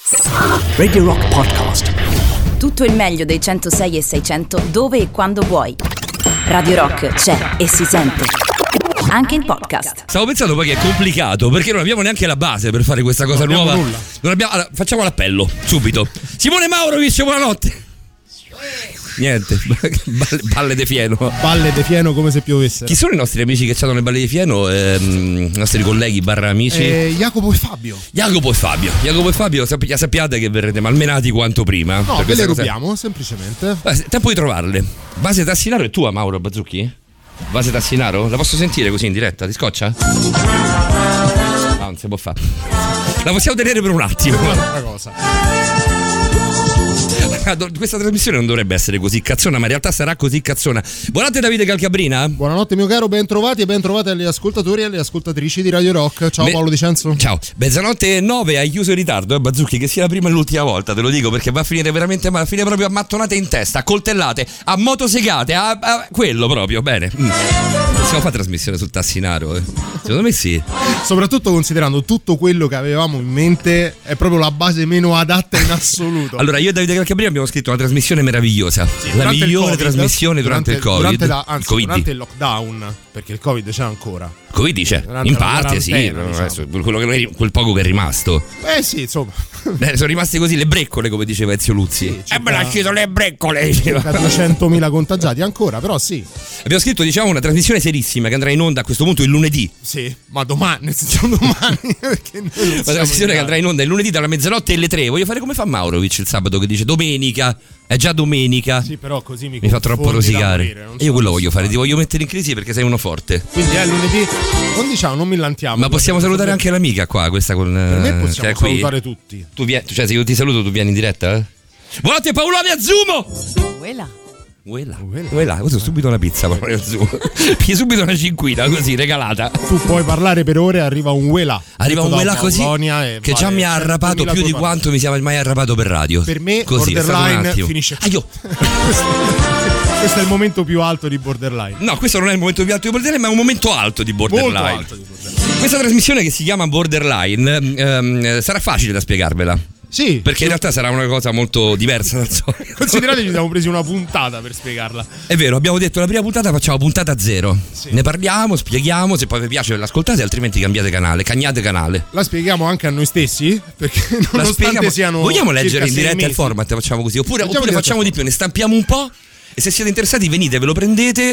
Radio Rock Podcast. Tutto il meglio dei 106 e 600 dove e quando vuoi. Radio Rock c'è e si sente anche in podcast. Stavo pensando poi che è complicato perché non abbiamo neanche la base per fare questa cosa nuova. Nulla. Non abbiamo, allora, facciamo l'appello subito. Simone Maurovic, buonanotte. Niente, balle de fieno. Balle de fieno come se piovesse. Chi sono i nostri amici che hanno le balle di fieno? I nostri colleghi barra amici? Jacopo e Fabio. Jacopo e Fabio, sappiate che verrete malmenati quanto prima. No, ve le rubiamo, semplicemente. Tempo di trovarle. Base Tassinaro è tua, Mauro Bazzucchi? Base Tassinaro? La posso sentire così in diretta? Ti scoccia? No, non si può fare. La possiamo tenere per un attimo. Una cosa. Questa trasmissione non dovrebbe essere così cazzona, ma in realtà sarà così cazzona. Buonanotte Davide Calcabrina. Buonanotte mio caro, ben trovati e ben trovate agli ascoltatori e alle ascoltatrici di Radio Rock. Ciao Paolo Di Cenzo. Ciao. Mezzanotte 9, hai chiuso in ritardo, Bazzucchi, che sia la prima e l'ultima volta, te lo dico, perché va a finire veramente male, a finire proprio a mattonate in testa, a coltellate, a motosegate, a quello proprio, bene. Possiamo fare trasmissione sul Tassinaro? Secondo me sì. Soprattutto considerando tutto quello che avevamo in mente, è proprio la base meno adatta in assoluto. Allora, io e Davide Calcabrina abbiamo scritto una trasmissione meravigliosa, sì, la migliore trasmissione durante il Covid. Durante il lockdown, perché il Covid c'è ancora. Covid c'è, in parte sì, diciamo. Quel poco che è rimasto. Sì, insomma. Sono rimaste così le breccole, come diceva Ezio Luzzi. Sì, me l'ha scritto le breccole. 200.000 contagiati ancora, però sì. Abbiamo scritto, diciamo, una trasmissione serissima che andrà in onda a questo punto il lunedì. Sì, ma domani, nel senso domani. Perché una trasmissione che andrà in onda il lunedì dalla mezzanotte alle 3. Voglio fare come fa Maurovic il sabato che dice domenica. È già domenica. Sì, però così mi fa troppo rosicare. Io quello voglio fare, ti voglio mettere in crisi perché sei uno forte. Quindi è lunedì. Non diciamo, non mi lantiamo. Ma possiamo salutare anche l'amica qua, questa con. Per me possiamo salutare tutti. Tu vieni, cioè se io ti saluto tu vieni in diretta? Buonanotte Paolone Azzumo! Quella, così subito una pizza, subito una cinquina così regalata. Tu puoi parlare per ore, arriva un uela. Arriva un uela così che già mi ha arrapato più di quanto mi sia mai arrapato per radio. Per me così, Borderline finisce. Questo è il momento più alto di Borderline. No, questo non è il momento più alto di Borderline, ma è un momento alto di Borderline. Molto alto di Borderline. Questa trasmissione che si chiama Borderline sarà facile da spiegarvela. Sì, perché in realtà sarà una cosa molto diversa dal solito. Considerate ci siamo presi una puntata per spiegarla. È vero, abbiamo detto la prima puntata facciamo puntata 0. Sì. Ne parliamo, spieghiamo, se poi vi piace l'ascoltate, altrimenti cagnate canale. La spieghiamo anche a noi stessi, perché nonostante siano. Vogliamo leggere in diretta il format, facciamo così, oppure facciamo di più, ne stampiamo un po'. E se siete interessati venite, ve lo prendete,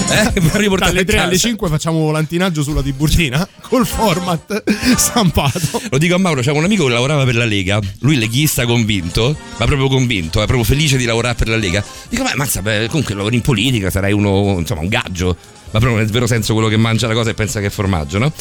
dalle 3 alle 5 facciamo volantinaggio sulla Tiburtina col format stampato. Lo dico a Mauro, c'è un amico che lavorava per la Lega, lui leghista convinto, ma proprio convinto, è proprio felice di lavorare per la Lega. Dico, ma mazza, comunque lavori in politica, sarai uno, insomma, un gaggio. Ma proprio nel vero senso quello che mangia la cosa e pensa che è formaggio, no?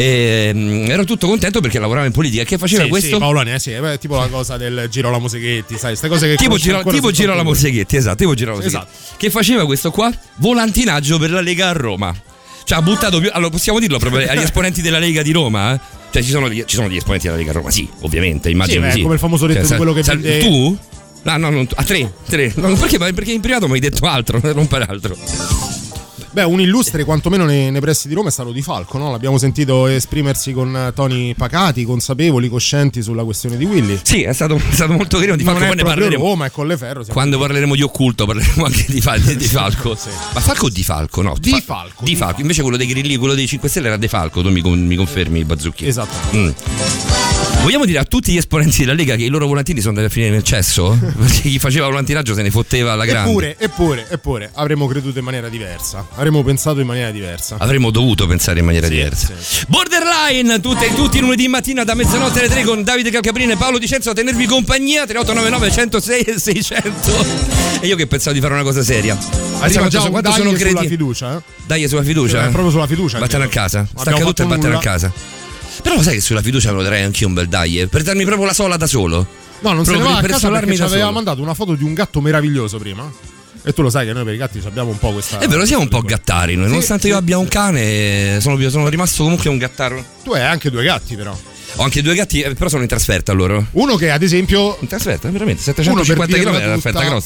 Ero tutto contento perché lavorava in politica. Che faceva questo? Sì, Paolone, tipo la cosa del Giro alla Mosechetti, sai, queste cose che tipo Giro alla Mosechetti, esatto, Che faceva questo qua? Volantinaggio per la Lega a Roma. Cioè ha buttato più. Allora possiamo dirlo proprio agli esponenti della Lega di Roma, eh? Cioè ci sono gli esponenti della Lega a Roma, sì, ovviamente, immagino sì. Sì. Come il famoso detto di quello che vende. Tu? No, a tre. No, perché in privato mi hai detto altro, non per altro. Beh, un illustre quantomeno nei pressi di Roma è stato Di Falco, no? L'abbiamo sentito esprimersi con toni pacati, consapevoli, coscienti sulla questione di Willy. Sì, è stato molto carino. Di Falco, non è poi proprio Roma, è Colleferro. Quando parleremo di occulto parleremo anche di Falco. Sì. Ma Falco o Di Falco? No, Di Falco. Invece quello dei Grilli, quello dei 5 Stelle era De Falco, tu mi confermi, Bazzucchi? Esatto. Vogliamo dire a tutti gli esponenti della Lega che i loro volantini sono andati a finire nel cesso? Perché chi faceva volantinaggio se ne fotteva alla grande. Eppure avremmo creduto in maniera diversa. Avremmo pensato in maniera diversa. Avremmo dovuto pensare in maniera diversa. Sì. Borderline, tutti i lunedì mattina da mezzanotte alle 3 con Davide Calcabrina e Paolo Di Cenzo a tenervi compagnia. 3899 106 e 600. E io che pensavo di fare una cosa seria. Arriva già un dai sulla fiducia. Dai sulla fiducia? Proprio sulla fiducia. Vattene a casa. Stacca tutto e vattene a casa. Però lo sai che sulla fiducia me lo darei anch'io un bel dai, per darmi proprio la sola da solo. No, non se ne va a casa perché ci aveva mandato una foto di un gatto meraviglioso prima. E tu lo sai che noi per i gatti abbiamo un po' questa. È vero, siamo un po' gattari noi, nonostante io abbia un cane, sono rimasto comunque un gattaro. Tu hai anche 2 gatti però. Ho anche 2 gatti, però sono in trasferta loro. Uno che ad esempio in trasferta, veramente 750 km è una trasferta grossa.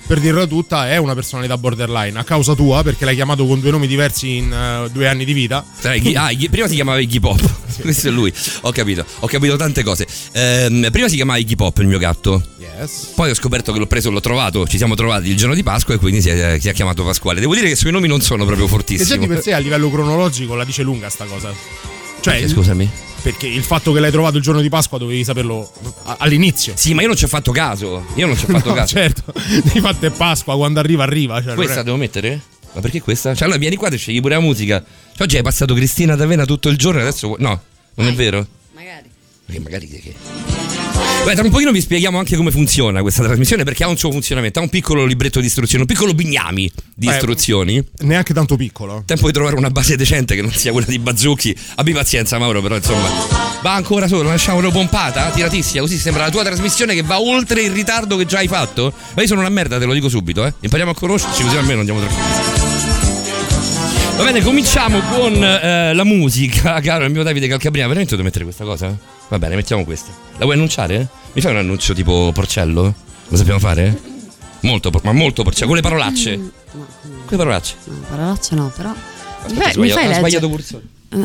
per dirla tutta, è una personalità borderline a causa tua, perché l'hai chiamato con 2 nomi diversi in 2 anni di vita. Prima si chiamava Iggy Pop. Questo è lui. Ho capito tante cose. Prima si chiamava Iggy Pop il mio gatto. Yes. Poi ho scoperto che l'ho preso, l'ho trovato, ci siamo trovati il giorno di Pasqua e quindi si è chiamato Pasquale. Devo dire che sui nomi non sono proprio Che fortissimo. già di per sé a livello cronologico la dice lunga sta cosa. Cioè, scusami. Perché il fatto che l'hai trovato il giorno di Pasqua dovevi saperlo all'inizio. Sì, ma io non ci ho fatto caso. Caso. Certo, di fatto è Pasqua, quando arriva. Cioè, questa devo mettere? Ma perché questa? Cioè, allora vieni qua e scegli pure la musica. Cioè, oggi hai passato Cristina D'Avena tutto il giorno e adesso. No, non è vero? Magari. Perché magari che. Beh, tra un pochino vi spieghiamo anche come funziona questa trasmissione, perché ha un suo funzionamento, ha un piccolo libretto di istruzioni, un piccolo bignami di istruzioni. Neanche tanto piccolo. Tempo di trovare una base decente che non sia quella di Bazzucchi. Abbi pazienza, Mauro, però insomma. Va ancora solo, lasciamolo pompata, tiratissima, così sembra la tua trasmissione che va oltre il ritardo che già hai fatto. Ma io sono una merda, te lo dico subito, Impariamo a conoscerci, così almeno andiamo tranquilli. Va bene, cominciamo con la musica, caro il mio Davide Calcabrina. Veramente devo mettere questa cosa? Va bene, mettiamo questa. La vuoi annunciare? Mi fai un annuncio tipo Porcello? Lo sappiamo fare? Molto Porcello, con le parolacce. No. Con le parolacce. No, parolacce no, però. Aspetta, mi fai ho sbagliato cursore.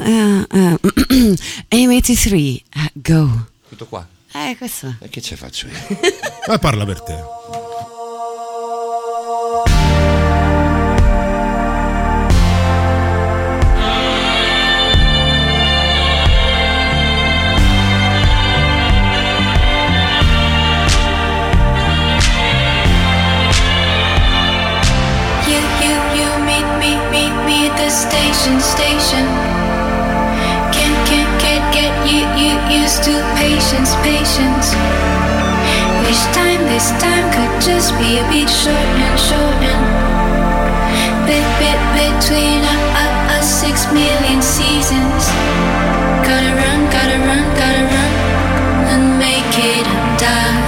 M83, go. Tutto qua. Questo. E che ce faccio io? Ma parla per te. Station. Can't get you used to patience. Wish time this time could just be a bit shortened. Bit between us 6 million seasons. Gotta run and make it and die.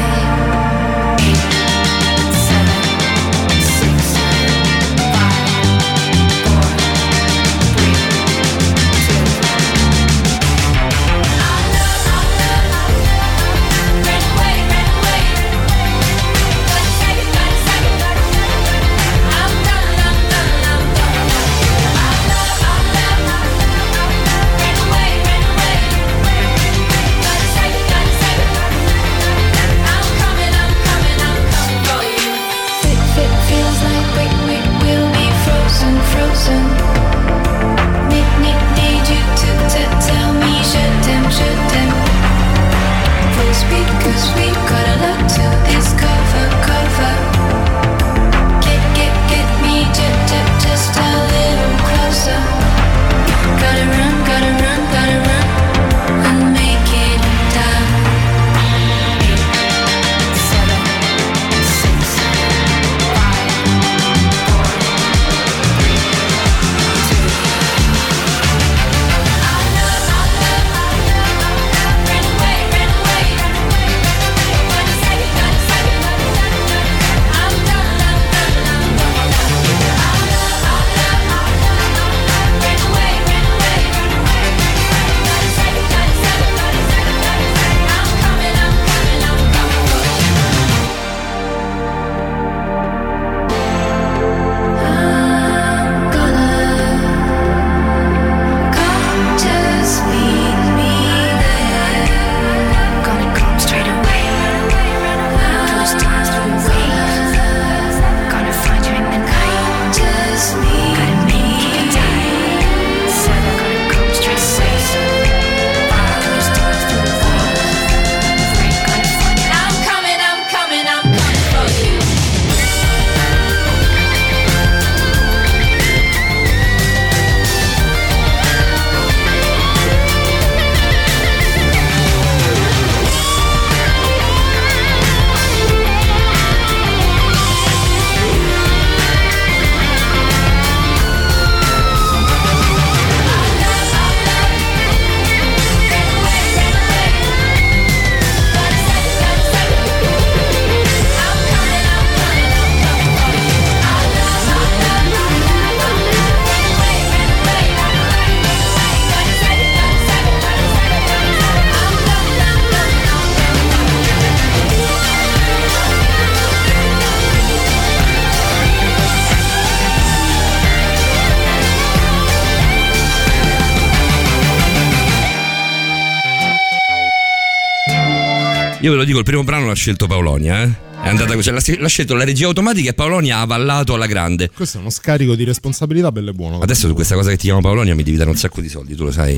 Io ve lo dico, il primo brano l'ha scelto Paolonia, È andata così, l'ha scelto la regia automatica e Paolonia ha avallato alla grande. Questo è uno scarico di responsabilità bello e buono. Adesso su questa cosa che ti chiamo Paolonia mi devi dare un sacco di soldi, tu lo sai.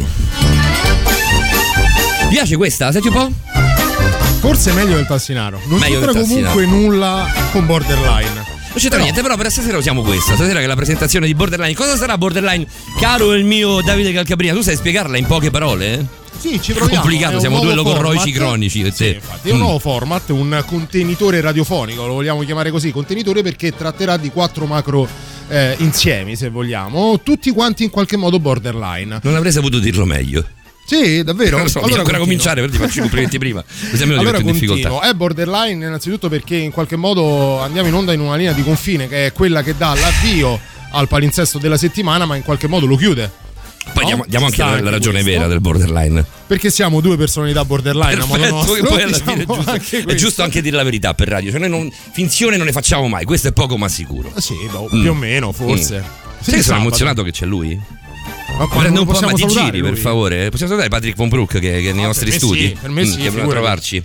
Ti piace questa? Senti un po'? Forse meglio del Tassinaro. Non Meglio c'entra del Tassinaro. comunque nulla con Borderline. Non c'entra niente, però per stasera usiamo questa. Stasera che è la presentazione di Borderline. Cosa sarà Borderline? Caro il mio Davide Calcabrina, tu sai spiegarla in poche parole? Sì, ci È proviamo. complicato, È siamo un due nuovo logorroici format. cronici. Sì, infatti, è un nuovo format, un contenitore radiofonico, lo vogliamo chiamare così, contenitore, perché tratterà di 4 macro insiemi, se vogliamo, tutti quanti in qualche modo borderline. Non avrei saputo dirlo meglio. Sì, davvero? Non so, devi ancora cominciare, però ti faccio i complimenti prima. Così almeno ti metto in difficoltà. È borderline innanzitutto perché in qualche modo andiamo in onda in una linea di confine che è quella che dà l'avvio al palinsesto della settimana, ma in qualche modo lo chiude. Poi diamo anche la ragione questo. vera del borderline. Perché siamo due personalità borderline a modo Perfetto, nostro. che poi alla Diciamo fine è giusto, anche è questo. giusto anche dire la verità per radio. Cioè noi finzione non ne facciamo mai, questo è poco ma sicuro. Sì, più o meno, forse. Sai che sono emozionato che c'è lui? Ma Prende un po', possiamo ma ti salutare giri per lui? favore? Possiamo salutare Patrick Von Broek che è nei nostri per me studi? sì, per me sì, che viene a figurati. trovarci.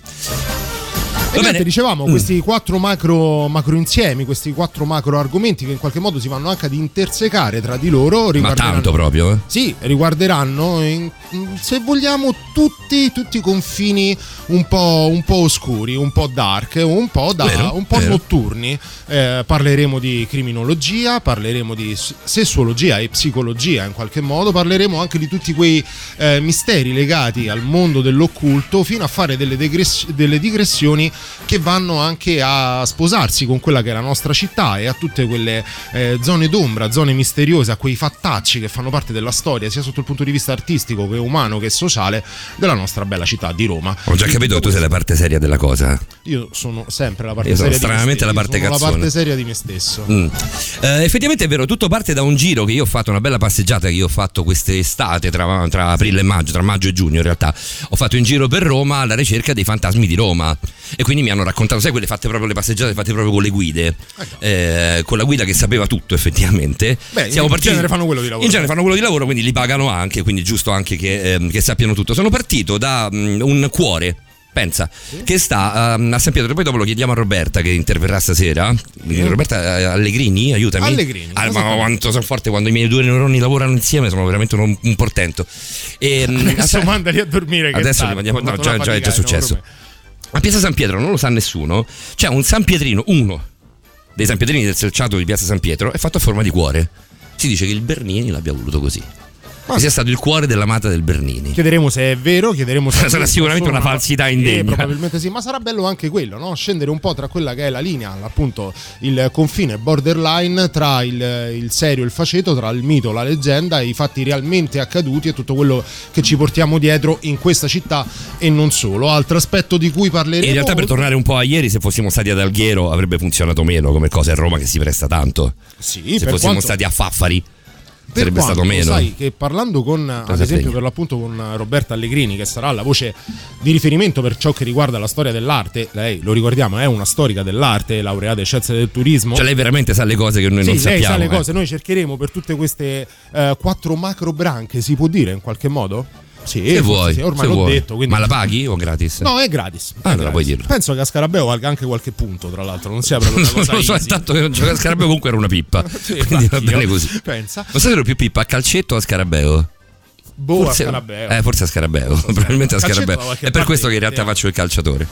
E Va niente, bene. dicevamo, questi 4 macro insiemi, questi 4 macro argomenti che in qualche modo si vanno anche ad intersecare tra di loro. Ma riguarderanno- tanto proprio, Sì, riguarderanno, se vogliamo, tutti i confini un po' oscuri, un po' dark, un po' Vero. notturni. Parleremo di criminologia, parleremo di sessuologia e psicologia in qualche modo, parleremo anche di tutti quei misteri legati al mondo dell'occulto, fino a fare delle digressioni che vanno anche a sposarsi con quella che è la nostra città e a tutte quelle zone d'ombra, zone misteriose, a quei fattacci che fanno parte della storia, sia sotto il punto di vista artistico che umano che sociale, della nostra bella città di Roma. Ho già capito che tu sei la parte seria della cosa. Io sono sempre la parte Io sono seria stranamente di me la stesso. parte Sono la cazzone. parte seria di me stesso. Effettivamente è vero, tutto parte da un giro che io ho fatto, una bella passeggiata che io ho fatto quest'estate tra aprile e maggio, tra maggio e giugno in realtà. Ho fatto in giro per Roma alla ricerca dei fantasmi di Roma e quindi mi hanno raccontato, sai, quelle fatte proprio, le passeggiate fatte proprio con le guide, con la guida che sapeva tutto effettivamente. Beh, in genere fanno quello di lavoro. In genere fanno quello di lavoro, quindi li pagano anche, quindi è giusto anche che sappiano tutto. Sono partito da un cuore, pensa, che sta a San Pietro. Poi dopo lo chiediamo a Roberta che interverrà stasera. Roberta Allegrini, aiutami. Allegrini, ma quanto sono forte quando i miei due neuroni lavorano insieme, sono veramente un portento. Adesso mandali a dormire. Che adesso li tardi, mandiamo. ho No, fatto già una è fatica già successo. enorme. A Piazza San Pietro non lo sa nessuno. C'è un San Pietrino, uno dei San Pietrini del Selciato di Piazza San Pietro, è fatto a forma di cuore. Si dice che il Bernini l'abbia voluto così. Che sia stato il cuore dell'amata del Bernini. Chiederemo se è vero, chiederemo se Sarà sicuramente una falsità indegna. Probabilmente sì, ma sarà bello anche quello, no? Scendere un po' tra quella che è la linea, appunto il confine borderline tra il serio e il faceto, tra il mito, la leggenda, i fatti realmente accaduti e tutto quello che ci portiamo dietro in questa città e non solo. Altro aspetto di cui parleremo. In realtà, per tornare un po' a ieri, se fossimo stati ad Alghero avrebbe funzionato meno come cosa. È Roma che si presta tanto. Sì, Se per fossimo quanto... stati a Faffari Per sarebbe quanto, stato meno. Sai che parlando con, ad Cosa esempio, segna? per l'appunto con Roberta Allegrini, che sarà la voce di riferimento per ciò che riguarda la storia dell'arte, lei, lo ricordiamo, è una storica dell'arte, laureata in scienze del turismo. Cioè lei veramente sa le cose che noi non Sì, sappiamo. lei sa le cose, noi cercheremo per tutte queste 4 macro branche, si può dire in qualche modo? Sì, Se vuoi, sì, ormai se l'ho vuoi. detto. Quindi... Ma la paghi o gratis? No, è gratis. Ah, allora puoi dirlo. Penso che a Scarabeo valga anche qualche punto, tra l'altro, non sia proprio una cosa Non lo so, easy. tanto che non giocare a Scarabeo comunque era una pippa. Sì, Quindi va anch'io. bene così. Pensa. Ma sai ero più pippa a calcetto o a Scarabeo? Boh, Forse, a Scarabeo. forse a Scarabeo, probabilmente a Calcetto Scarabeo. da qualche È per parte questo che in realtà vediamo. faccio il calciatore.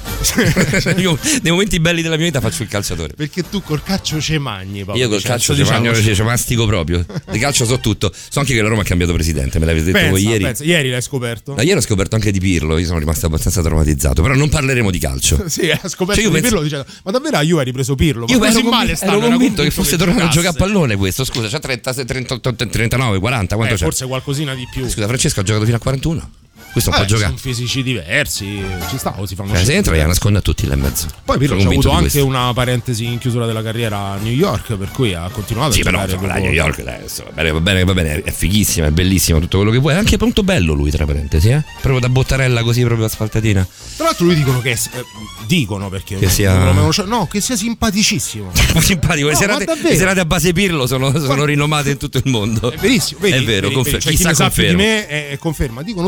Io nei momenti belli della mia vita faccio il calciatore. Perché tu col calcio ce magni, Paolo. Io col calcio ci mastico proprio. Di calcio so tutto. So anche che la Roma ha cambiato presidente, me l'avete detto voi ieri. Ieri l'hai scoperto? Ma ieri ho scoperto anche di Pirlo, io sono rimasto abbastanza traumatizzato. Però non parleremo di calcio. Sì, ha scoperto Cioè, io di penso- Pirlo dicendo: ma davvero a Juve hai ripreso Pirlo? Ma Io così ero, male stanno, ero era convinto che convinto fosse tornato a giocasse. giocare a pallone questo. Scusa, c'ha 38, 39, 40, quanto c'è? Forse qualcosina di più. Scusa, Francesco ha giocato fino a 41. Questo non può giocare. Sono fisici diversi, ci sta, o si fanno Se scelte entra, gli diverse. nasconde a tutti là in mezzo. Poi Pirlo Sono ha convinto avuto di anche questo. una parentesi in chiusura della carriera a New York, per cui ha continuato Sì, a però giocare insomma, la dopo- New York adesso, va bene, è fighissima, è bellissima, tutto quello che vuoi. È anche molto bello lui, tra parentesi, proprio da bottarella così, proprio asfaltatina. Tra l'altro lui dicono che dicono perché Che non- sia- non lo- no, che sia simpaticissimo. Simpatico, No, le ma davvero? serate a base Pirlo sono rinomate in tutto il mondo. È verissimo, vedi, È vero, vedi, cioè, chi chissà ne sa più di conferma. me è conferma. Dicono tutti veramente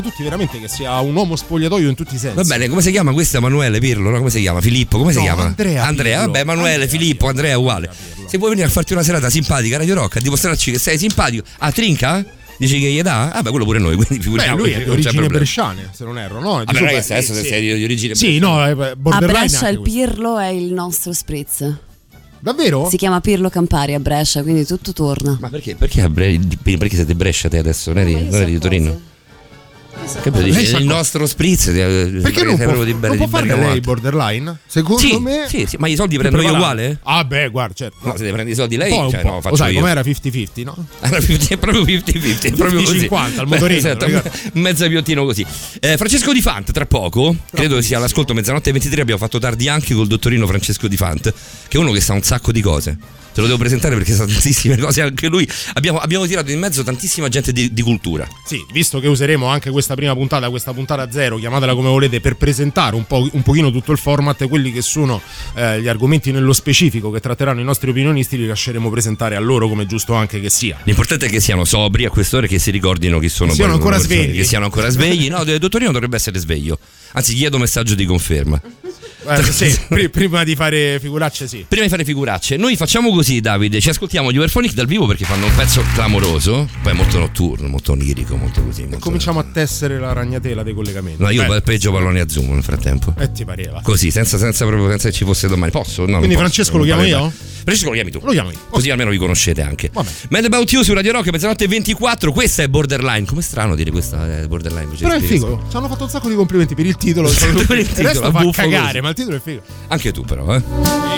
veramente che sia un uomo spogliatoio in tutti i sensi. Va bene, come si chiama questo Emanuele Pirlo? No? Come si chiama? Filippo? Come si chiama? Andrea, vabbè, Emanuele, Filippo, Andrea è uguale. Se vuoi venire a farti una serata simpatica, Radio Rock, a dimostrarci che sei simpatico. Ah, trinca? Dici che gli dà? Ah, beh, quello pure noi, quindi figuriamoci. Lui è di origini bresciane, se non erro, no? Vabbè, ragazzi, adesso se sei di origine sì, no, A borderline Brescia il questo. Pirlo è il nostro spritz. Davvero? Si chiama Pirlo Campari a Brescia, quindi tutto torna. Ma perché? Perché siete Brescia te adesso? Non eri di Torino? Che bello, dici, il nostro spritz perché non può farne lei borderline? Secondo me sì, ma i soldi prendo io uguale? Ah beh, guarda, certo. No, se prendi i soldi lei, un cioè, po'. no, faccio lo sai io. com'era 50-50, no? È proprio 50-50, è proprio così. 50 al motorino. Esatto, mezzo piottino così. Francesco Di Fant, tra poco, credo sia all'ascolto mezzanotte e 23, abbiamo fatto tardi anche col dottorino Francesco Di Fant, che è uno che sa un sacco di cose. Te lo devo presentare perché sa tantissime cose anche lui. Abbiamo tirato in mezzo tantissima gente di cultura. Sì, visto che useremo anche questa prima puntata, questa puntata zero, chiamatela come volete, per presentare un pochino tutto il format, quelli che sono gli argomenti nello specifico che tratteranno i nostri opinionisti, li lasceremo presentare a loro, come è giusto anche che sia. L'importante è che siano sobri a quest'ora e che si ricordino chi sono. Siano ancora svegli. Che siano ancora svegli. No, il dottorino dovrebbe essere sveglio. Anzi, chiedo messaggio di conferma. Sì, prima di fare figuracce, sì. Prima di fare figuracce, noi facciamo così, Davide. Ci ascoltiamo gli Overphonic dal vivo perché fanno un pezzo clamoroso. Poi è molto notturno, molto onirico, molto così. Molto cominciamo a tessere la ragnatela dei collegamenti. No, io palpeggio palloni a zoom nel frattempo. Ti pareva. Così, senza che ci fosse domani. Posso? No, quindi posso, Francesco lo chiamo io? Francesco lo chiami tu. Lo chiamo io. Così almeno vi conoscete anche. Vabbè. Mad About You su Radio Rock, mezzanotte 24. Questa è Borderline. Com'è strano dire questa è Borderline? Però è figo. Ci hanno fatto un sacco di complimenti per il titolo. Per il il resto fa cagare, così. ma il titolo è figo. Anche tu però, eh.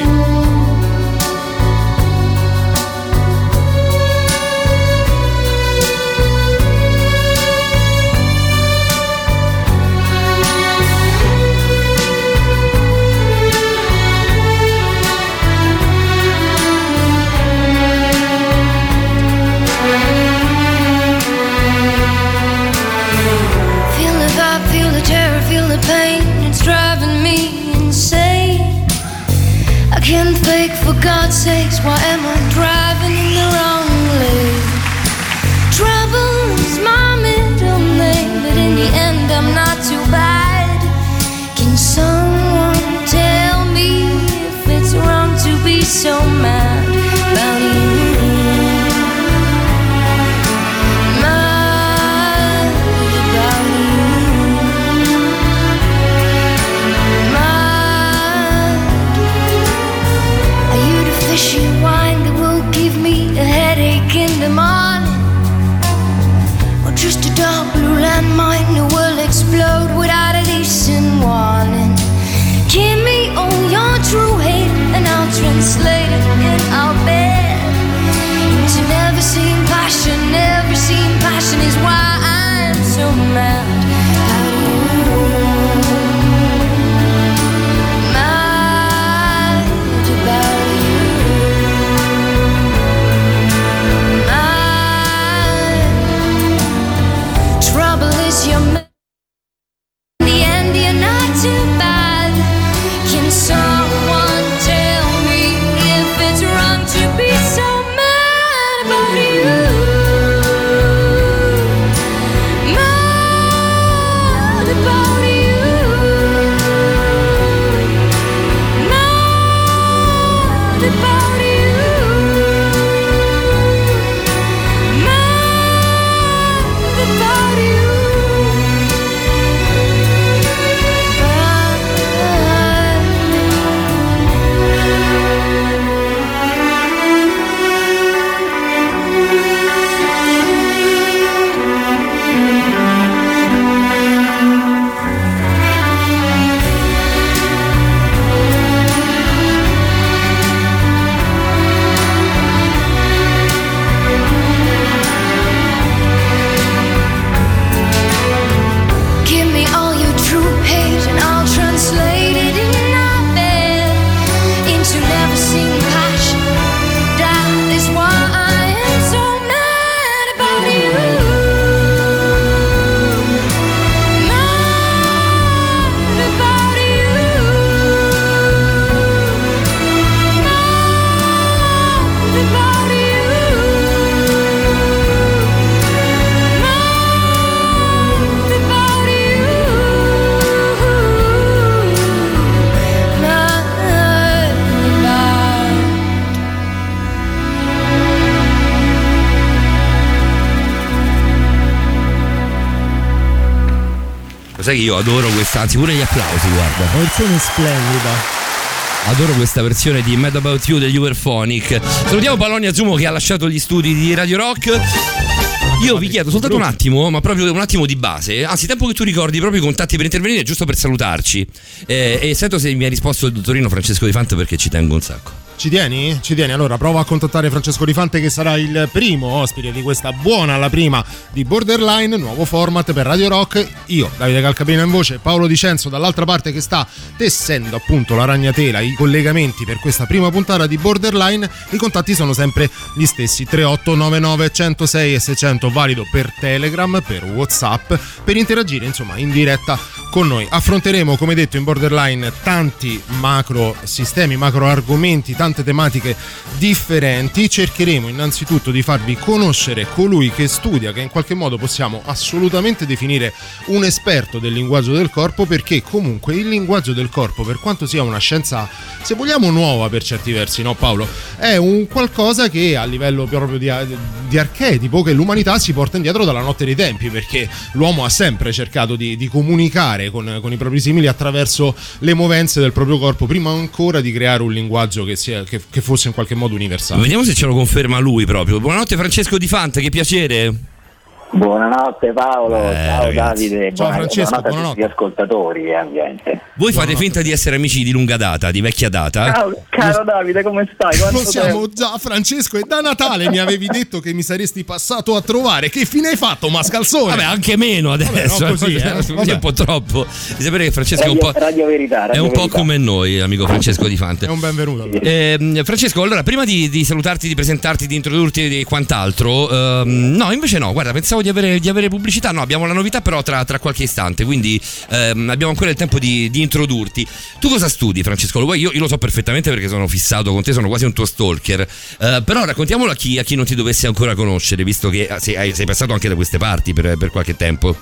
Can't think, for God's sakes, why am I driving in the wrong lane? Trouble is my middle name, but in the end I'm not too bad. Can someone tell me if it's wrong to be so mad about you? Mad about you. Fishy wine that will give me a headache in the morning, or just a dark blue landmine that will explode without a decent warning. Give me all your true hate and I'll translate it in our bed into never seen passion. Never seen passion is why I'm so mad about you. Mad about you. Trouble is your man. In the end, you're not too bad. Can someone tell me if it's wrong to be so mad about you? Mad about you. Mad about you. Mad about you. Mad Lo sai che io adoro questa, anzi pure gli applausi, guarda. Una versione splendida. Adoro questa versione di Mad About You degli Uberphonic. Salutiamo Polonia Zumo che ha lasciato gli studi di Radio Rock. Io vi chiedo soltanto un attimo, ma proprio un attimo di base, anzi tempo che tu ricordi proprio i contatti per intervenire, giusto per salutarci. E sento se mi ha risposto il dottorino Francesco Di Fante, perché ci tengo un sacco. Ci tieni? Ci tieni? Allora prova a contattare Francesco Di Fante, che sarà il primo ospite di questa buona alla prima di Borderline, nuovo format per Radio Rock. Io, Davide Calcabrino in voce, Paolo Di Cenzo dall'altra parte, che sta tessendo appunto la ragnatela, i collegamenti per questa prima puntata di Borderline. I contatti sono sempre gli stessi: 3899 106 e 600, valido per Telegram, per WhatsApp, per interagire insomma in diretta con noi. Affronteremo, come detto, in Borderline tanti macro sistemi, macro argomenti, tante tematiche differenti. Cercheremo innanzitutto di farvi conoscere colui che studia, che in qualche modo possiamo assolutamente definire un esperto del linguaggio del corpo, perché comunque il linguaggio del corpo, per quanto sia una scienza, se vogliamo, nuova per certi versi, no Paolo? È un qualcosa che a livello proprio di archetipo, che l'umanità si porta indietro dalla notte dei tempi, perché l'uomo ha sempre cercato di comunicare con i propri simili attraverso le movenze del proprio corpo, prima ancora di creare un linguaggio che fosse in qualche modo universale. Vediamo se ce lo conferma lui proprio. Buonanotte Francesco Di Fante, che piacere. Buonanotte Paolo, ciao ragazzi. Davide, Ciao Francesco, buonanotte a tutti gli ascoltatori ovviamente. Voi fate finta di essere amici di lunga data, di vecchia data? Caro Davide, come stai? Lo siamo già, Francesco, e da Natale mi avevi detto che mi saresti passato a trovare. Che fine hai fatto, Mascalzone? Vabbè, anche meno adesso. Vabbè, no, così, è un po' troppo. Devi sapere che Francesco è un po'. Radio Verità, è un po' Verità. come noi, amico Francesco Di Fante. È un benvenuto. Allora. Francesco, allora, prima di salutarti, di presentarti, di introdurti e quant'altro, no, invece no, guarda, pensavo di avere pubblicità. No, abbiamo la novità però tra qualche istante, quindi abbiamo ancora il tempo di introdurti. Tu cosa studi, Francesco? Io lo so perfettamente perché sono fissato con te, sono quasi un tuo stalker, però raccontiamolo a chi non ti dovesse ancora conoscere, visto che sei passato anche da queste parti per qualche tempo.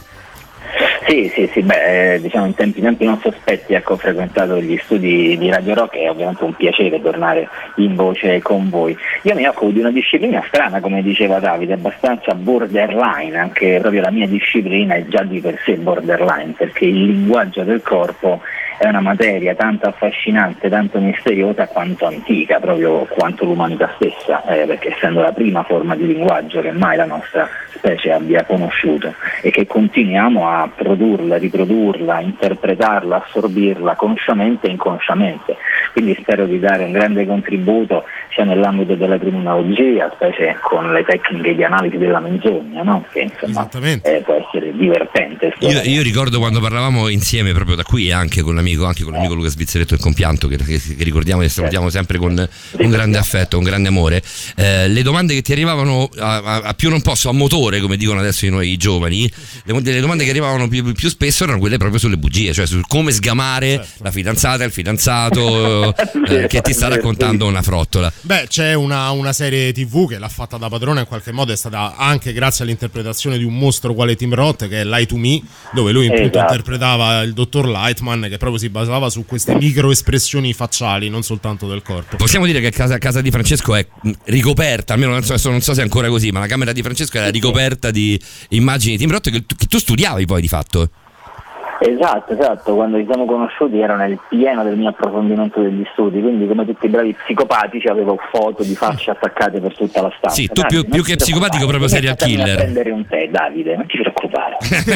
Sì, diciamo in tempi non sospetti, ecco, ho frequentato gli studi di Radio Rock, e è ovviamente un piacere tornare in voce con voi. Io mi occupo di una disciplina strana, come diceva Davide, abbastanza borderline, anche proprio la mia disciplina è già di per sé borderline, perché il linguaggio del corpo è una materia tanto affascinante, tanto misteriosa quanto antica, proprio quanto l'umanità stessa, perché essendo la prima forma di linguaggio che mai la nostra specie abbia conosciuto e che continuiamo a produrla, riprodurla, interpretarla, assorbirla consciamente e inconsciamente. Quindi spero di dare un grande contributo sia nell'ambito della criminologia, specie con le tecniche di analisi della menzogna, no? Che insomma può essere divertente. Io ricordo quando parlavamo insieme proprio da qui, anche con l'amico Luca Svizzeretto del Compianto, che ricordiamo e salutiamo sempre con grande affetto, con grande amore. Le domande che ti arrivavano a più non posso, a motore, come dicono adesso noi giovani, le domande che arrivavano più spesso erano quelle proprio sulle bugie, cioè su come sgamare la fidanzata, il fidanzato che ti sta raccontando una frottola. Beh, c'è una serie TV che l'ha fatta da padrone, in qualche modo è stata anche grazie all'interpretazione di un mostro quale Tim Roth, che è Lie to Me, dove lui appunto interpretava il dottor Lightman, che proprio si basava su queste micro espressioni facciali, non soltanto del corpo. Possiamo dire che casa di Francesco è ricoperta, almeno non so se è ancora così, ma la camera di Francesco era ricoperta di immagini di Tim Roth che tu studiavi poi di fatto. Esatto, quando ci siamo conosciuti ero nel pieno del mio approfondimento degli studi, quindi come tutti i bravi psicopatici avevo foto di facce attaccate per tutta la stanza. Sì, tu più che psicopatico proprio serial killer. A prendere un tè, Davide, non ti preoccupare.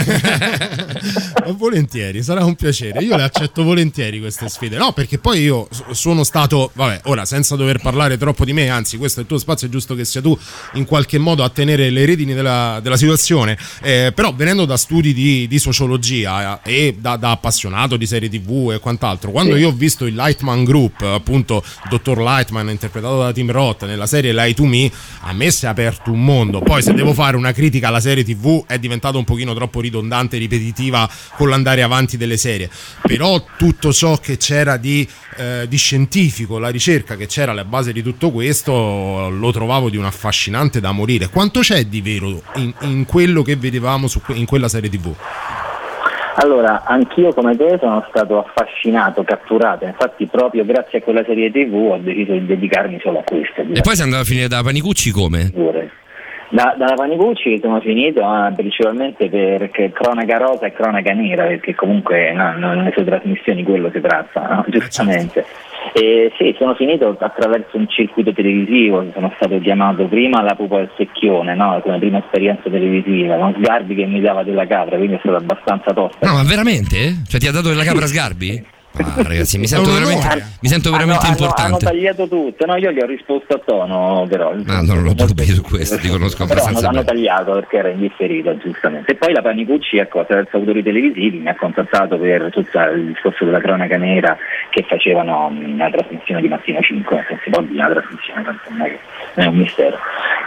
Volentieri, sarà un piacere, io le accetto volentieri queste sfide. No, perché poi io sono stato, vabbè, ora senza dover parlare troppo di me, anzi questo è il tuo spazio, è giusto che sia tu in qualche modo a tenere le redini della situazione, però venendo da studi di sociologia e da appassionato di serie TV e quant'altro, quando io ho visto il Lightman Group, appunto il dottor Lightman interpretato da Tim Roth nella serie Lie to Me, a me si è aperto un mondo. Poi se devo fare una critica alla serie TV è diventato un pochino troppo ridondante e ripetitiva con l'andare avanti delle serie, però tutto ciò che c'era di scientifico, la ricerca che c'era alla base di tutto questo, lo trovavo di un affascinante da morire. Quanto c'è di vero in quello che vedevamo in quella serie TV? Allora, anch'io come te sono stato affascinato, catturato, infatti proprio grazie a quella serie TV ho deciso di dedicarmi solo a questo. E poi sei andato a finire da Panicucci come? Dalla Panicucci sono finito principalmente perché cronaca rosa e cronaca nera, perché comunque nelle sue trasmissioni quello si tratta, no? Giustamente. Sì, sono finito attraverso un circuito televisivo, sono stato chiamato prima alla Pupa al Secchione, no? Come prima esperienza televisiva, con Sgarbi che mi dava della capra, quindi è stato abbastanza tosta. No, ma veramente? Cioè ti ha dato della capra Sgarbi? Ragazzi, mi sento veramente importante. Hanno tagliato tutto, no? Io gli ho risposto a tono, però. Non ho dubbi su questo, ti conosco abbastanza bene. Hanno bene. tagliato perché era indifferito, giustamente. E poi la Panicucci, attraverso autori televisivi, mi ha contattato per tutto il discorso della cronaca nera che facevano nella trasmissione di Mattino 5, se si può dire una trasmissione, tanto non è un mistero.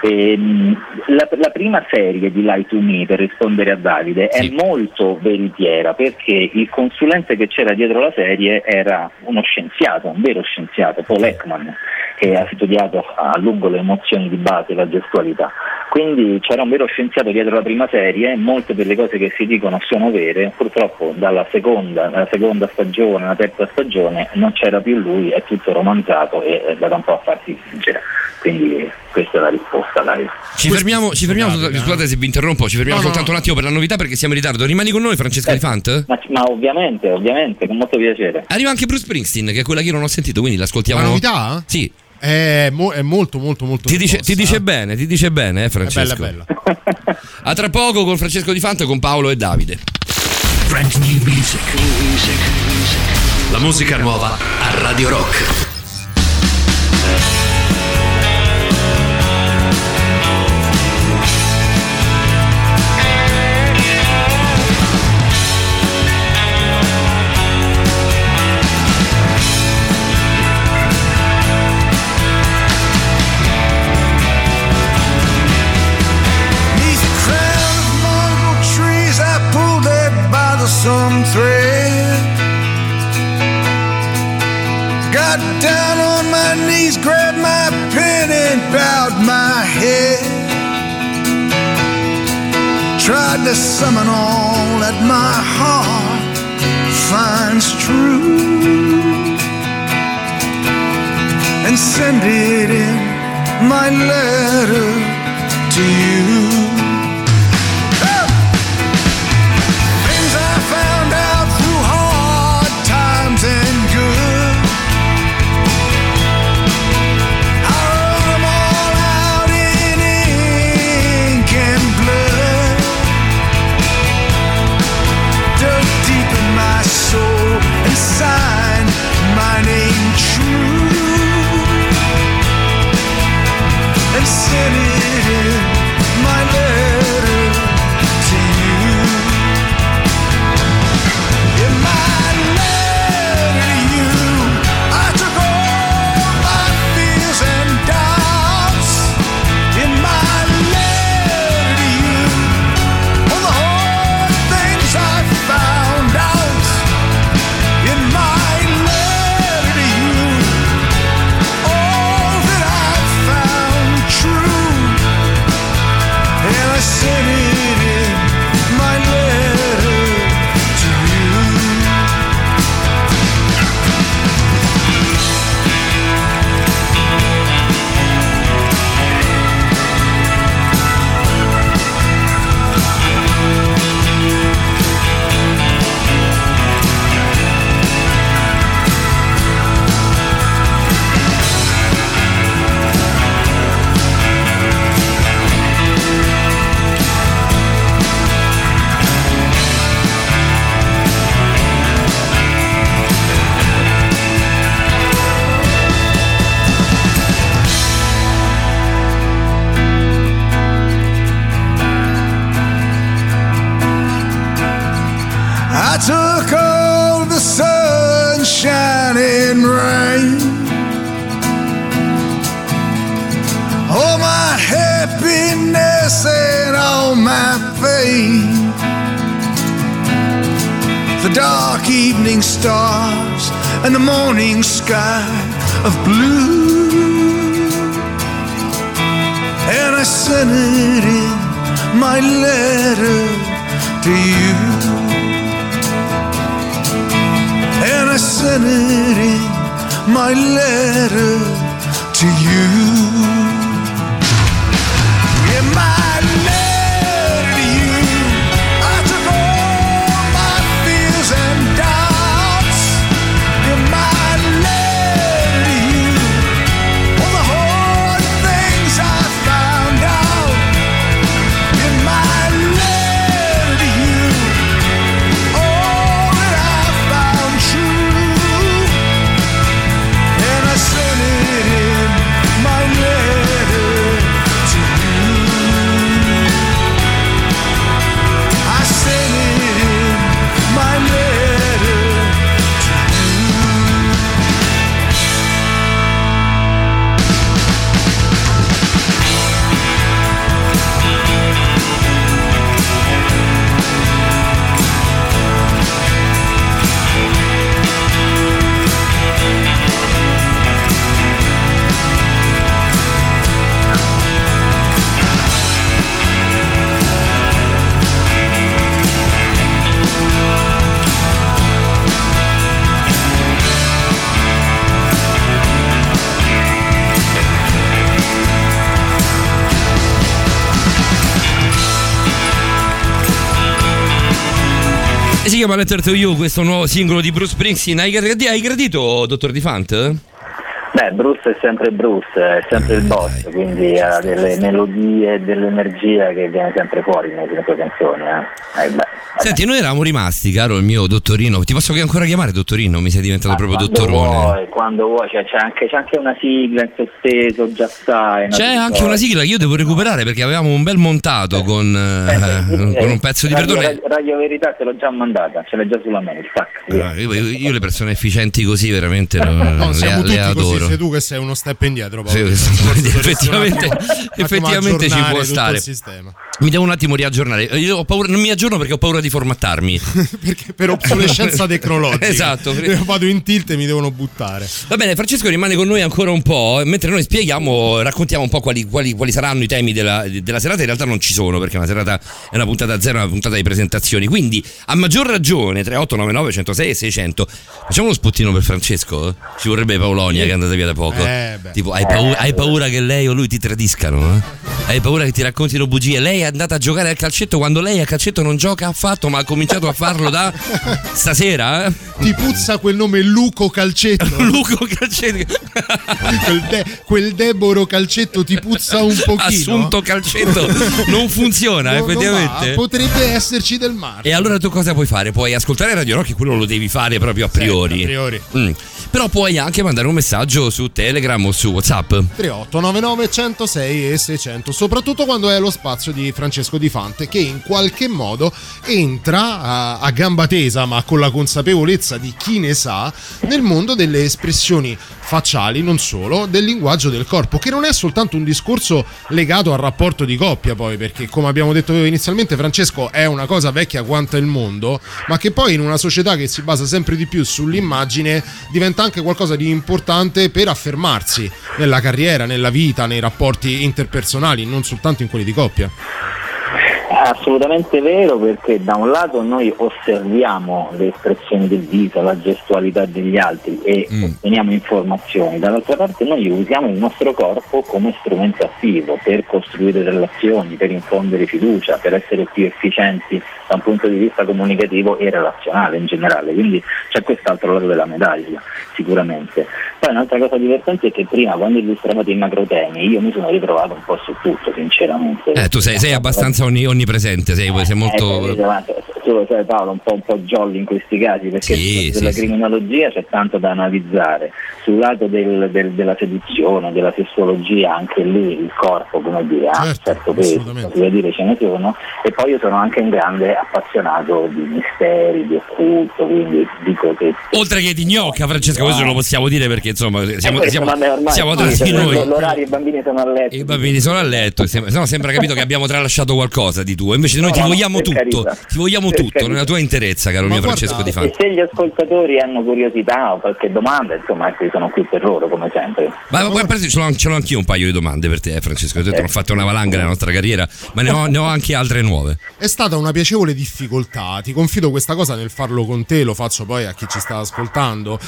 La prima serie di Lie to Me, per rispondere a Davide, sì, è molto veritiera, perché il consulente che c'era dietro la serie era uno scienziato, un vero scienziato, Paul Ekman, che ha studiato a lungo le emozioni di base e la gestualità. Quindi c'era un vero scienziato dietro la prima serie, molte delle cose che si dicono sono vere, purtroppo dalla seconda stagione alla terza stagione non c'era più lui, è tutto romanzato e è dato un po' a farsi vincere. Quindi questa è la risposta, dai. Ci fermiamo, scusate se vi interrompo, ci fermiamo soltanto un attimo per la novità perché siamo in ritardo. Rimani con noi, Francesca Di Fant? Ma ovviamente, con molto piacere. Arriva anche Bruce Springsteen, che è quella che io non ho sentito, quindi l'ascoltiamo. La novità? Sì. È molto ti dice bene, Francesco. È bella. A tra poco con Francesco Di Fant, con Paolo e Davide. Brand new music. La musica nuova a Radio Rock. Some thread, got down on my knees, grabbed my pen and bowed my head, tried to summon all that my heart finds true and send it in my letter to you. Sign my name true and send it in my letter to you. In my letter to you, I took all my fears and doubts. In my letter to you, all the hard things I found out. In my letter to you, all that I've found true, and I sent it in my letter to you. I took all the sunshine and rain, all my happiness and all my pain, the dark evening stars and the morning sky of blue, and I sent it in my letter to you. And I sent it in my letter to you. Si chiama Letter to You, questo nuovo singolo di Bruce Springsteen. Hai gradito, dottor Di Fant? Beh, Bruce è sempre il boss, quindi ha delle melodie e dell'energia che viene sempre fuori nelle sue canzoni. Senti, noi eravamo rimasti, caro il mio dottorino. Ti posso ancora chiamare dottorino? Mi sei diventato proprio dottorone. Quando vuoi, c'è anche una sigla in sospeso, già sai. C'è anche una sigla che io devo recuperare perché avevamo un bel montato con un pezzo di perdone. Radio Verità te l'ho già mandata, ce l'hai già sulla mail. Io le persone efficienti così veramente le adoro. Così, sei tu che sei uno step indietro, Paolo. Effettivamente ci può stare. Mi devo un attimo riaggiornare. Io ho paura, non mi aggiorno perché ho paura di formattarmi. Perché per obsolescenza tecnologica. Esatto. Vado in tilt e mi devono buttare. Va bene, Francesco rimane con noi ancora un po', mentre noi raccontiamo un po' quali saranno i temi della serata. In realtà non ci sono, perché è una puntata zero, una puntata di presentazioni. Quindi, a maggior ragione, 3899 106 e 600. Facciamo uno spottino per Francesco? Ci vorrebbe Paolonia che è andata via da poco. Tipo, hai paura che lei o lui ti tradiscano? Hai paura che ti raccontino bugie? Lei è andata a giocare al calcetto quando lei a calcetto non gioca affatto, ma ha cominciato a farlo da stasera? Ti puzza quel nome Luco Calcetto? Luco Calcetto. quel Deboro Calcetto ti puzza un pochino. Assunto Calcetto non funziona, effettivamente. Potrebbe esserci del mare. E allora tu cosa puoi fare? Puoi ascoltare Radio Rock, quello lo devi fare proprio a priori. Sempre, a priori. Però puoi anche mandare un messaggio su Telegram o su WhatsApp. 3899 106 e 600, soprattutto quando è lo spazio di Francesco Di Fante, che in qualche modo entra a gamba tesa, ma con la consapevolezza di chi ne sa, nel mondo delle espressioni facciali, non solo, del linguaggio del corpo, che non è soltanto un discorso legato al rapporto di coppia, poi, perché come abbiamo detto inizialmente, Francesco, è una cosa vecchia quanto il mondo, ma che poi in una società che si basa sempre di più sull'immagine diventa anche qualcosa di importante per affermarsi nella carriera, nella vita, nei rapporti interpersonali, non soltanto in quelli di coppia. Assolutamente vero, perché da un lato noi osserviamo le espressioni del viso, la gestualità degli altri e otteniamo informazioni, dall'altra parte noi usiamo il nostro corpo come strumento attivo per costruire relazioni, per infondere fiducia, per essere più efficienti da un punto di vista comunicativo e relazionale in generale, quindi c'è quest'altro lato della medaglia sicuramente. Poi un'altra cosa divertente è che prima, quando illustravate i macrotemi, io mi sono ritrovato un po' su tutto, sinceramente. Tu sei abbastanza onnipresente, sei molto... Tu lo sai, Paolo, un po' jolly in questi casi, perché sulla criminologia c'è tanto da analizzare. Sul lato della seduzione, della sessuologia, anche lì il corpo, come dire, ha un certo peso, si dire, ce ne sono. E poi io sono anche un grande appassionato di misteri, di occulto, quindi dico che... Oltre che di gnocca, Francesco, questo lo possiamo dire perché insomma siamo tra di noi. L'orario, i bambini sono a letto. I bambini sono a letto, no, sembra capito che abbiamo tralasciato qualcosa di tu, invece noi ti vogliamo per tutto, carità. ti vogliamo Per tutto carità. nella tua interezza, caro Ma mio guarda, Francesco Di E Fante. se gli ascoltatori hanno curiosità o qualche domanda, insomma, ecco, io sono qui per loro, come sempre. Ma a parte ce l'ho anch'io un paio di domande per te, Francesco. Ho detto, ho fatto una valanga nella nostra carriera, ma ne ho anche altre nuove. È stata una piacevole difficoltà, ti confido questa cosa nel farlo con te, lo faccio poi a chi ci sta ascoltando.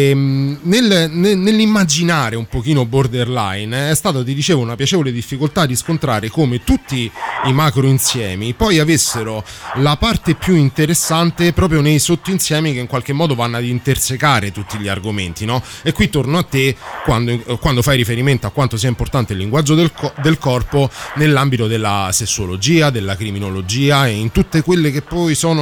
Nell'immaginare un pochino borderline è stata, ti dicevo, una piacevole difficoltà riscontrare come tutti i macro insiemi poi avessero la parte più interessante proprio nei sottoinsiemi che in qualche modo vanno ad intersecare tutti gli argomenti, no? E qui torno a te quando fai riferimento a quanto sia importante il linguaggio del corpo nell'ambito della sessuologia, della criminologia e in tutte quelle che poi sono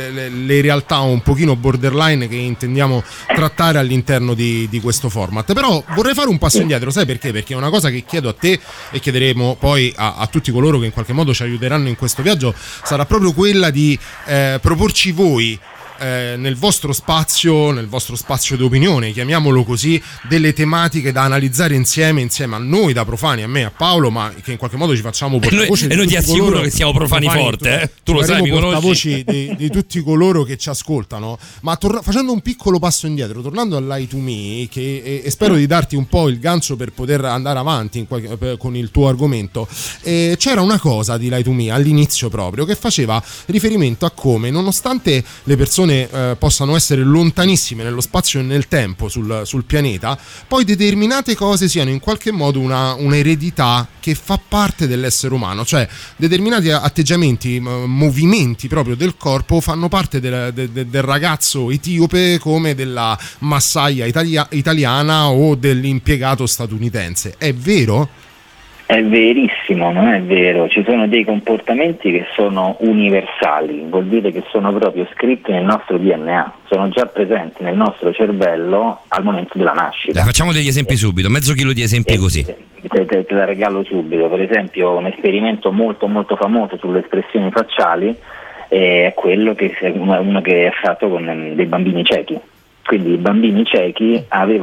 le realtà un pochino borderline che intendiamo trattare all'interno di questo format. Però vorrei fare un passo indietro, sai perché? Perché è una cosa che chiedo a te e chiederemo poi a tutti coloro che in qualche modo ci aiuteranno in questo viaggio, sarà proprio quella di proporci voi nel vostro spazio di opinione, chiamiamolo così, delle tematiche da analizzare insieme a noi da profani, a me, a Paolo, ma che in qualche modo ci facciamo portavoce e noi ti assicuro che siamo profani forte, tu lo sai, mi conosci. Portavoci di tutti coloro che ci ascoltano, ma facendo un piccolo passo indietro, tornando all'Lie to Me, e spero di darti un po' il gancio per poter andare avanti con il tuo argomento. C'era una cosa di Lie to Me all'inizio proprio che faceva riferimento a come, nonostante le persone possano essere lontanissime nello spazio e nel tempo sul pianeta, poi determinate cose siano in qualche modo un'eredità che fa parte dell'essere umano, cioè determinati atteggiamenti, movimenti proprio del corpo fanno parte del ragazzo etiope come della massaia italiana o dell'impiegato statunitense. È vero? È verissimo, non è vero, ci sono dei comportamenti che sono universali, vuol dire che sono proprio scritti nel nostro DNA, sono già presenti nel nostro cervello al momento della nascita. Facciamo degli esempi subito, mezzo chilo di esempi così. Te la regalo subito, per esempio un esperimento molto molto famoso sulle espressioni facciali è quello che uno che è fatto con dei bambini ciechi. Quindi i bambini ciechi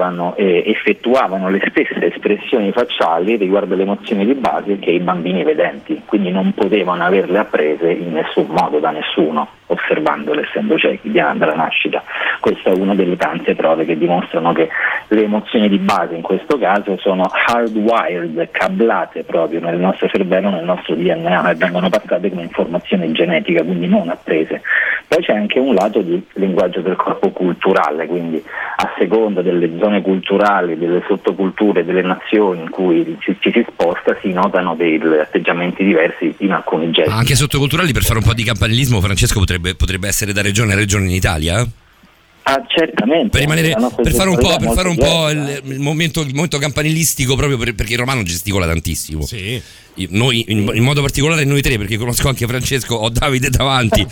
effettuavano le stesse espressioni facciali riguardo le emozioni di base che i bambini vedenti, quindi non potevano averle apprese in nessun modo da nessuno, osservandole essendo ciechi dalla nascita. Questa è una delle tante prove che dimostrano che le emozioni di base in questo caso sono hardwired, cablate proprio nel nostro cervello, nel nostro DNA, e vengono passate come informazione genetica, quindi non apprese. Poi c'è anche un lato di linguaggio del corpo culturale, quindi a seconda delle zone culturali, delle sottoculture, delle nazioni in cui ci si sposta, si notano degli atteggiamenti diversi in alcuni gesti. Anche sottoculturali, per fare un po' di campanilismo, Francesco, potrebbe essere da regione a regione in Italia? Ah, certamente. Per fare un po' il momento campanilistico, proprio perché il romano gesticola tantissimo. Sì. Noi in modo particolare noi tre, perché conosco anche Francesco, ho Davide davanti,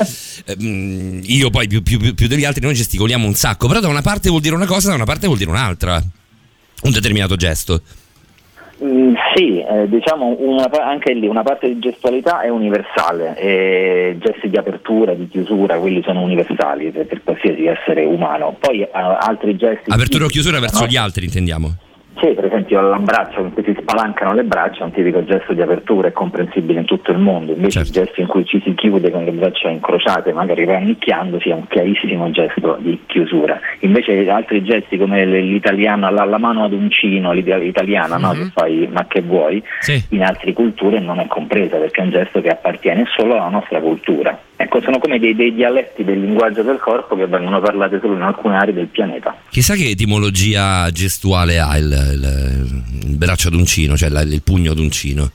io poi più degli altri, noi gesticoliamo un sacco, però da una parte vuol dire una cosa, da una parte vuol dire un'altra, un determinato gesto. Sì, diciamo anche lì una parte di gestualità è universale, e gesti di apertura, di chiusura, quelli sono universali per qualsiasi essere umano. Poi altri gesti... Apertura o chiusura verso gli altri, intendiamo? Sì, per esempio l'abbraccio in cui si spalancano le braccia è un tipico gesto di apertura, è comprensibile in tutto il mondo, invece il gesto in cui ci si chiude con le braccia incrociate, magari rannicchiandosi, è un chiarissimo gesto di chiusura. Invece altri gesti come l'italiano, la mano ad uncino, l'italiana, no? Che fai ma che vuoi, sì, in altre culture non è compresa, perché è un gesto che appartiene solo alla nostra cultura. Ecco, sono come dei dialetti del linguaggio del corpo che vengono parlati solo in alcune aree del pianeta. Chissà che etimologia gestuale ha il braccio ad uncino, cioè il pugno ad uncino.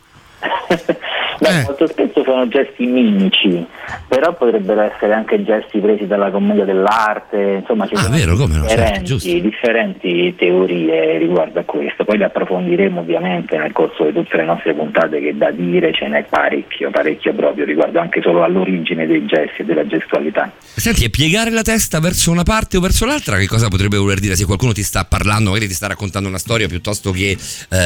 Molto spesso sono gesti mimici, però potrebbero essere anche gesti presi dalla commedia dell'arte, insomma ci sono differenti teorie riguardo a questo, poi le approfondiremo ovviamente nel corso di tutte le nostre puntate, che da dire ce n'è parecchio proprio riguardo anche solo all'origine dei gesti e della gestualità. Senti, e piegare la testa verso una parte o verso l'altra, che cosa potrebbe voler dire? Se qualcuno ti sta parlando, magari ti sta raccontando una storia, piuttosto che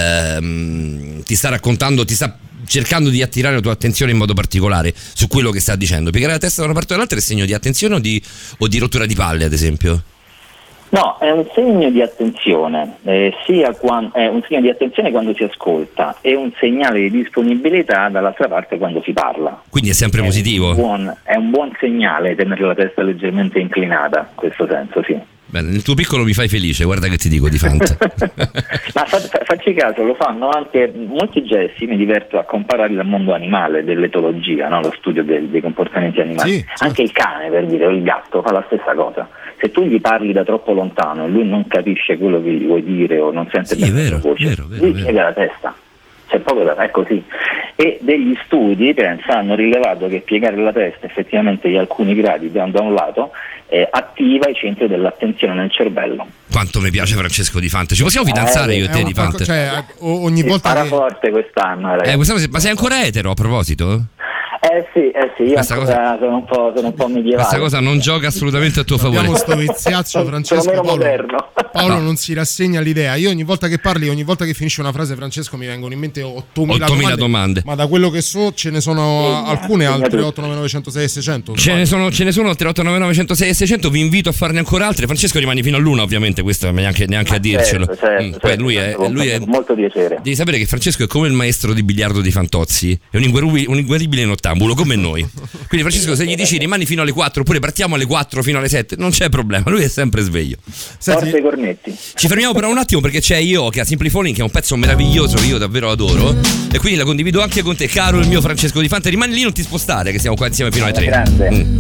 ti sta cercando di attirare la tua attenzione in modo particolare su quello che sta dicendo. Piegare la testa da una parte o dall'altra è segno di attenzione o di rottura di palle, ad esempio? No, è un segno di attenzione, è un segno di attenzione quando si ascolta, è un segnale di disponibilità dall'altra parte quando si parla. Quindi è sempre positivo. È un buon segnale tenere la testa leggermente inclinata, in questo senso, sì. Bene, nel tuo piccolo mi fai felice, guarda che ti dico di Fante. Ma facci caso, lo fanno anche molti gesti, mi diverto a compararli al mondo animale, dell'etologia, no? Lo studio dei comportamenti animali. Sì, certo. Anche il cane, per dire, o il gatto fa la stessa cosa. Se tu gli parli da troppo lontano e lui non capisce quello che gli vuoi dire o non sente bene la voce, lui piega la testa. C'è poco da fare, è così. E degli studi hanno rilevato che piegare la testa effettivamente di alcuni gradi da un lato attiva i centri dell'attenzione nel cervello. Quanto mi piace Francesco Di Fante, ci possiamo fidanzare io e te Di Fante? Cioè, ogni volta che... forte quest'anno, ma sei ancora etero a proposito? Sì, io sono un po' medievale. Questa cosa non gioca assolutamente a tuo favore. Abbiamo sto viziazzo, Francesco. Paolo non si rassegna all'idea. Io ogni volta che parli, ogni volta che finisce una frase, Francesco, mi vengono in mente 8.000 domande. Ma da quello che so ce ne sono alcune al 389 106 600. Ce ne sono al 389 106 600. Vi invito a farne ancora altre. Francesco rimani fino all'1, ovviamente, questo neanche a dircelo. Certo, lui è molto piacere. Devi sapere che Francesco è come il maestro di biliardo di Fantozzi, è un inguaribile nottambulo come noi. Quindi Francesco, se gli dici rimani fino alle 4 oppure partiamo alle 4 fino alle 7, non c'è problema, lui è sempre sveglio. Forte i cornetti. Ci fermiamo per un attimo perché c'è Io che ha Simplifying, che è un pezzo meraviglioso che io davvero adoro e quindi la condivido anche con te, caro il mio Francesco Di Fante. Rimani lì, non ti spostare, che siamo qua insieme fino alle 3. Grande.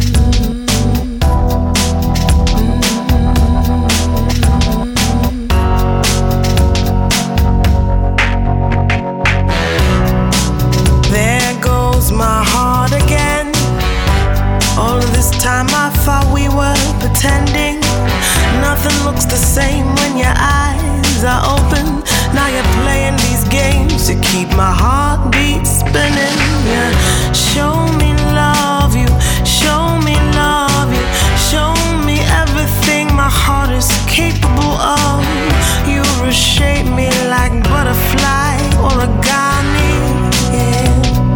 My heart again. All of this time I thought we were pretending. Nothing looks the same when your eyes are open. Now you're playing these games to keep my heartbeat spinning. Yeah. Show me love you, show me love you, show me everything my heart is capable of. You reshape me like butterfly origami. Yeah.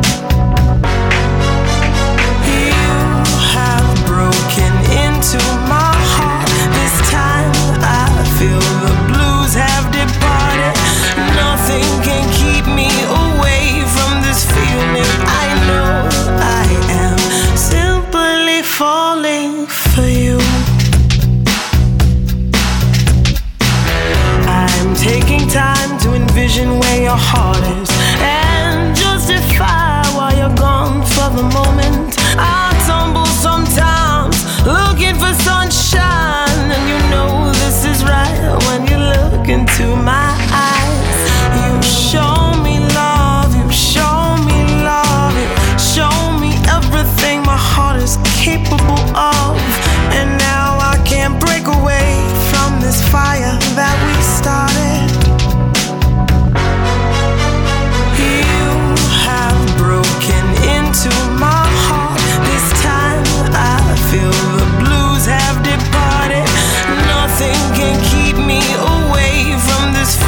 To my heart, this time I feel the blues have departed. Nothing can keep me away from this feeling. I know I am simply falling for you. I'm taking time to envision where your heart is and justify why you're gone for the moment. I tumble sometimes looking for sunshine, and you know this is right when you look into my eyes. You show me love, you show me love, you show me everything my heart is capable of. And now I can't break away from this fire that we started. You have broken into my heart. This time I feel the blues have departed. Nothing can keep me away from this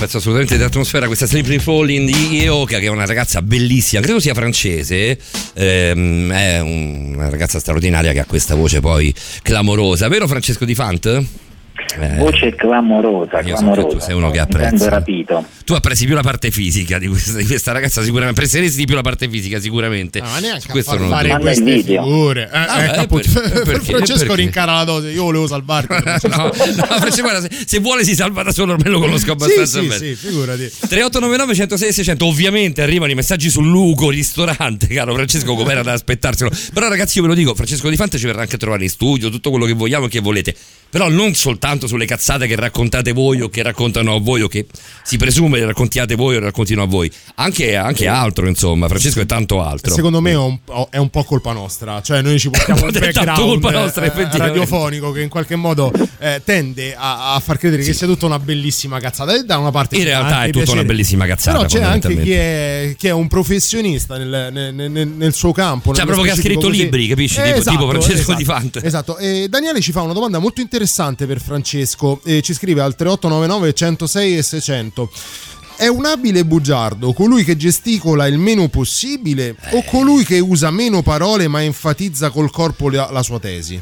pezzo assolutamente di atmosfera, questa Slippery Falling di Ioka, che è una ragazza bellissima, credo sia francese, è una ragazza straordinaria che ha questa voce poi clamorosa, vero Francesco Di Fant? Voce clamorosa. Io so che tu sei uno che apprezza. Rapito. Tu apprezzi più la parte fisica di questa ragazza, sicuramente apprezzeresti di più la parte fisica, sicuramente. Ma neanche questo a non fare lo dico. queste figure. Perché? Francesco rincara la dose, io volevo salvarti. no, guarda, se vuole si salva da solo, ormai lo conosco abbastanza bene. Sì, figurati. 3899 106 600. Ovviamente arrivano i messaggi sul Luco ristorante, caro Francesco, come era da aspettarselo. Però ragazzi, io ve lo dico, Francesco Di Fante ci verrà anche a trovare in studio, tutto quello che vogliamo e che volete. Però non soltanto sulle cazzate che raccontate voi o che raccontano a voi o che si presume che raccontiate voi o raccontino a voi, anche altro, insomma. Francesco è tanto altro. Secondo me è un po' colpa nostra, cioè noi ci portiamo un background radiofonico che in qualche modo tende a far credere che sia tutta una bellissima cazzata, e da una parte in realtà è tutta una bellissima cazzata, però c'è anche chi è un professionista nel suo campo, cioè proprio che ha scritto così. Libri, capisci? Tipo Francesco Di Fante. Esatto. E Daniele ci fa una domanda molto interessante per Francesco, ci scrive al 3899 106 e 600. È un abile bugiardo colui che gesticola il meno possibile o colui che usa meno parole ma enfatizza col corpo la sua tesi?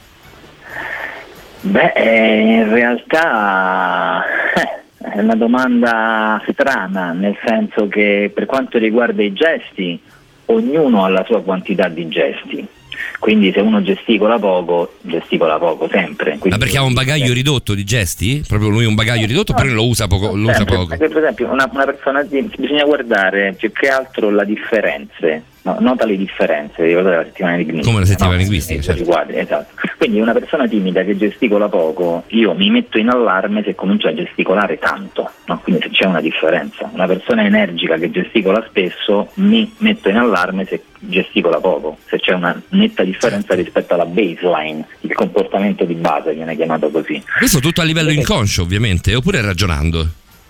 In realtà è una domanda strana, nel senso che per quanto riguarda i gesti, ognuno ha la sua quantità di gesti. Quindi se uno gesticola poco sempre. Ma perché ha un bagaglio ridotto di gesti? Proprio lui un bagaglio ridotto, però lo usa poco? Lo usa poco. Per esempio una persona, bisogna guardare più che altro le differenze. No, nota le differenze, ricordate la settimana linguistica. Come la settimana linguistica, certo. Esatto. Quindi una persona timida che gesticola poco, io mi metto in allarme se comincia a gesticolare tanto, no? Quindi se c'è una differenza. Una persona energica che gesticola spesso, mi metto in allarme se gesticola poco, se c'è una netta differenza rispetto alla baseline, il comportamento di base viene chiamato così. Questo tutto a livello inconscio, ovviamente, oppure ragionando?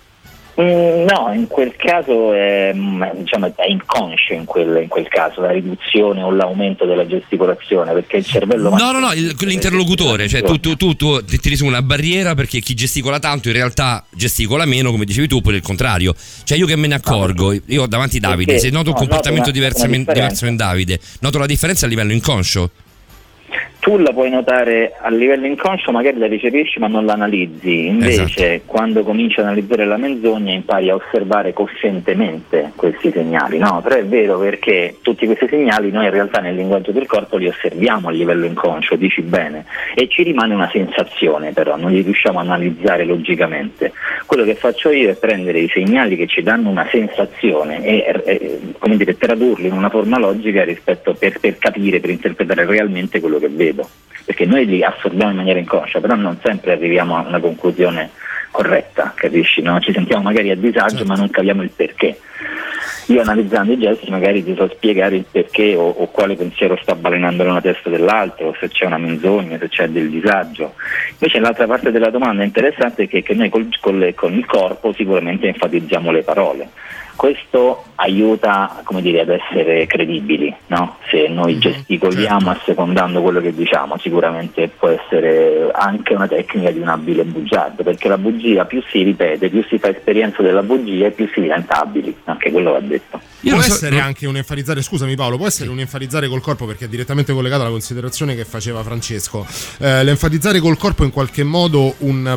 No, in quel caso è inconscio in quel caso la riduzione o l'aumento della gesticolazione, perché il cervello l'interlocutore, cioè tu ti tiri su una barriera perché chi gesticola tanto in realtà gesticola meno, come dicevi tu, pure il contrario. Cioè io che me ne accorgo, io ho davanti Davide, se noto un comportamento diverso in Davide, noto la differenza a livello inconscio. Tu la puoi notare a livello inconscio, magari la ricepisci ma non la analizzi, invece quando cominci a analizzare la menzogna impari a osservare coscientemente questi segnali, no? Però è vero, perché tutti questi segnali noi in realtà nel linguaggio del corpo li osserviamo a livello inconscio, dici bene, e ci rimane una sensazione, però non li riusciamo a analizzare logicamente. Quello che faccio io è prendere i segnali che ci danno una sensazione e come dire, tradurli in una forma logica rispetto per capire, per interpretare realmente quello che vedo. Perché noi li assorbiamo in maniera inconscia, però non sempre arriviamo a una conclusione corretta, capisci? No? Ci sentiamo magari a disagio, ma non capiamo il perché. Io analizzando i gesti magari ti so spiegare il perché o quale pensiero sta balenando nella testa dell'altro, se c'è una menzogna, se c'è del disagio. Invece l'altra parte della domanda interessante è che noi con il corpo sicuramente enfatizziamo le parole. Questo aiuta, come dire, ad essere credibili, no? Se noi gesticoliamo assecondando quello che diciamo, sicuramente può essere anche una tecnica di un abile bugiardo, perché la bugia più si ripete, più si fa esperienza della bugia e più si diventa abili, anche quello va detto. Può essere anche un enfatizzare, scusami Paolo, può essere un enfatizzare col corpo, perché è direttamente collegato alla considerazione che faceva Francesco. L'enfatizzare col corpo in qualche modo un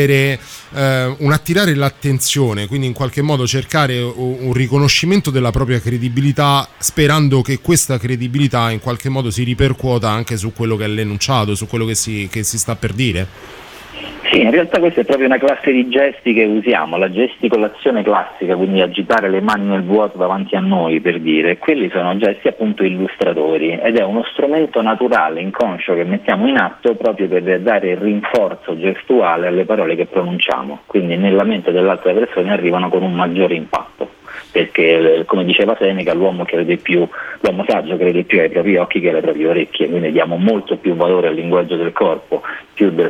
attirare l'attenzione, quindi in qualche modo cercare un riconoscimento della propria credibilità, sperando che questa credibilità in qualche modo si ripercuota anche su quello che è l'enunciato, su quello che si sta per dire. Sì, in realtà questa è proprio una classe di gesti che usiamo, la gesticolazione classica, quindi agitare le mani nel vuoto davanti a noi, per dire, quelli sono gesti appunto illustratori ed è uno strumento naturale, inconscio, che mettiamo in atto proprio per dare il rinforzo gestuale alle parole che pronunciamo, quindi nella mente dell'altra persona arrivano con un maggiore impatto. Perché, come diceva Seneca, l'uomo saggio crede più ai propri occhi che alle proprie orecchie, quindi diamo molto più valore al linguaggio del corpo, più del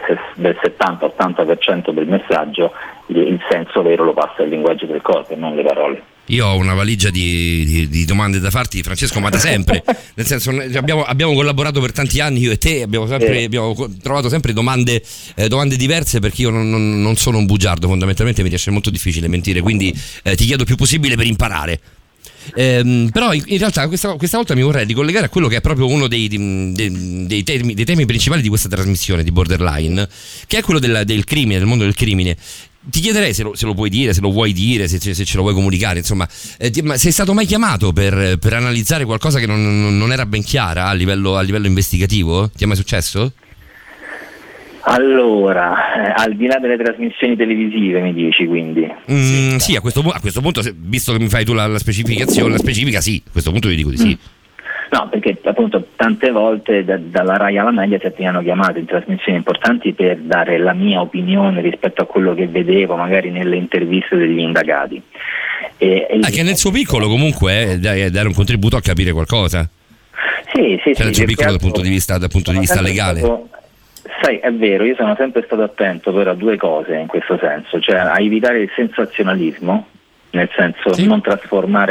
70-80% del messaggio, il senso vero lo passa al linguaggio del corpo e non le parole. Io ho una valigia di domande da farti, Francesco, ma da sempre. Nel senso, abbiamo collaborato per tanti anni, io e te, abbiamo trovato sempre domande diverse, perché io non sono un bugiardo, fondamentalmente mi riesce molto difficile mentire, quindi ti chiedo il più possibile per imparare. Però in realtà questa volta mi vorrei ricollegare a quello che è proprio uno dei temi principali di questa trasmissione di Borderline, che è quello del crimine, del mondo del crimine. Ti chiederei se lo puoi dire, se lo vuoi dire, se ce lo vuoi comunicare, insomma, ma sei stato mai chiamato per analizzare qualcosa che non era ben chiara a livello investigativo? Ti è mai successo? Allora, al di là delle trasmissioni televisive, mi dici, quindi? Sì, a questo punto, visto che mi fai tu la specifica, sì, a questo punto io dico di sì. No, perché appunto tante volte dalla Rai alla Mediaset mi hanno chiamato in trasmissioni importanti per dare la mia opinione rispetto a quello che vedevo magari nelle interviste degli indagati. Che nel suo piccolo comunque è dare un contributo a capire qualcosa. Sì, nel suo piccolo dal punto di vista legale. Sai, è vero, io sono sempre stato attento però a due cose in questo senso, cioè a evitare il sensazionalismo, nel senso non trasformare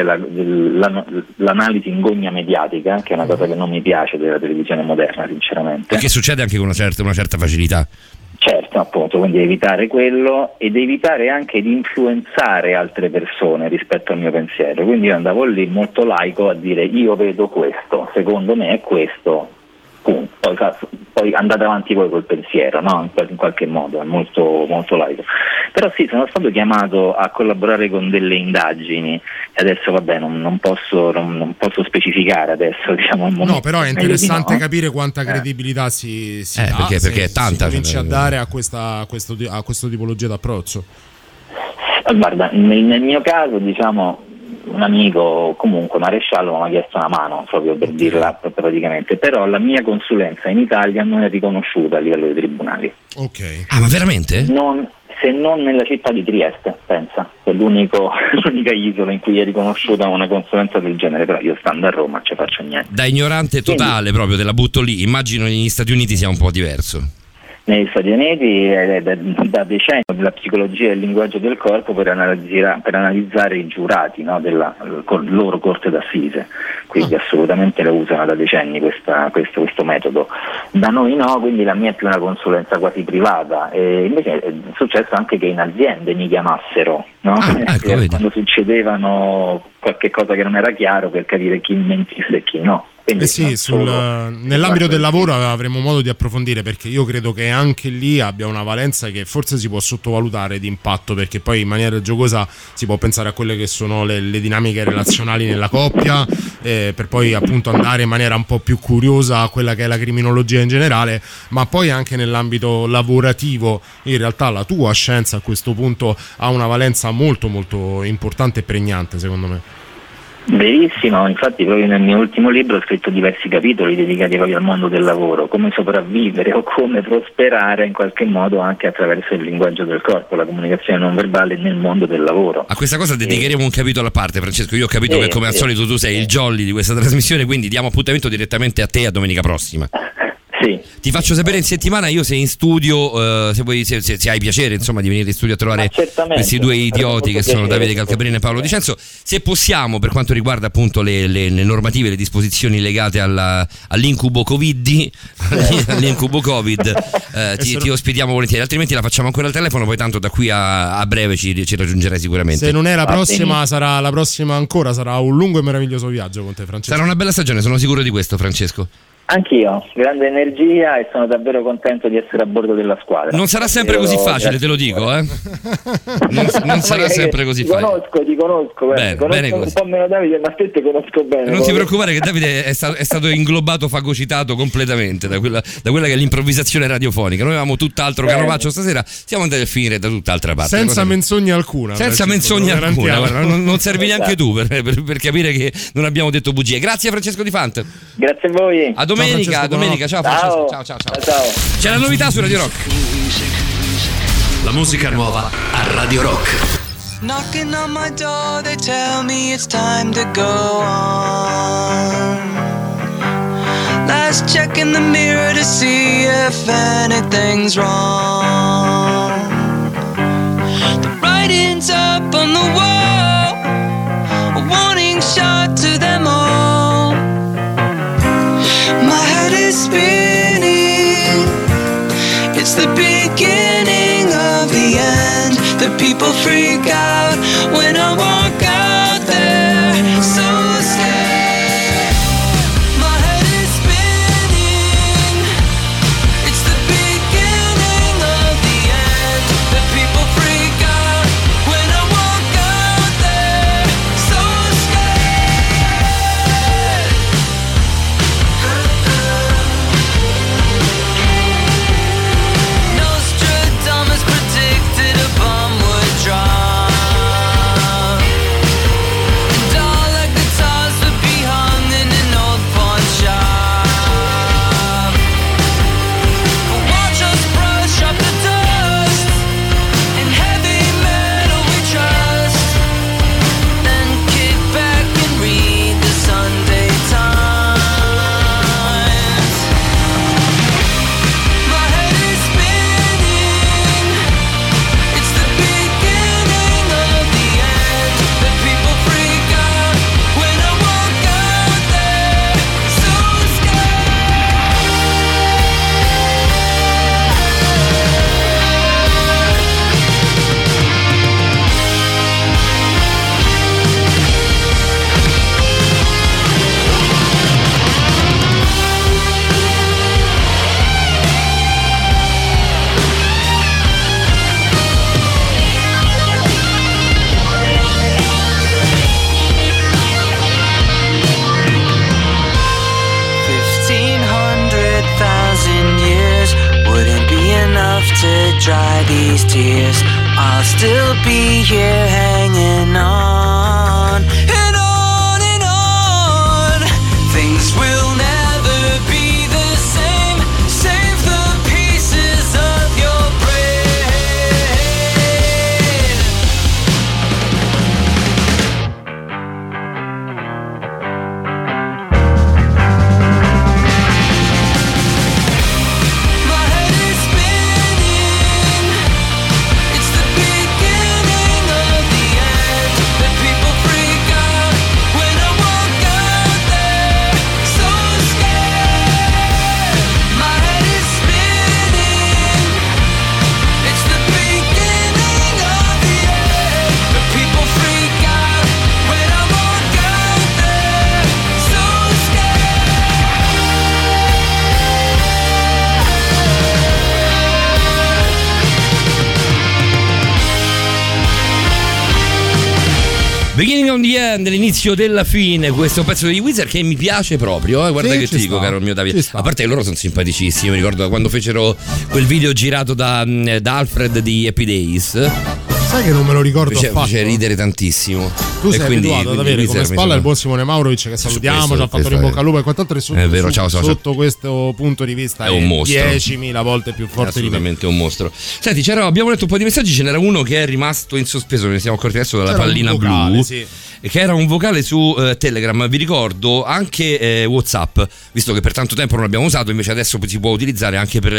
l'analisi in gogna mediatica, che è una cosa che non mi piace della televisione moderna, sinceramente. E che succede anche con una certa facilità. Certo, appunto, quindi evitare quello ed evitare anche di influenzare altre persone rispetto al mio pensiero. Quindi io andavo lì molto laico a dire: io vedo questo, secondo me è questo, punto. Poi andate avanti voi col pensiero, no? In qualche modo, è molto, molto laico. Però sì, sono stato chiamato a collaborare con delle indagini e adesso vabbè non posso specificare adesso, diciamo. No, però è interessante capire quanta credibilità si dà, perché è tanta, si comincia a dare a questa tipologia d'approccio. Guarda, nel mio caso, diciamo, un amico, comunque maresciallo, mi ha chiesto una mano, proprio per dirla praticamente, però la mia consulenza in Italia non è riconosciuta a livello dei tribunali. Ok. Ah, ma veramente? Se non nella città di Trieste, pensa, è l'unica isola in cui è riconosciuta una consulenza del genere, però io stando a Roma non ci faccio niente. Da ignorante totale, proprio te la butto lì, immagino negli Stati Uniti sia un po' diverso. Negli Stati Uniti è da decenni della psicologia e del linguaggio del corpo per analizzare i giurati, no, della loro corte d'assise, quindi assolutamente la usano da decenni questo metodo. Da noi no, quindi la mia è più una consulenza quasi privata, e invece è successo anche che in aziende mi chiamassero, no? Quando succedevano qualche cosa che non era chiaro, per capire chi mentisse e chi no. Sì, nell'ambito del lavoro avremo modo di approfondire, perché io credo che anche lì abbia una valenza che forse si può sottovalutare di impatto, perché poi in maniera giocosa si può pensare a quelle che sono le dinamiche relazionali nella coppia, per poi appunto andare in maniera un po' più curiosa a quella che è la criminologia in generale, ma poi anche nell'ambito lavorativo in realtà la tua scienza a questo punto ha una valenza molto molto importante e pregnante, secondo me. Verissimo, infatti proprio nel mio ultimo libro ho scritto diversi capitoli dedicati proprio al mondo del lavoro, come sopravvivere o come prosperare in qualche modo anche attraverso il linguaggio del corpo, la comunicazione non verbale nel mondo del lavoro. A questa cosa dedicheremo un capitolo a parte, Francesco. Io ho capito che come al solito tu sei il jolly di questa trasmissione, quindi diamo appuntamento direttamente a te a domenica prossima. Sì. Ti faccio sapere in settimana, io sei in studio, se hai piacere insomma di venire in studio a trovare questi due idioti che sono Davide Calcabrina e Paolo Dicenzo. Se possiamo, per quanto riguarda appunto le normative, le disposizioni legate all'incubo Covid, ti ospitiamo volentieri, altrimenti la facciamo ancora al telefono, poi tanto da qui a breve ci raggiungerai sicuramente. Se non è la prossima, sarà la prossima ancora, sarà un lungo e meraviglioso viaggio con te, Francesco. Sarà una bella stagione, sono sicuro di questo, Francesco. Anch'io, grande energia e sono davvero contento di essere a bordo della squadra. Non sarà sempre così facile, te lo dico, eh? Non sarà sempre così facile. Ti conosco, bene un po' meno Davide, ma te conosco bene. Non ti preoccupare che Davide è stato inglobato, fagocitato completamente da quella che è l'improvvisazione radiofonica. Noi avevamo tutt'altro canovaccio stasera, siamo andati a finire da tutt'altra parte. Senza menzogna alcuna. Senza menzogna alcuna, guarda, non servi neanche tu per capire che non abbiamo detto bugie. Grazie Francesco Di Fant. Grazie a voi. A domenica, ciao Francesco. Ciao. C'è la novità su Radio Rock. La musica nuova a Radio Rock. Knocking on my door, they tell me it's time to go on. Last check in the mirror to see if anything's wrong. The writing's up on the wall, The people freak out when I walk out there. So scared, my head is spinning. It's the beginning of the end. The people freak out when I walk out there. So scared. Nostradamus predicted a bomb would drop, and all the guitars would be hung in an old pawn shop. But watch us brush up the dust, and heavy metal we trust, then kick back and read the Sunday Times. My head is spinning. It's the beginning of the end. The people freak out when I walk out there. So years wouldn't be enough to dry these tears. I'll still be here hanging on and on and on. Things will never be the same. Save the pieces of your brain. My head is spinning. It's the beginning of the end. The people freak out when I walk out there. So scared. My head is spinning. It's the beginning of the end. The people freak out when I walk out there. So Beginning on the End, l'inizio della fine, questo pezzo di Wizard che mi piace proprio, guarda Sì, che ci ti dico, sta, caro mio Davide. ci sta. A parte che loro sono simpaticissimi, mi ricordo quando fecero quel video girato da Alfred di Happy Days. Sai che non me lo ricordo Fece affatto. ridere tantissimo. Tu sei abituato ad avere come Wizard mi spalla sembra- il buon Simone Maurovic che salutiamo, questo- ci ha fatto questo in bocca è- al lupo e quant'altro, e sotto, è vero, ciao, sotto questo punto di vista è un mostro. 10.000 volte più forte di me. Assolutamente un mostro. Senti, abbiamo letto un po' di messaggi, ce n'era uno che è rimasto in sospeso, ne siamo accorti adesso dalla C'era un pallina vocale, blu. sì. Che era un vocale su Telegram, vi ricordo anche WhatsApp, visto che per tanto tempo non l'abbiamo usato, invece adesso si può utilizzare anche per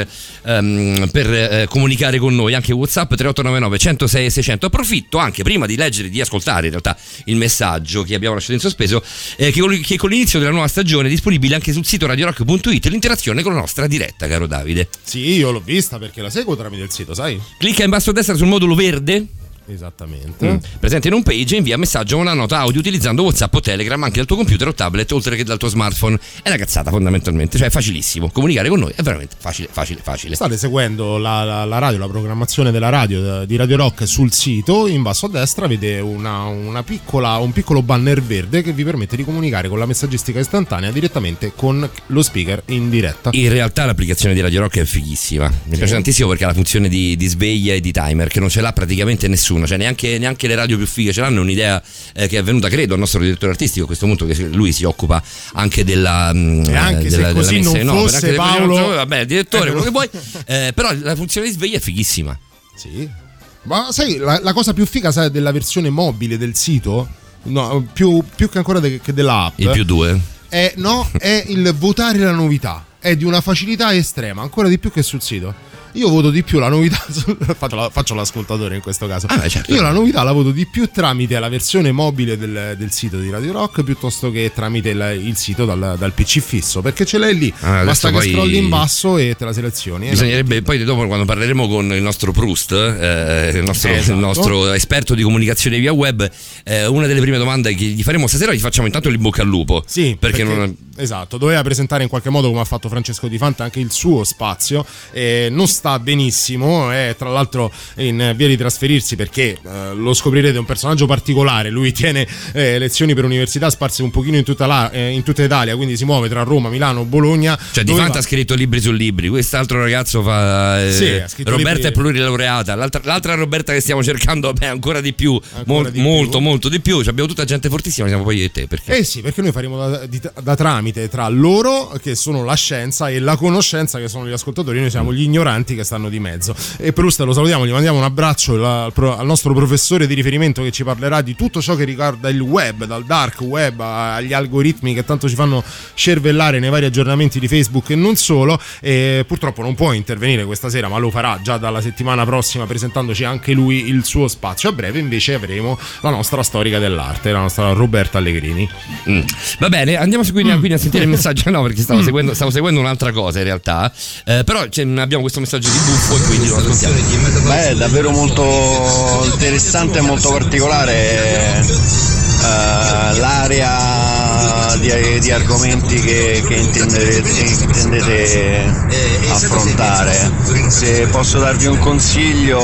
comunicare con noi, anche WhatsApp 3899 106 600. Approfitto anche prima di leggere, di ascoltare in realtà il messaggio che abbiamo lasciato in sospeso, che con l'inizio della nuova stagione è disponibile anche sul sito radiorock.it l'interazione con la nostra diretta, caro Davide. Sì, io l'ho vista perché la seguo tramite il sito, sai? Clicca in basso a destra sul modulo verde Esattamente. presente in home page e invia messaggio o una nota audio utilizzando WhatsApp o Telegram anche dal tuo computer o tablet, oltre che dal tuo smartphone. È una cazzata fondamentalmente, cioè è facilissimo. Comunicare con noi è veramente facile. State seguendo la radio, la programmazione della radio di Radio Rock sul sito. In basso a destra avete un piccolo banner verde che vi permette di comunicare con la messaggistica istantanea direttamente con lo speaker in diretta. In realtà l'applicazione di Radio Rock è fighissima, mi piace tantissimo perché ha la funzione di sveglia e di timer che non ce l'ha praticamente nessuno, cioè neanche le radio più fighe ce l'hanno. È un'idea che è venuta credo al nostro direttore artistico a questo punto, che lui si occupa anche della e anche se così non fosse Paolo, vabbè, direttore, quello che vuoi, però la funzione di sveglia è fighissima. Sì. Ma sai, la cosa più figa, sai, della versione mobile del sito, no, più che ancora che dell'app, Il +2 è il votare la novità. È di una facilità estrema, ancora di più che sul sito. io voto di più la novità faccio l'ascoltatore in questo caso. Certo. Io la novità la voto di più tramite la versione mobile del sito di Radio Rock piuttosto che tramite il sito dal PC fisso, perché ce l'hai lì, basta che scrolli in basso e te la selezioni. Bisognerebbe poi dopo, quando parleremo con il nostro Proust, il nostro esperto di comunicazione via web, una delle prime domande che gli faremo stasera, gli facciamo intanto il bocca al lupo. Sì, perché esatto, doveva presentare in qualche modo, come ha fatto Francesco Di Fante, anche il suo spazio. Non sta benissimo, è tra l'altro in via di trasferirsi, perché lo scoprirete, è un personaggio particolare. Lui tiene lezioni per università sparse un pochino in tutta Italia, quindi si muove tra Roma, Milano, Bologna. Cioè Di Fante ha scritto libri su libri, quest'altro ragazzo fa ha Roberta libri. è plurilaureata, l'altra Roberta che stiamo cercando ancora di più, molto di più. Abbiamo tutta gente fortissima, siamo poi io e te, perché? Sì, perché noi faremo da tramite tra loro, che sono la scienza, e la conoscenza, che sono gli ascoltatori. Noi siamo gli ignoranti che stanno di mezzo. E Proust lo salutiamo, gli mandiamo un abbraccio al nostro professore di riferimento, che ci parlerà di tutto ciò che riguarda il web, dal dark web agli algoritmi che tanto ci fanno cervellare nei vari aggiornamenti di Facebook e non solo. E purtroppo non può intervenire questa sera, ma lo farà già dalla settimana prossima, presentandoci anche lui il suo spazio. A breve invece avremo la nostra storica dell'arte, la nostra Roberta Allegrini. Va bene, andiamo quindi a sentire il messaggio. No, perché stavo seguendo un'altra cosa in realtà, però abbiamo questo messaggio di buffo e quindi lo ascoltiamo. Beh, è davvero molto interessante e molto particolare l'area di argomenti che intendete affrontare. Se posso darvi un consiglio,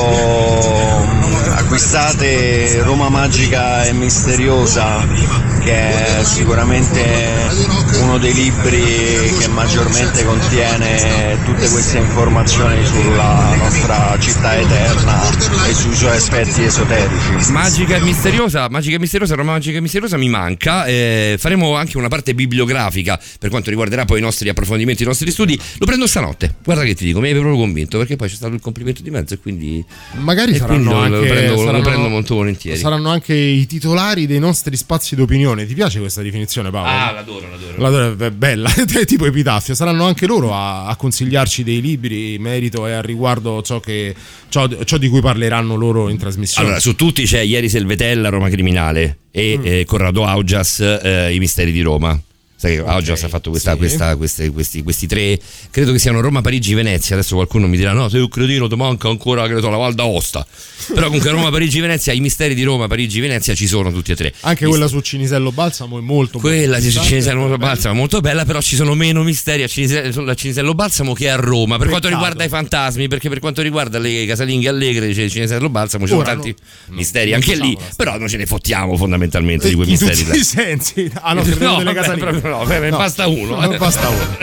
acquistate Roma Magica e Misteriosa, che è sicuramente uno dei libri che maggiormente contiene tutte queste informazioni sulla nostra città eterna e sui suoi aspetti esoterici. Magica e misteriosa, Roma Magica e Misteriosa mi manca. Faremo anche una parte bibliografica per quanto riguarderà poi i nostri approfondimenti, i nostri studi. Lo prendo stanotte, guarda che ti dico, mi hai proprio convinto, perché poi c'è stato il complimento di mezzo e quindi magari saranno anche, lo prendo molto volentieri. Saranno anche i titolari dei nostri spazi d'opinione. Ti piace questa definizione, Paolo? L'adoro. È bella, è tipo epitaffio. Saranno anche loro a consigliarci dei libri in merito e a riguardo ciò di cui parleranno loro in trasmissione. Allora, su tutti c'è Ieri Selvetella, Roma Criminale, e Corrado Augias, I Misteri di Roma. Sai che Augias ha fatto questi tre, credo che siano Roma, Parigi, Venezia. Adesso qualcuno mi dirà: no, sei un cretino, ti manca ancora, credo, la Val d'Aosta. Però comunque Roma, Parigi, Venezia, I Misteri di Roma, Parigi, Venezia ci sono tutti e tre. Anche quella su Cinisello Balsamo è molto quella su Cinisello Balsamo è molto bella, però ci sono meno misteri a Cinisello Balsamo che a Roma, per quanto riguarda i fantasmi, perché per quanto riguarda le casalinghe allegre di Cinisello Balsamo ci sono tanti misteri anche lì, però non ce ne fottiamo fondamentalmente di quei misteri. In tutti i sensi. Delle casalinghe. Basta uno. Non basta uno.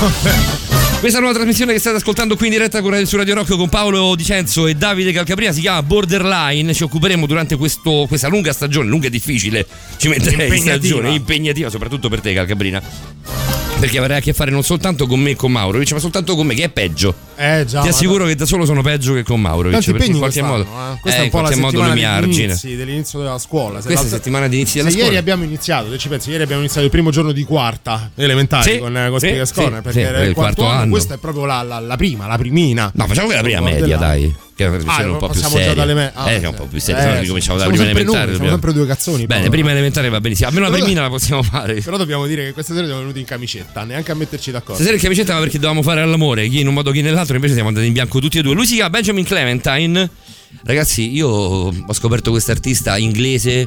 Questa nuova trasmissione che state ascoltando qui in diretta su Radio Rock con Paolo Dicenzo e Davide Calcabrina si chiama Borderline. Ci occuperemo durante questa lunga stagione, lunga e difficile, ci metterei stagione impegnativa, soprattutto per te, Calcabrina, perché avrai a che fare non soltanto con me e con Maurovic, ma soltanto con me, che è peggio. Già, ti assicuro che da solo sono peggio che con Maurovic, perché in qualche modo questa è un po' la settimana dell'inizio della scuola. Questa settimana di inizio della scuola. Ieri abbiamo iniziato, ci pensi, ieri abbiamo iniziato il primo giorno di quarta elementare con Spiega Scorner, perché era il quarto anno. Questa è proprio la primina. No, facciamo che la prima media, dai. Che è un po' più seria. È un po' più seria, cominciamo dalla prima elementare. Siamo sempre due cazzoni. Bene, prima elementare va benissimo. Almeno la primina la possiamo fare. Però dobbiamo dire che questa sera siamo venuti in camicetta, neanche a metterci d'accordo. Stasera in camicetta, ma perché dovevamo fare all'amore, chi in un modo chi nell'altro, invece siamo andati in bianco tutti e due. Lui si chiama Benjamin Clementine. Ragazzi, io ho scoperto quest'artista inglese,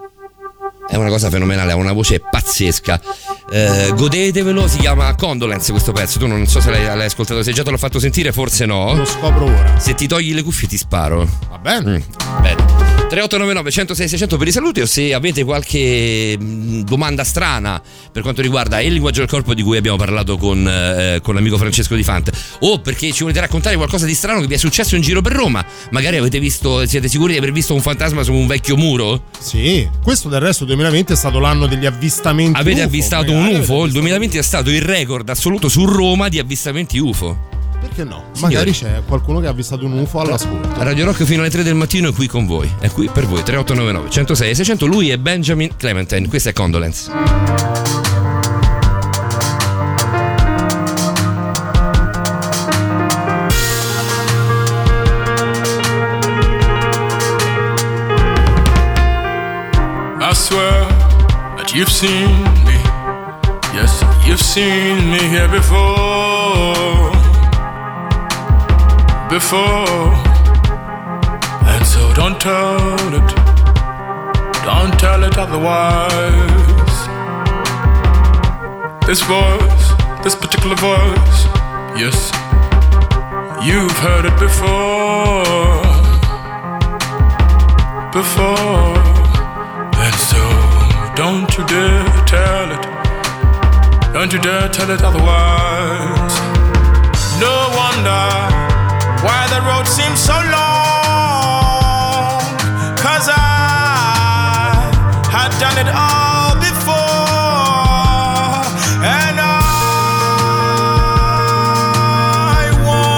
è una cosa fenomenale, ha una voce pazzesca. Godetevelo, si chiama Condolence questo pezzo. Tu non so se l'hai ascoltato, se già te l'ho fatto sentire, forse no. Lo scopro ora. Se ti togli le cuffie ti sparo. Va bene. Bene. 3899 106 600 per i saluti, o se avete qualche domanda strana per quanto riguarda il linguaggio del corpo di cui abbiamo parlato con l'amico Francesco Di Fante, o perché ci volete raccontare qualcosa di strano che vi è successo in giro per Roma. Magari siete sicuri di aver visto un fantasma su un vecchio muro? Sì, questo del resto 2020 è stato l'anno degli avvistamenti. Avete avvistato un UFO? Il 2020 è stato il record assoluto su Roma di avvistamenti UFO. Perché no? Magari c'è qualcuno che ha avvistato un UFO all'ascolto. Radio Rock fino alle 3 del mattino è qui con voi. È qui per voi. 3899 106 600. Lui è Benjamin Clementine. Questa è Condolence. You've seen me, yes, you've seen me here before, and so don't tell it otherwise. This voice, this particular voice, yes, you've heard it before, and so don't you dare tell it, don't you dare tell it otherwise. No wonder why the road seems so long, 'cause I had done it all before, and I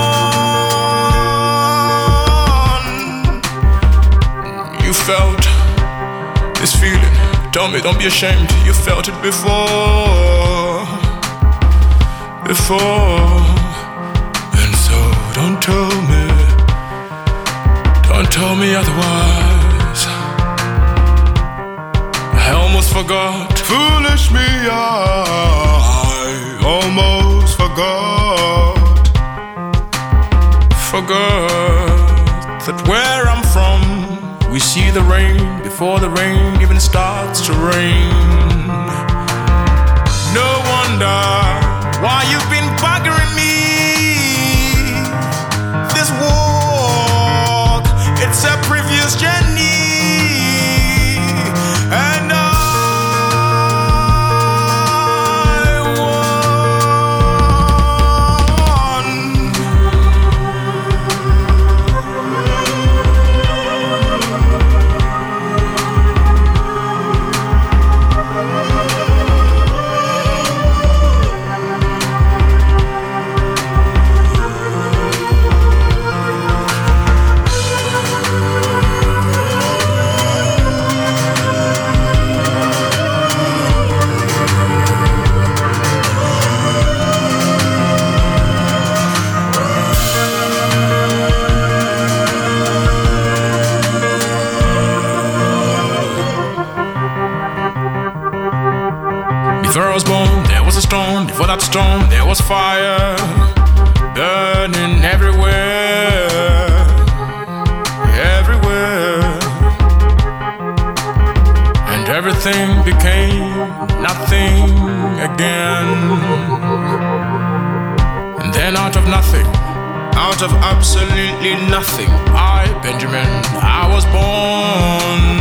won. You felt this feeling. Tell me, don't be ashamed, you felt it before, and so don't tell me otherwise. I almost forgot, foolish me, I almost forgot that where I'm from, we see the rain before the rain even starts to rain. No wonder why you've been bugging me. This walk, it's a previous journey, and I won. Before I was born, there was a storm. Before that storm, there was fire burning everywhere, everywhere. And everything became nothing again. And then out of nothing, out of absolutely nothing, Benjamin, I was born.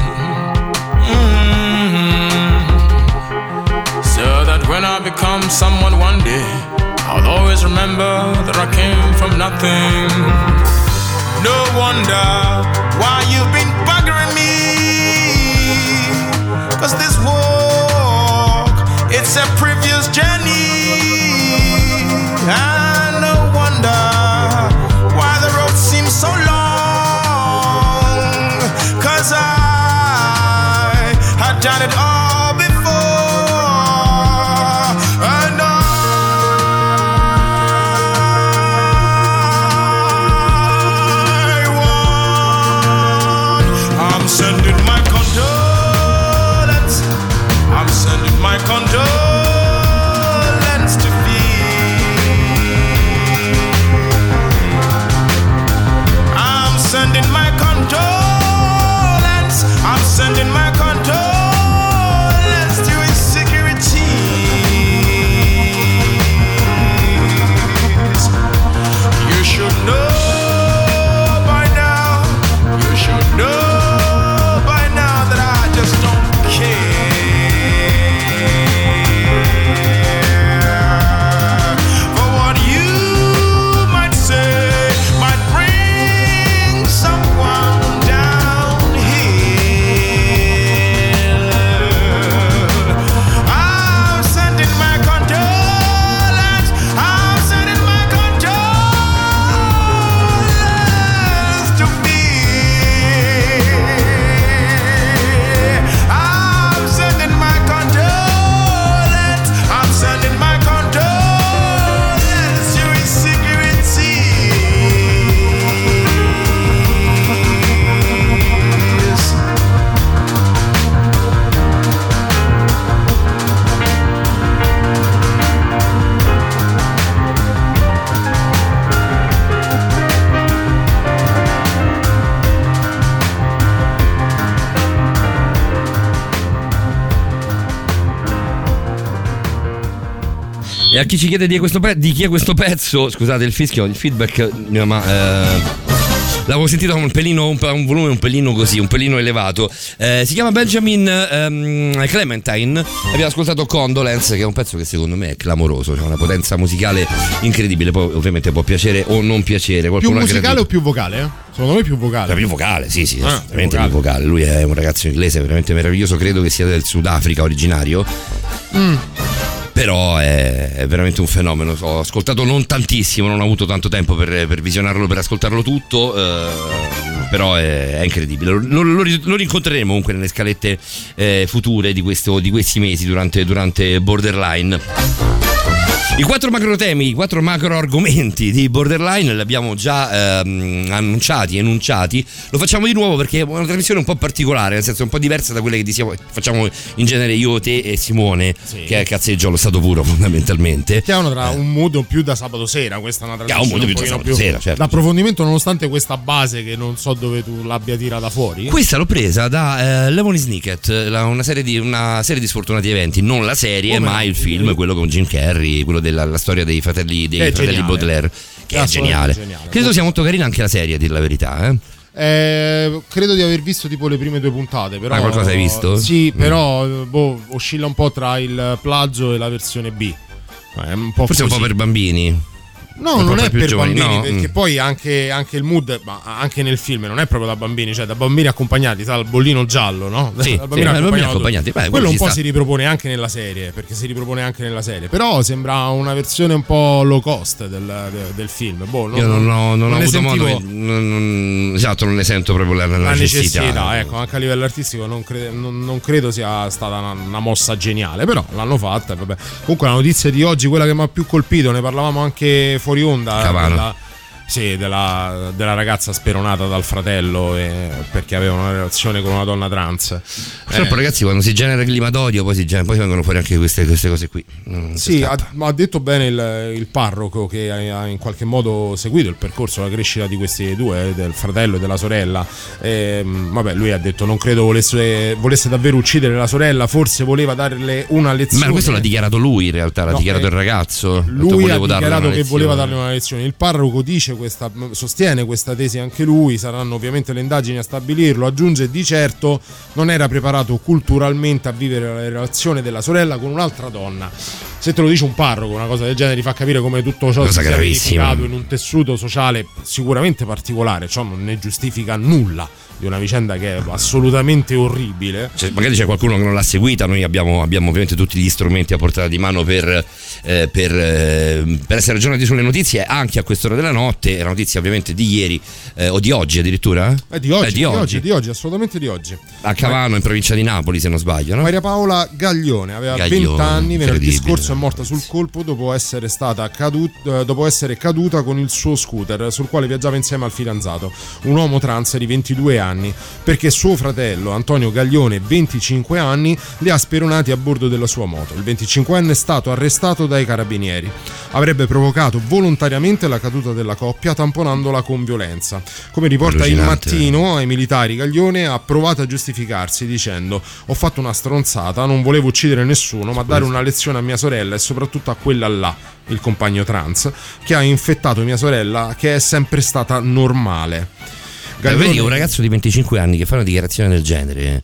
So that when I become someone one day, I'll always remember that I came from nothing. No wonder why you've been bugging me, 'cause this walk, it's a previous journey. And no wonder why the road seems so long, 'cause I had done it all. Condolence to I'm sending my condolence. I'm sending my condolence to insecurities. You should know by now. You should know by now that I just don't care. E a chi ci chiede di chi è questo pezzo, scusate il fischio, il feedback, l'avevo sentito con un volume un pelino così, un pelino elevato. Si chiama Benjamin Clementine. Abbiamo ascoltato Condolence, che è un pezzo che secondo me è clamoroso, c'ha una potenza musicale incredibile. Poi ovviamente può piacere o non piacere. Più musicale o più vocale? Secondo me più vocale. Più vocale, sì, assolutamente più vocale. Lui è un ragazzo inglese veramente meraviglioso, credo che sia del Sudafrica originario. Però è veramente un fenomeno. Ho ascoltato non tantissimo, non ho avuto tanto tempo per visionarlo, per ascoltarlo tutto, però è incredibile. Lo rincontreremo comunque nelle scalette future di questi mesi durante Borderline. I 4 macro temi, i 4 macro argomenti di Borderline li abbiamo già enunciati. Lo facciamo di nuovo perché è una trasmissione un po' particolare, nel senso un po' diversa da quelle che facciamo in genere io, te e Simone, sì, che è cazzeggio allo stato puro fondamentalmente. Che ha un mood più da sabato sera, questa è una trasmissione un mood più da sabato sera, certo. L'approfondimento, nonostante questa base che non so dove tu l'abbia tirata fuori. Questa l'ho presa da Lemony Snicket, una serie di sfortunati eventi, non la serie, ma il film, quello con Jim Carrey, quello della storia dei fratelli Baudelaire, che è geniale. Credo sia molto carina anche la serie, a dir la verità. Credo di aver visto tipo le prime 2 puntate, però qualcosa hai visto? Sì, però oscilla un po' tra il plagio e la versione B. È un po' forse così. Un po' per bambini. No, non è per giovani, bambini, no? Perché poi anche il mood, ma anche nel film non è proprio da bambini, cioè da bambini accompagnati, sa, il bollino giallo, no? Sì, bambini accompagnati. Quello un po' si ripropone anche nella serie, però sembra una versione un po' low cost del film. Io non ho avuto modo, non ne sento proprio la necessità. Ecco, anche a livello artistico non credo sia stata una mossa geniale, però l'hanno fatta. Vabbè. Comunque la notizia di oggi, quella che mi ha più colpito, ne parlavamo anche fuori onda, della ragazza speronata dal fratello perché aveva una relazione con una donna trans. Purtroppo ragazzi, quando si genera il clima d'odio poi vengono fuori anche queste cose qui. Sì, ha detto bene il parroco che ha in qualche modo seguito il percorso, la crescita di questi due, del fratello e della sorella. Lui ha detto non credo volesse davvero uccidere la sorella, forse voleva darle una lezione. Ma questo l'ha dichiarato lui in realtà, l'ha dichiarato il ragazzo. Lui ha dichiarato che voleva darle una lezione. Il parroco sostiene questa tesi anche lui, saranno ovviamente le indagini a stabilirlo. Aggiunge: di certo non era preparato culturalmente a vivere la relazione della sorella con un'altra donna. Se te lo dice un parroco una cosa del genere, ti fa capire come tutto ciò sia verificato in un tessuto sociale sicuramente particolare. Ciò non ne giustifica nulla di una vicenda che è assolutamente orribile. Magari c'è qualcuno che non l'ha seguita, noi abbiamo ovviamente tutti gli strumenti a portata di mano per essere aggiornati sulle notizie anche a quest'ora della notte. La notizia ovviamente di ieri o di oggi addirittura? Di oggi, assolutamente di oggi. A Cavano, in provincia di Napoli, se non sbaglio, no? Maria Paola Gaglione aveva 20 anni, venerdì scorso è morta sul colpo dopo essere caduta con il suo scooter sul quale viaggiava insieme al fidanzato, un uomo trans di 22 anni, perché suo fratello Antonio Gaglione, 25 anni, li ha speronati a bordo della sua moto. Il 25enne è stato arrestato dai carabinieri. Avrebbe provocato volontariamente la caduta della coppia tamponandola con violenza. Come riporta Il Mattino, ai militari Gaglione ha provato a giustificarsi dicendo: ho fatto una stronzata, non volevo uccidere nessuno, ma dare una lezione a mia sorella e soprattutto a quella là, il compagno trans, che ha infettato mia sorella, che è sempre stata normale. Vedi un ragazzo di 25 anni che fa una dichiarazione del genere,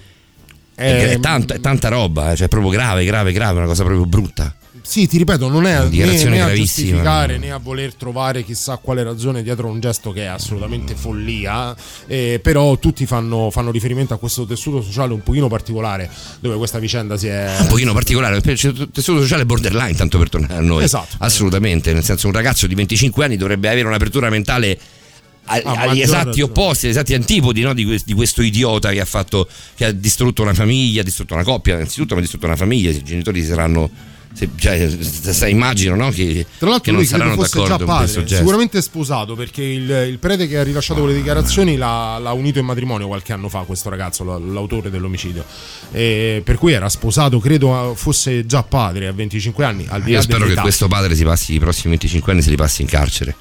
è tanta roba, cioè proprio grave, una cosa proprio brutta. Sì, ti ripeto, non è né a giustificare no, né a voler trovare chissà quale ragione dietro un gesto che è assolutamente follia, però tutti fanno riferimento a questo tessuto sociale un pochino particolare dove questa vicenda si è... Un pochino particolare, tessuto sociale borderline, tanto per tornare a noi. Esatto. Assolutamente, nel senso un ragazzo di 25 anni dovrebbe avere un'apertura mentale agli esatti opposti, agli esatti antipodi, no? di questo idiota che ha distrutto una famiglia, ha distrutto una coppia, innanzitutto, ma ha distrutto una famiglia. I genitori saranno, immagino, no? Che tra l'altro non lui saranno fosse d'accordo già con questo padre, gesto. sicuramente è sposato, perché il prete che ha rilasciato quelle dichiarazioni l'ha unito in matrimonio qualche anno fa, questo ragazzo, l'autore dell'omicidio, per cui era sposato, credo fosse già padre a 25 anni. Io spero che questo padre si passi i prossimi 25 anni, se li passi in carcere.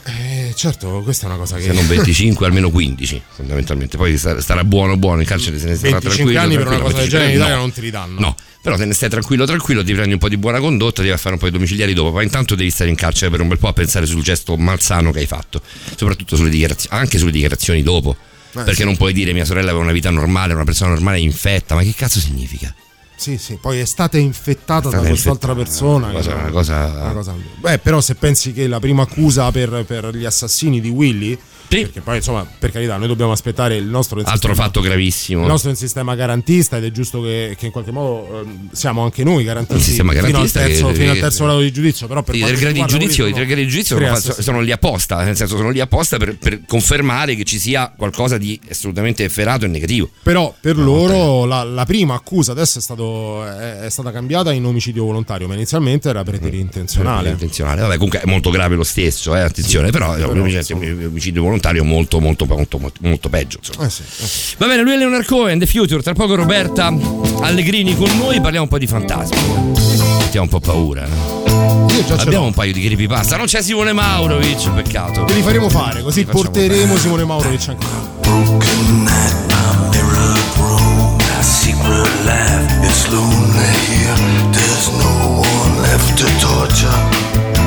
Certo, questa è una cosa che... Se non 25, almeno 15, fondamentalmente. Poi starà buono in carcere, se ne starà 25 tranquillo. anni per una cosa del genere in Italia no. non ti ridanno. No, però te ne stai tranquillo, ti prendi un po' di buona condotta, ti vai a fare un po' di domiciliari dopo, ma intanto devi stare in carcere per un bel po' a pensare sul gesto malsano che hai fatto, soprattutto anche sulle dichiarazioni dopo. Perché sì. Non puoi dire mia sorella aveva una vita normale, una persona normale è infetta, ma che cazzo significa? Sì, poi è stata infettata da quest'altra persona. Una cosa... Beh, però se pensi che la prima accusa per gli assassini di Willy, sì. Perché poi insomma, per carità, noi dobbiamo aspettare il nostro altro fatto gravissimo. Il nostro è un sistema garantista ed è giusto che in qualche modo siamo anche noi garantisti fino al terzo grado di giudizio. Però per i 3 gradi di giudizio sono lì apposta, nel senso sono lì apposta per confermare che ci sia qualcosa di assolutamente efferato e negativo. Però per loro la prima accusa adesso è stata cambiata in omicidio volontario, ma inizialmente era preterio intenzionale. Vabbè, comunque è molto grave lo stesso, attenzione, però omicidio volontario molto peggio, sì. Va bene, lui è Leonard Cohen, The Future. Tra poco Roberta Allegrini con noi, parliamo un po' di fantasmi, mettiamo un po' paura, abbiamo un paio di creepypasta, non c'è Simone Maurovic, peccato, ve li faremo fare, così porteremo Simone Maurovic anche broken night, my mirror room, my secret life, it's lonely here, there's no one left to torture.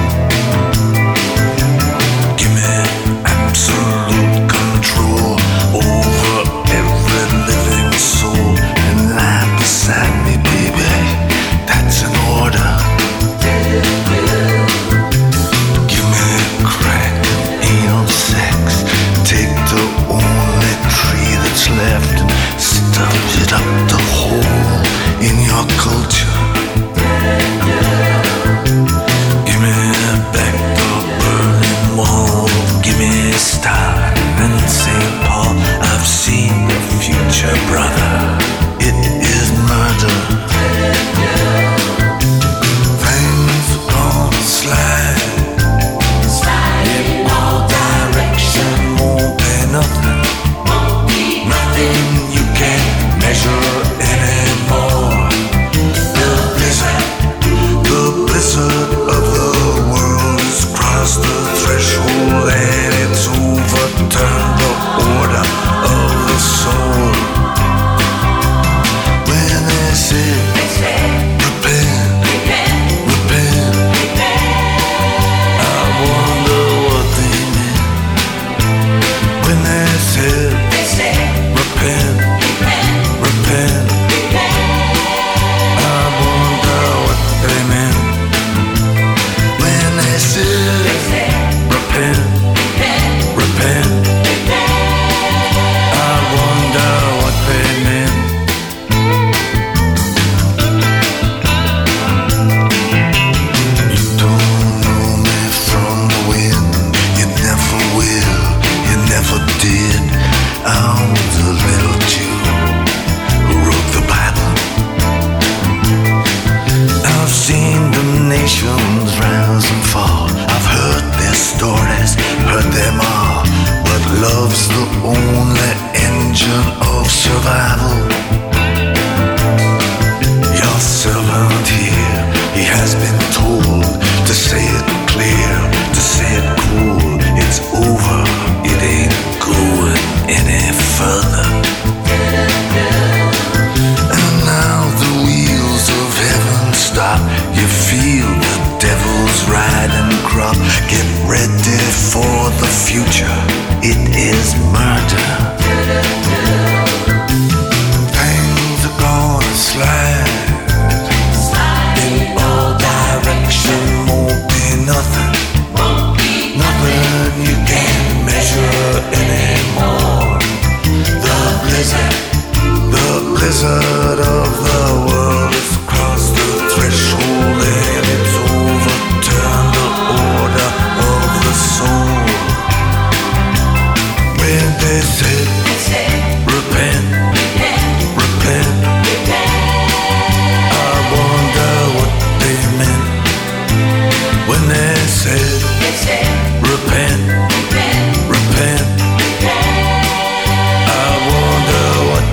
Absolute control over every living soul, and lie beside me, baby, that's an order. Give me crack, anal sex, take the only tree that's left and stuff it up the hole in your culture. Give me back the Berlin Wall, give me Stalin and St. Paul. I've seen the future, brother. It is murder. Things are gonna slide in all directions. Won't be nothing. Nothing you can measure anymore. The blizzard of the world has crossed the threshold and it's overturned the order of the soul. When they say, repent, I wonder what they meant. When they say, repent, I wonder what they meant. When they say, repent, I wonder what they meant. You don't know me from the wind. You never will, you never did. I'm the little Jew who wrote the Bible. I've seen the nations rise and fall. I've heard their stories, heard them all. But love's the only engine of survival. Your servant here, he has been told to say it clear, to say it cool. It's over, it ain't going any further. And now the wheels of heaven stop. You feel the devil's riding crop. Get ready for the future. It is murder. Things are gonna slide in all directions. Won't be nothing. Nothing you can measure anymore. The blizzard of the world has crossed the threshold and it's overturned the order of the soul. When they said, repent, I wonder what they meant. When they said, repent, I wonder what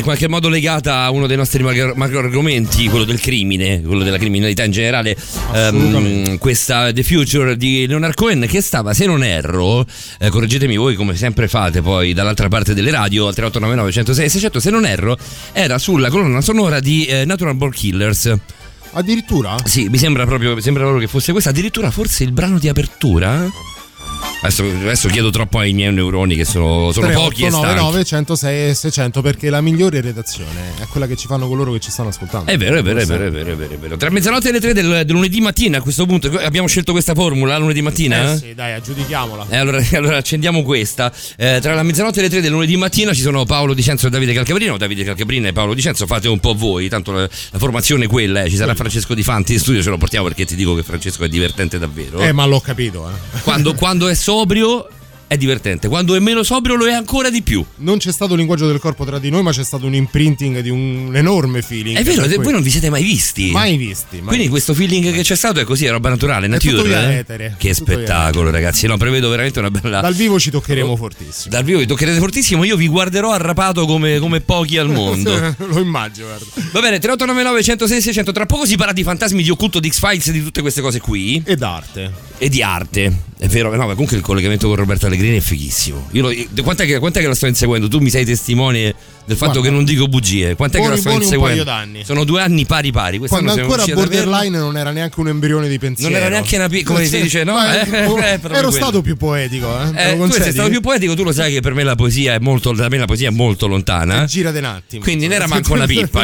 qualche modo legata a uno dei nostri macro argomenti, quello del crimine, quello della criminalità in generale. Questa The Future di Leonard Cohen, che stava, se non erro, correggetemi voi come sempre fate poi dall'altra parte delle radio al 3899 106 600, se non erro era sulla colonna sonora di Natural Born Killers. Addirittura? Sì, mi sembra proprio che fosse questa, addirittura forse il brano di apertura. Adesso chiedo troppo ai miei neuroni che sono pochi e stanchi. 9 106 600, perché la migliore redazione è quella che ci fanno coloro che ci stanno ascoltando. È vero. Tra mezzanotte e le 3 del lunedì mattina, a questo punto abbiamo scelto questa formula lunedì mattina? Sì, dai, aggiudichiamola. Allora accendiamo questa. Tra la mezzanotte e le 3 del lunedì mattina ci sono Paolo Dicenzo e Davide Calcabrino. Davide Calcabrino e Paolo Dicenzo, fate un po' voi, tanto la formazione è quella, ci sarà Francesco Di Fanti in studio, ce lo portiamo perché ti dico che Francesco è divertente davvero. Ma l'ho capito. Quando è sobrio è divertente, quando è meno sobrio lo è ancora di più. Non c'è stato linguaggio del corpo tra di noi, ma c'è stato un imprinting di un enorme feeling. È vero, voi non vi siete mai visti. Mai visti. Quindi questo feeling che c'è stato è così, è roba naturale, nature. Che spettacolo, ragazzi. No, prevedo veramente una bella. Dal vivo ci toccheremo fortissimo. Dal vivo vi toccherete fortissimo. Io vi guarderò arrapato come pochi al mondo. Lo immagino, guarda. Va bene, 3899 106 600. Tra poco si parla di fantasmi, di occulto, di X-Files, di tutte queste cose qui. E d'arte. E di arte. È vero, no, ma comunque il collegamento con Roberto Allegrini è fighissimo. Quant'è che la sto inseguendo? Tu mi sei testimone del fatto che non dico bugie. Quant'è che la sto inseguendo? Un paio d'anni. Sono 2 anni pari. Quando ancora Borderline non era neanche un embrione di pensiero. Non era neanche una come si dice, no? Ero stato più poetico, tu sei stato più poetico, tu lo sai che per me la poesia è molto lontana. Girate un attimo. Quindi non era manco una pippa.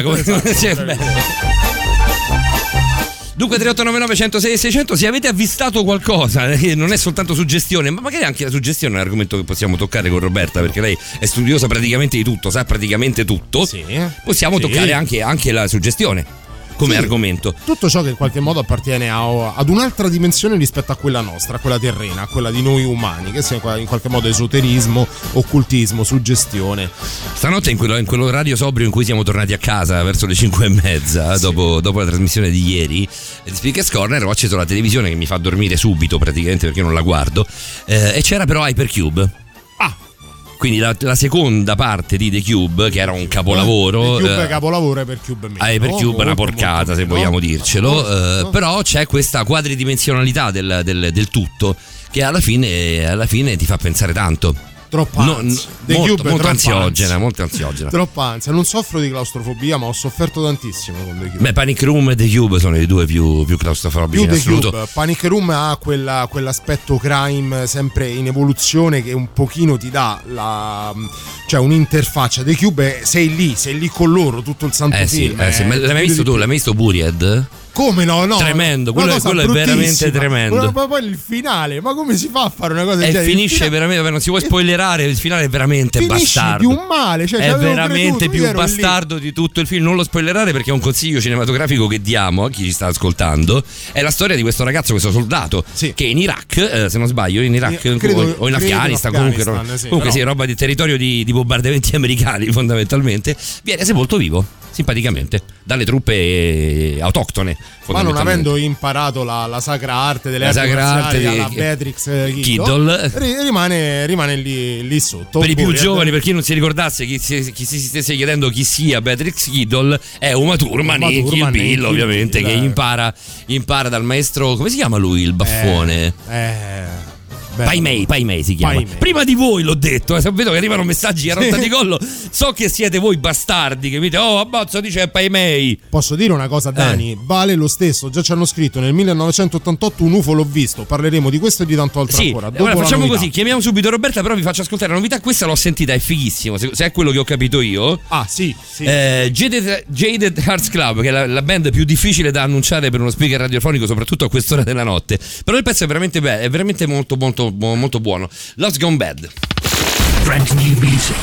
Dunque 3899 106 600, se avete avvistato qualcosa, non è soltanto suggestione, ma magari anche la suggestione è un argomento che possiamo toccare con Roberta, perché lei è studiosa praticamente di tutto, sa praticamente tutto. Sì. Possiamo toccare anche la suggestione come argomento. Tutto ciò che in qualche modo appartiene ad un'altra dimensione rispetto a quella nostra, a quella terrena, a quella di noi umani, che sia in qualche modo esoterismo, occultismo, suggestione. Stanotte in quell'orario sobrio in cui siamo tornati a casa verso le 5:30, dopo la trasmissione di ieri di Speakers Corner, ho acceso la televisione che mi fa dormire subito praticamente perché non la guardo, e c'era però Hypercube. Quindi la seconda parte di The Cube, che era un capolavoro. The Cube è capolavoro, Hypercube meno. Hypercube è una porcata, se vogliamo dircelo. Però c'è questa quadridimensionalità del tutto che alla fine ti fa pensare tanto. Troppa ansia. Molto ansiogena. Troppa ansia. Non soffro di claustrofobia, ma ho sofferto tantissimo con The Cube. Beh, Panic Room e The Cube sono i due più claustrofobici in assoluto. Cube. Panic Room ha quell'aspetto crime sempre in evoluzione che un pochino ti dà cioè un'interfaccia. The Cube sei lì con loro tutto il santo film. Sì. Ma l'hai mai visto tu? L'hai mai visto Buried? Come no? Tremendo, quello è veramente tremendo. Ma poi il finale, ma come si fa a fare una cosa del genere? Finisce veramente, non si può spoilerare, il finale è veramente bastardo. Più un male, cioè è veramente più bastardo di tutto il film. Non lo spoilerare perché è un consiglio cinematografico che diamo a chi ci sta ascoltando. È la storia di questo ragazzo, questo soldato che in Iraq, se non sbaglio, o in Afghanistan, comunque sì, roba di territorio di bombardamenti americani fondamentalmente, viene sepolto vivo, simpaticamente, dalle truppe autoctone. Ma non avendo imparato la sacra arte delle arti marziali alla Beatrix Kiddo, rimane lì sotto. Per i più giovani, per chi non si ricordasse, chi si stesse chiedendo chi sia Beatrix Kiddo, è Uma Thurman in Kill Bill, ovviamente, che impara dal maestro, come si chiama lui, il baffone? Pai Mei si chiama. Prima di voi l'ho detto, vedo che arrivano messaggi a rotta di collo. So che siete voi bastardi che mi dite ammazza, dice Pai Mei. Posso dire una cosa, Dani? Vale lo stesso, già ci hanno scritto nel 1988 un UFO l'ho visto. Parleremo di questo e di tanto altro ancora. Allora facciamo così, chiamiamo subito Roberta, però vi faccio ascoltare la novità. Questa l'ho sentita, è fighissimo, se è quello che ho capito io. Sì. Jaded Hearts Club, che è la band più difficile da annunciare per uno speaker radiofonico, soprattutto a quest'ora della notte. Però il pezzo è veramente bello, è veramente molto buono. Love's Gone Bad. Brand new music.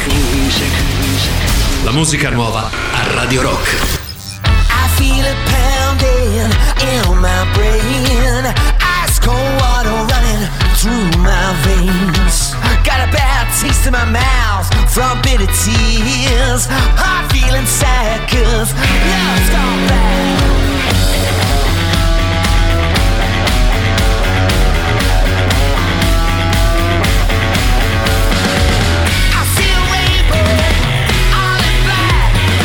La musica nuova a Radio Rock. I feel it pounding in my brain. Ice cold water running through my veins. Got a bad taste in my mouth from bitter tears. I'm feeling sad 'cause love's gone bad. I feel rainbow, all in black.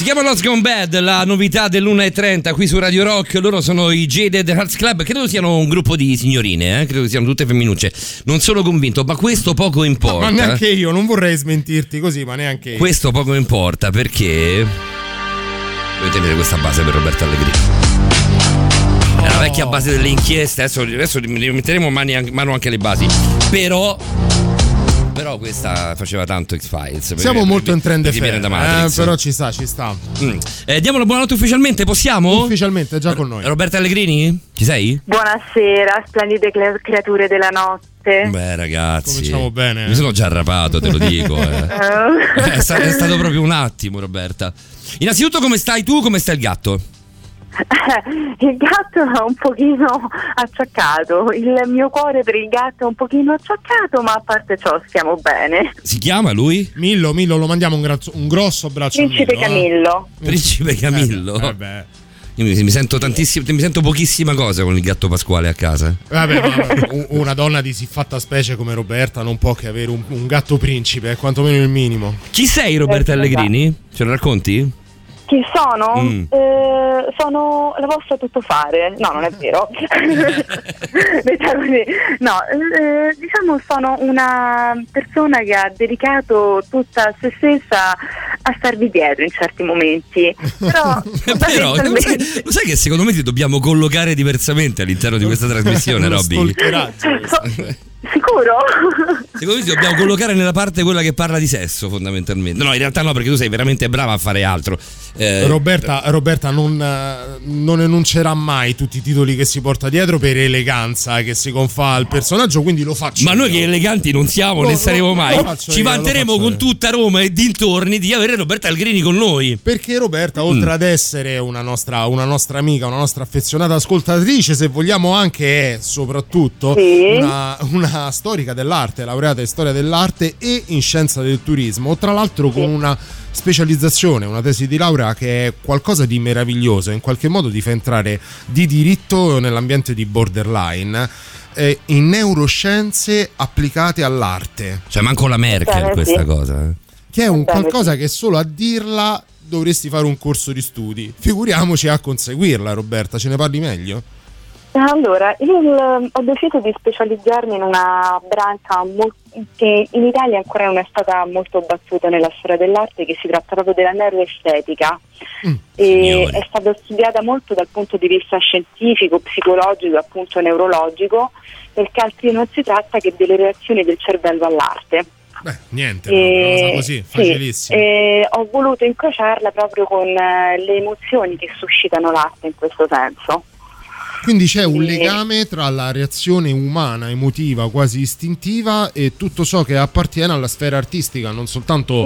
Si chiama Lost Gone Bad, la novità dell'1:30 qui su Radio Rock. Loro sono i Jaded Hearts Club. Credo siano un gruppo di signorine, credo siano tutte femminucce. Non sono convinto, ma questo poco importa. Ma neanche io, non vorrei smentirti così, ma neanche io. Questo poco importa perché dovete tenere questa base per Roberto Allegrini. È la vecchia base delle inchieste. Adesso metteremo mano anche alle basi. Però questa faceva tanto X-Files. Siamo molto in trend da Matrix. però ci sta. Diamo la buonanotte ufficialmente, possiamo? Ufficialmente, già con noi. Roberta Allegrini, ci sei? Buonasera, splendide creature della notte. Beh ragazzi, cominciamo bene. Mi sono già arrapato, te lo dico. È stato proprio un attimo, Roberta. Innanzitutto, come stai tu? Come sta il gatto? Il gatto è un pochino acciaccato, il mio cuore per il gatto è un pochino acciaccato, ma a parte ciò stiamo bene. Si chiama lui? Millo, lo mandiamo un grosso abbraccio. Principe Camillo. Principe Camillo. Vabbè. Io mi sento tantissimo, mi sento pochissima cosa con il gatto Pasquale a casa. Vabbè, una donna di siffatta specie come Roberta non può che avere un gatto principe, è quantomeno il minimo. Chi sei, Roberta Allegrini? Ce lo racconti? Chi sono? Sono la vostra tuttofare. No, non è vero. No, diciamo sono una persona che ha dedicato tutta se stessa a starvi dietro in certi momenti. Però lo sai che secondo me ti dobbiamo collocare diversamente all'interno di questa trasmissione, Robby? Sicuro? Secondo me ti dobbiamo collocare nella parte quella che parla di sesso, fondamentalmente. No, in realtà no, perché tu sei veramente brava a fare altro. Roberta non enuncerà mai tutti i titoli che si porta dietro per eleganza che si confà al personaggio, quindi lo faccio. Ma noi che eleganti non siamo, né saremo mai. Ci vanteremo con tutta Roma e dintorni di avere Roberta Allegrini con noi. Perché Roberta, oltre ad essere una nostra amica, una nostra affezionata ascoltatrice, se vogliamo anche è soprattutto una storica dell'arte, laureata in storia dell'arte e in scienza del turismo, tra l'altro con una specializzazione, una tesi di laurea che è qualcosa di meraviglioso, in qualche modo ti fa entrare di diritto nell'ambiente di borderline, in neuroscienze applicate all'arte. Cioè manco la Merkel questa cosa. Che è un qualcosa che solo a dirla dovresti fare un corso di studi. Figuriamoci a conseguirla, Roberta, ce ne parli meglio? Allora, io ho deciso di specializzarmi in una branca che in Italia ancora non è stata molto battuta nella storia dell'arte, che si tratta proprio della neuroestetica. E è stata studiata molto dal punto di vista scientifico, psicologico, appunto neurologico, perché altri non si tratta che delle reazioni del cervello all'arte. Beh, niente, una cosa così, facilissimo. Ho voluto incrociarla proprio con le emozioni che suscitano l'arte in questo senso. Quindi c'è un legame tra la reazione umana, emotiva, quasi istintiva e tutto ciò che appartiene alla sfera artistica, non soltanto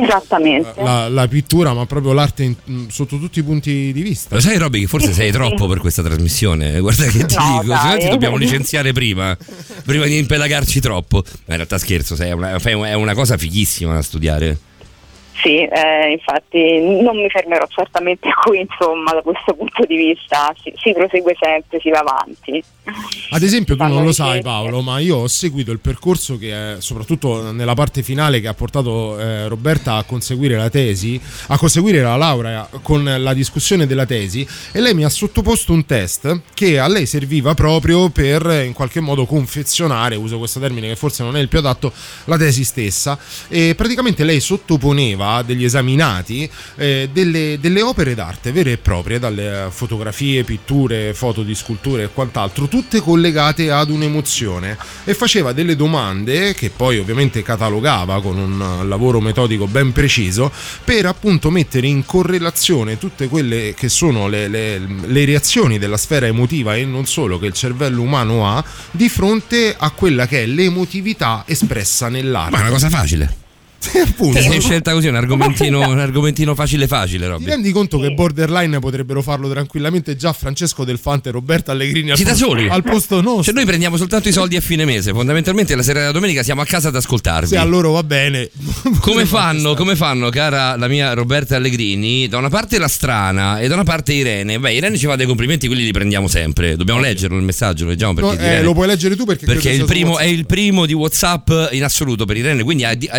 la pittura, ma proprio l'arte sotto tutti i punti di vista. Lo sai, Robby, che forse sei troppo per questa trasmissione? Guarda che ti dico, se ti dobbiamo licenziare prima di impelagarci troppo. Ma in realtà scherzo, è una cosa fighissima da studiare. Sì, infatti non mi fermerò certamente qui, insomma, da questo punto di vista si prosegue sempre, si va avanti. Ad esempio, tu non lo sai, Paolo, ma io ho seguito il percorso che è, soprattutto nella parte finale, che ha portato Roberta a conseguire la tesi, a conseguire la laurea con la discussione della tesi, e lei mi ha sottoposto un test che a lei serviva proprio per in qualche modo confezionare, uso questo termine che forse non è il più adatto, la tesi stessa, e praticamente lei sottoponeva degli esaminati delle opere d'arte vere e proprie, dalle fotografie, pitture, foto di sculture e quant'altro, tutte collegate ad un'emozione, e faceva delle domande che poi ovviamente catalogava con un lavoro metodico ben preciso per appunto mettere in correlazione tutte quelle che sono le reazioni della sfera emotiva e non solo che il cervello umano ha di fronte a quella che è l'emotività espressa nell'arte. Ma è una cosa facile. Appunto. Sei scelta così un argomentino facile, Robby. Ti rendi conto che borderline potrebbero farlo tranquillamente già Francesco Del Fante e Roberta Allegrini al posto nostro? Cioè noi prendiamo soltanto i soldi a fine mese, fondamentalmente la sera della domenica siamo a casa ad ascoltarvi. Se a loro va bene. Come fanno, cara la mia Roberta Allegrini? Da una parte la strana e da una parte Irene. Beh, Irene ci fa dei complimenti, quelli li prendiamo sempre. Dobbiamo leggerlo il messaggio, lo leggiamo perché Irene, lo puoi leggere tu perché è il primo di WhatsApp in assoluto per Irene, quindi hai addirittura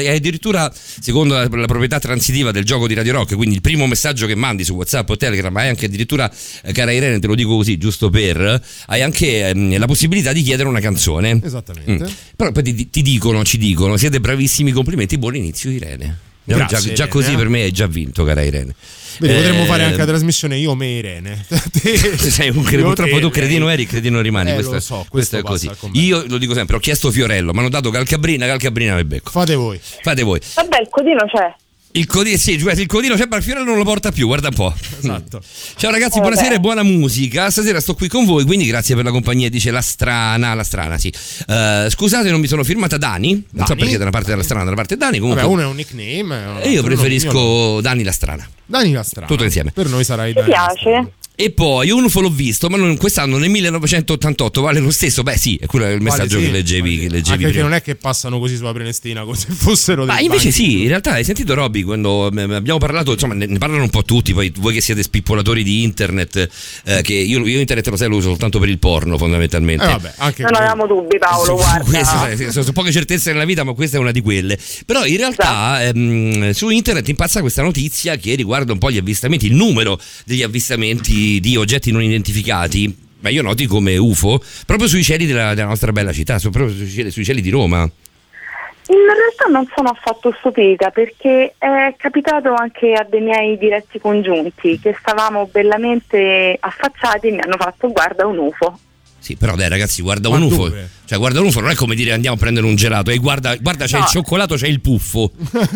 addirittura secondo la proprietà transitiva del gioco di Radio Rock, quindi il primo messaggio che mandi su WhatsApp o Telegram, hai anche addirittura, cara Irene, te lo dico così giusto per, hai anche la possibilità di chiedere una canzone. Esattamente. Però poi ci dicono siete bravissimi, complimenti, buon inizio Irene. Grazie, già Irene, così per me hai già vinto, cara Irene. Vedi, potremmo fare anche la trasmissione io me Irene. Sei purtroppo tu cretino eri, cretino rimani. Lo so, questo è così. Io lo dico sempre, ho chiesto Fiorello, mi hanno dato Calcabrina mi becco. Fate voi. Vabbè, il codino c'è. Il codino c'è, ma il Fiorello non lo porta più, guarda un po'. Esatto. Ciao ragazzi, buonasera e buona musica. Stasera sto qui con voi, quindi grazie per la compagnia, dice la strana, sì. Scusate, non mi sono firmata Dani. Non so perché da una parte della strana, da una parte Dani. Comunque, vabbè, uno è un nickname. E io preferisco Dani la strana. Dani la strana. Tutto insieme. Per noi sarai Mi Dani. piace. E poi un UFO l'ho visto, ma quest'anno nel 1988 vale lo stesso. Beh sì, è quello è il messaggio che leggevi Anche prima. perché non è che passano così sulla Prenestina come se fossero dei Ma invece banchi. sì, in realtà hai sentito Robby quando abbiamo parlato, insomma ne parlano un po' tutti, poi voi che siete spippolatori di internet, che io internet lo sai lo uso soltanto per il porno fondamentalmente. Vabbè, anche Non avevamo dubbi, Paolo, guarda. Sono poche certezze nella vita, ma questa è una di quelle. Però in realtà su internet impazza questa notizia che riguarda un po' gli avvistamenti, il numero degli avvistamenti di oggetti non identificati, ma io noti come UFO, proprio sui cieli della nostra bella città, proprio sui cieli di Roma. In realtà non sono affatto stupita, perché è capitato anche a dei miei diretti congiunti che stavamo bellamente affacciati e mi hanno fatto guarda un UFO. Sì, però dai ragazzi, guarda un UFO. Cioè, guarda un UFO non è come dire andiamo a prendere un gelato e guarda c'è il cioccolato, c'è il puffo.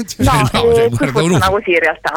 Guarda un UFO. Così in realtà.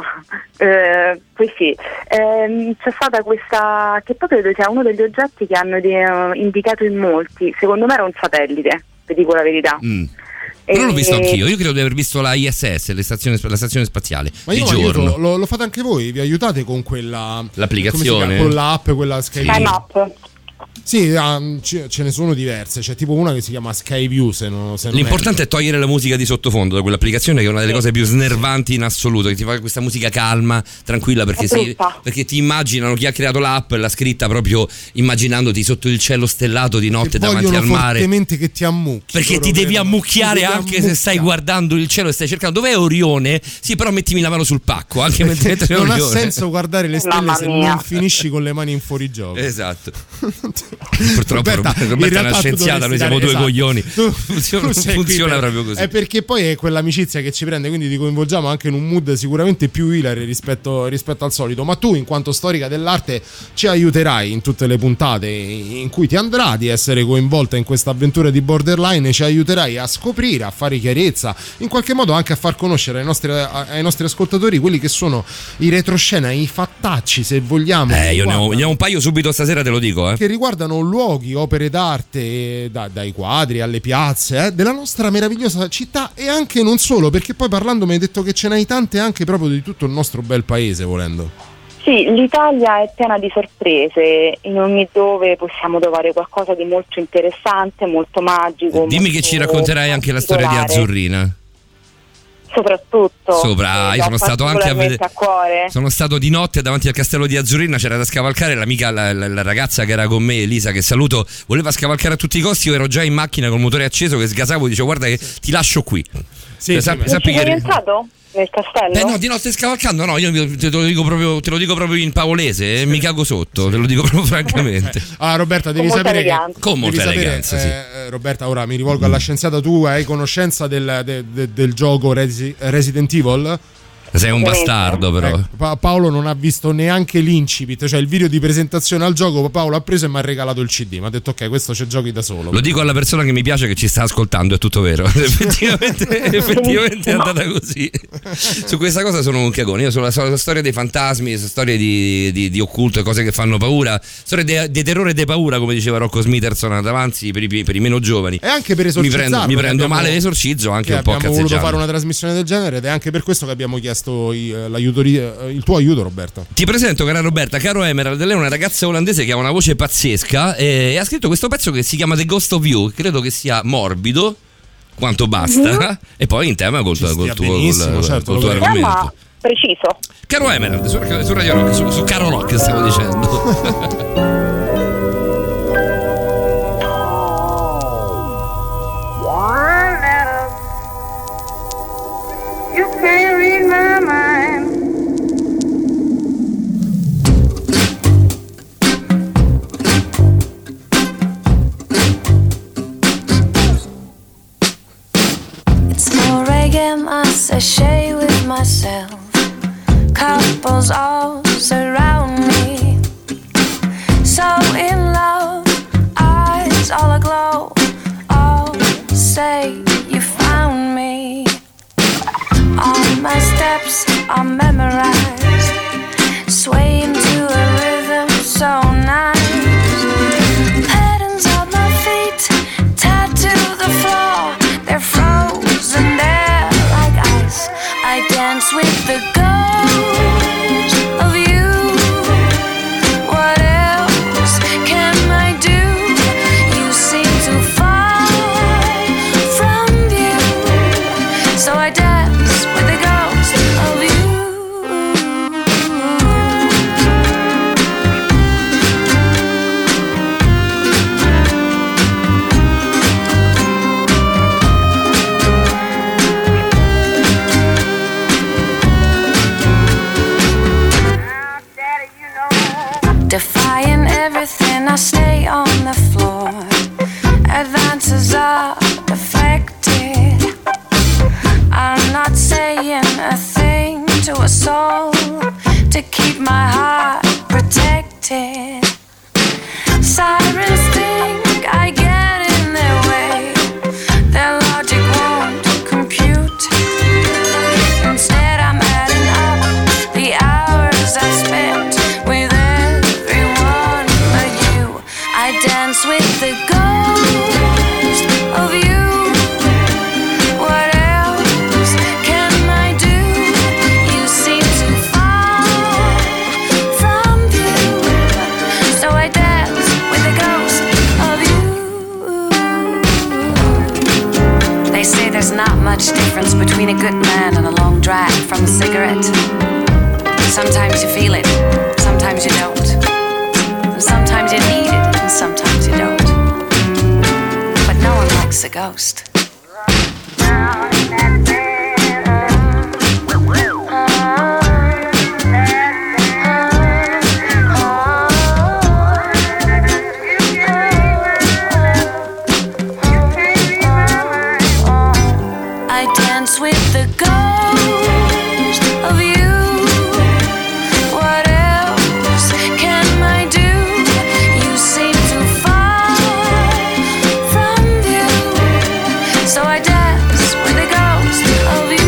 Poi sì. C'è stata questa, che poi credo sia uno degli oggetti che hanno indicato in molti. Secondo me era un satellite, vi dico la verità. Non l'ho visto anch'io, io credo di aver visto la ISS, la stazione spaziale. Ma io lo fate anche voi? Vi aiutate con quella l'applicazione? Con l'app, quella SkyMap. Sì, ce ne sono diverse, c'è tipo una che si chiama Skyview se non L'importante è togliere la musica di sottofondo da quell'applicazione, che è una delle cose più snervanti in assoluto, che ti fa questa musica calma, tranquilla, perché ti immaginano, chi ha creato l'app l'ha scritta proprio immaginandoti sotto il cielo stellato di notte davanti al mare, fortemente che ti ammucchi, perché ti devi ammucchiare anche se stai guardando il cielo e stai cercando dov'è Orione. Sì, però mettimi la mano sul pacco anche mentre non Orione. ha senso guardare le stelle se non finisci con le mani in fuorigioco. Esatto. Purtroppo Roberta è una scienziata, noi siamo due coglioni. Funziona proprio così. È perché poi è quell'amicizia che ci prende, quindi ti coinvolgiamo anche in un mood sicuramente più hilare rispetto al solito. Ma tu, in quanto storica dell'arte, ci aiuterai in tutte le puntate in cui ti andrà di essere coinvolta in questa avventura di Borderline, e ci aiuterai a scoprire, a fare chiarezza, in qualche modo anche a far conoscere ai nostri ascoltatori quelli che sono i retroscena, i fattacci, se vogliamo. Io ne ho un paio subito stasera, te lo dico. Che riguardano luoghi, opere d'arte, dai quadri alle piazze della nostra meravigliosa città, e anche non solo, perché poi parlando mi hai detto che ce n'hai tante anche proprio di tutto il nostro bel paese, volendo. Sì, l'Italia è piena di sorprese, in ogni dove possiamo trovare qualcosa di molto interessante, molto magico. Dimmi che ci racconterai anche la storia di Azzurrina. Soprattutto io sono stato anche a vedere, sono stato di notte davanti al castello di Azzurrina, c'era da scavalcare, l'amica, la ragazza che era con me, Elisa, che saluto, voleva scavalcare a tutti i costi, io ero già in macchina col motore acceso che sgasavo, dicevo guarda che ti lascio qui. Sì, sappi che sei entrato nel castello? No, di notte scavalcando, no, io te lo dico proprio in paolese, mi cago sotto, te lo dico proprio francamente. Roberta, devi sapere con molta eleganza, sì. Roberta, ora mi rivolgo alla scienziata, tu hai conoscenza del gioco Resident Evil? Sei un bastardo, però. Paolo non ha visto neanche l'incipit, cioè il video di presentazione al gioco. Paolo ha preso e mi ha regalato il CD. Mi ha detto ok, questo ci giochi da solo. Lo dico alla persona che mi piace, che ci sta ascoltando, è tutto vero. effettivamente è andata così. Su questa cosa sono un cagone. Io sulla storia dei fantasmi, storie di occulto e cose che fanno paura, storie di terrore e di paura, come diceva Rocco Smitherson davanti per i meno giovani. E anche per esorcizzarlo. Mi prendo male l'esorcizzo, anche un po' cazzeggiando. Abbiamo voluto fare una trasmissione del genere ed è anche per questo che abbiamo chiesto il tuo aiuto, Roberta. Ti presento, cara Roberta, Caro Emerald. Lei è una ragazza olandese che ha una voce pazzesca e ha scritto questo pezzo che si chiama The Ghost of You. Credo che sia morbido quanto basta e poi in tema col tuo argomento preciso. Caro Emerald, su Radio Rock, su Caro Rock stavo dicendo. couples all surround me. So in love, eyes all aglow, all say you found me. All my steps are memorized, swaying to a rhythm so nice. Patterns of my feet tattoo the floor, they're frozen there like ice. I dance with the ghost of you. What else can I do? You seem too far from view, so I dance with the ghost of you. Defying everything, I stay on the floor. Advances are deflected. I'm not saying a thing to a soul to keep my heart protected. Sirens think I get in their way, their logic won't compute. Instead I'm adding up the hours I spent with everyone but you. I dance with the ghost of you. What else can I do? You seem too far from view, so I dance with the ghost of you. They say there's not much difference between a good man and a long drag from a cigarette. Sometimes you feel it, sometimes you don't. And sometimes you need it, and sometimes you don't. But no one likes a ghost. I dance with the ghost of you. What else can I do? You seem too far from view, so I dance with the ghost of you.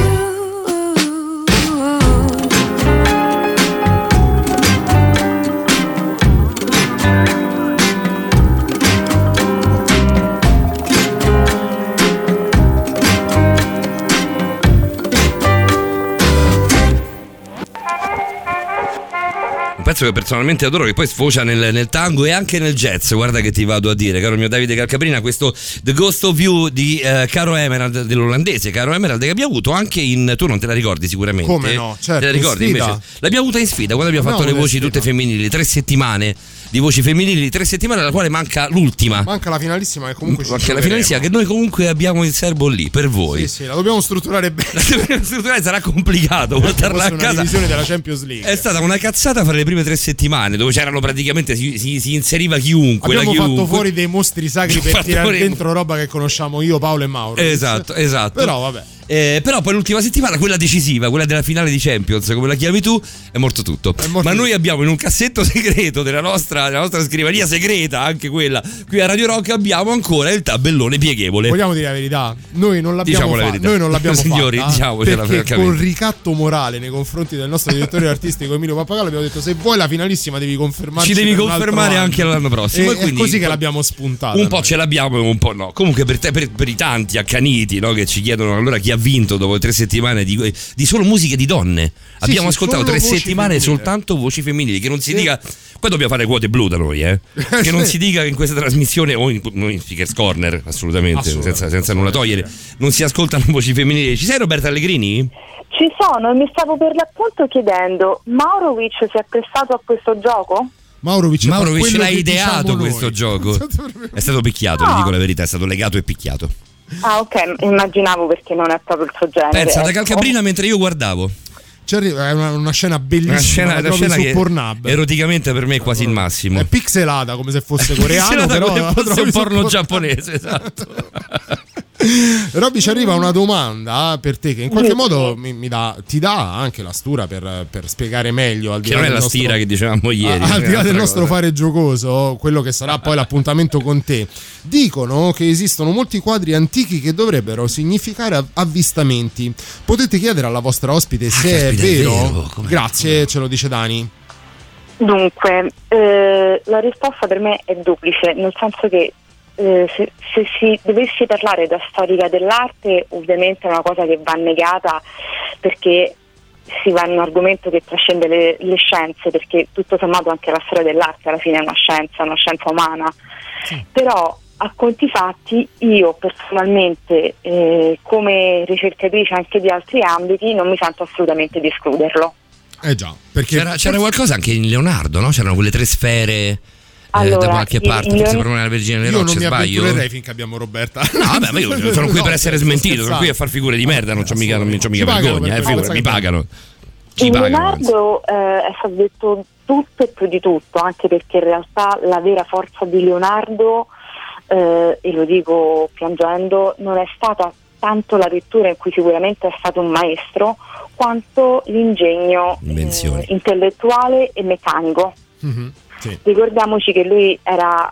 Un pezzo che personalmente adoro, che poi sfocia nel tango e anche nel jazz. Guarda che ti vado a dire, caro mio Davide Calcabrina, questo The Ghost of You di Caro Emerald, dell'olandese Caro Emerald, che abbiamo avuto anche in... Tu non te la ricordi sicuramente? Come no? Certo, te la ricordi invece? L'abbiamo avuta in sfida quando abbiamo fatto le voci tutte femminili, 3 settimane di voci femminili, 3 settimane, alla quale manca l'ultima. Manca la finalissima, che comunque ci manca la finalissima, che noi comunque abbiamo in serbo lì per voi. Sì, la dobbiamo strutturare bene. La dobbiamo strutturare, sarà complicato portarla a una casa. divisione della Champions League. È stata una cazzata fra le prime 3 settimane, dove c'erano praticamente si inseriva chiunque. Abbiamo chiunque. fatto fuori dei mostri sacri per tirare dentro roba che conosciamo io, Paolo e Mauro. Esatto. Però vabbè. Però poi l'ultima settimana, quella decisiva, quella della finale di Champions, come la chiami tu, è morto tutto. Ma noi abbiamo in un cassetto segreto della nostra scrivania segreta, anche quella qui a Radio Rock, abbiamo ancora il tabellone pieghevole. Vogliamo dire la verità? Noi non l'abbiamo fatto. Noi non l'abbiamo signori, fatta, diciamocela perché con ricatto morale nei confronti del nostro direttore artistico Emilio Pappagallo abbiamo detto: se vuoi la finalissima devi confermarci. Ci devi confermare anche l'anno prossimo. E quindi è così che l'abbiamo spuntata. Un po' ce l'abbiamo e un po' no. Comunque per i tanti accaniti, no, che ci chiedono allora chi ha vinto dopo 3 settimane di solo musiche di donne. Abbiamo ascoltato 3 settimane soltanto voci femminili. Che non si dica. Poi dobbiamo fare quote blu da noi, che non si dica che in questa trasmissione o in Speakers Corner, assolutamente. Senza nulla togliere, non si ascoltano voci femminili. Ci sei, Roberta Allegrini? Ci sono, e mi stavo per l'appunto chiedendo: Maurovic si è prestato a questo gioco? Maurovic l'ha ideato questo gioco. È stato picchiato, vi dico la verità, è stato legato e picchiato. Ah, ok, immaginavo, perché non è proprio il suo genere. Pensa, da Calcabrina mentre io guardavo. È una scena bellissima, una scena su che Pornhub. Eroticamente per me è quasi il massimo. È pixelata come se fosse coreano, però come se fosse un porno giapponese, esatto. Robby, ci arriva una domanda per te che in qualche modo ti dà anche la stura per spiegare meglio, al di che là non è del la nostro, stira che dicevamo ieri, al di là del nostro cosa. fare giocoso, quello che sarà poi l'appuntamento con te. Dicono che esistono molti quadri antichi che dovrebbero significare avvistamenti. Potete chiedere alla vostra ospite se è vero? Grazie, ce lo dice Dani. Dunque, la risposta per me è duplice, nel senso che se si dovessi parlare da storica dell'arte, ovviamente è una cosa che va negata, perché si va in un argomento che trascende le scienze, perché tutto sommato anche la storia dell'arte alla fine è una scienza umana. Sì. Però a conti fatti io personalmente come ricercatrice anche di altri ambiti non mi sento assolutamente di escluderlo. Già, perché c'era qualcosa anche in Leonardo, no? C'erano quelle 3 sfere allora, da qualche parte, forse proprio nella Vergine delle Rocce, sbaglio? Io non mi avventurerei finché abbiamo Roberta. No, vabbè, ma io sono qui per essere smentito, sono qui a far figure di merda, non c'ho mica vergogna, figura, mi pagano. In Leonardo è stato detto tutto e più di tutto, anche perché in realtà la vera forza di Leonardo, e lo dico piangendo, non è stata tanto la pittura, in cui sicuramente è stato un maestro, quanto l'ingegno intellettuale e meccanico. Mm-hmm, sì. Ricordiamoci che lui era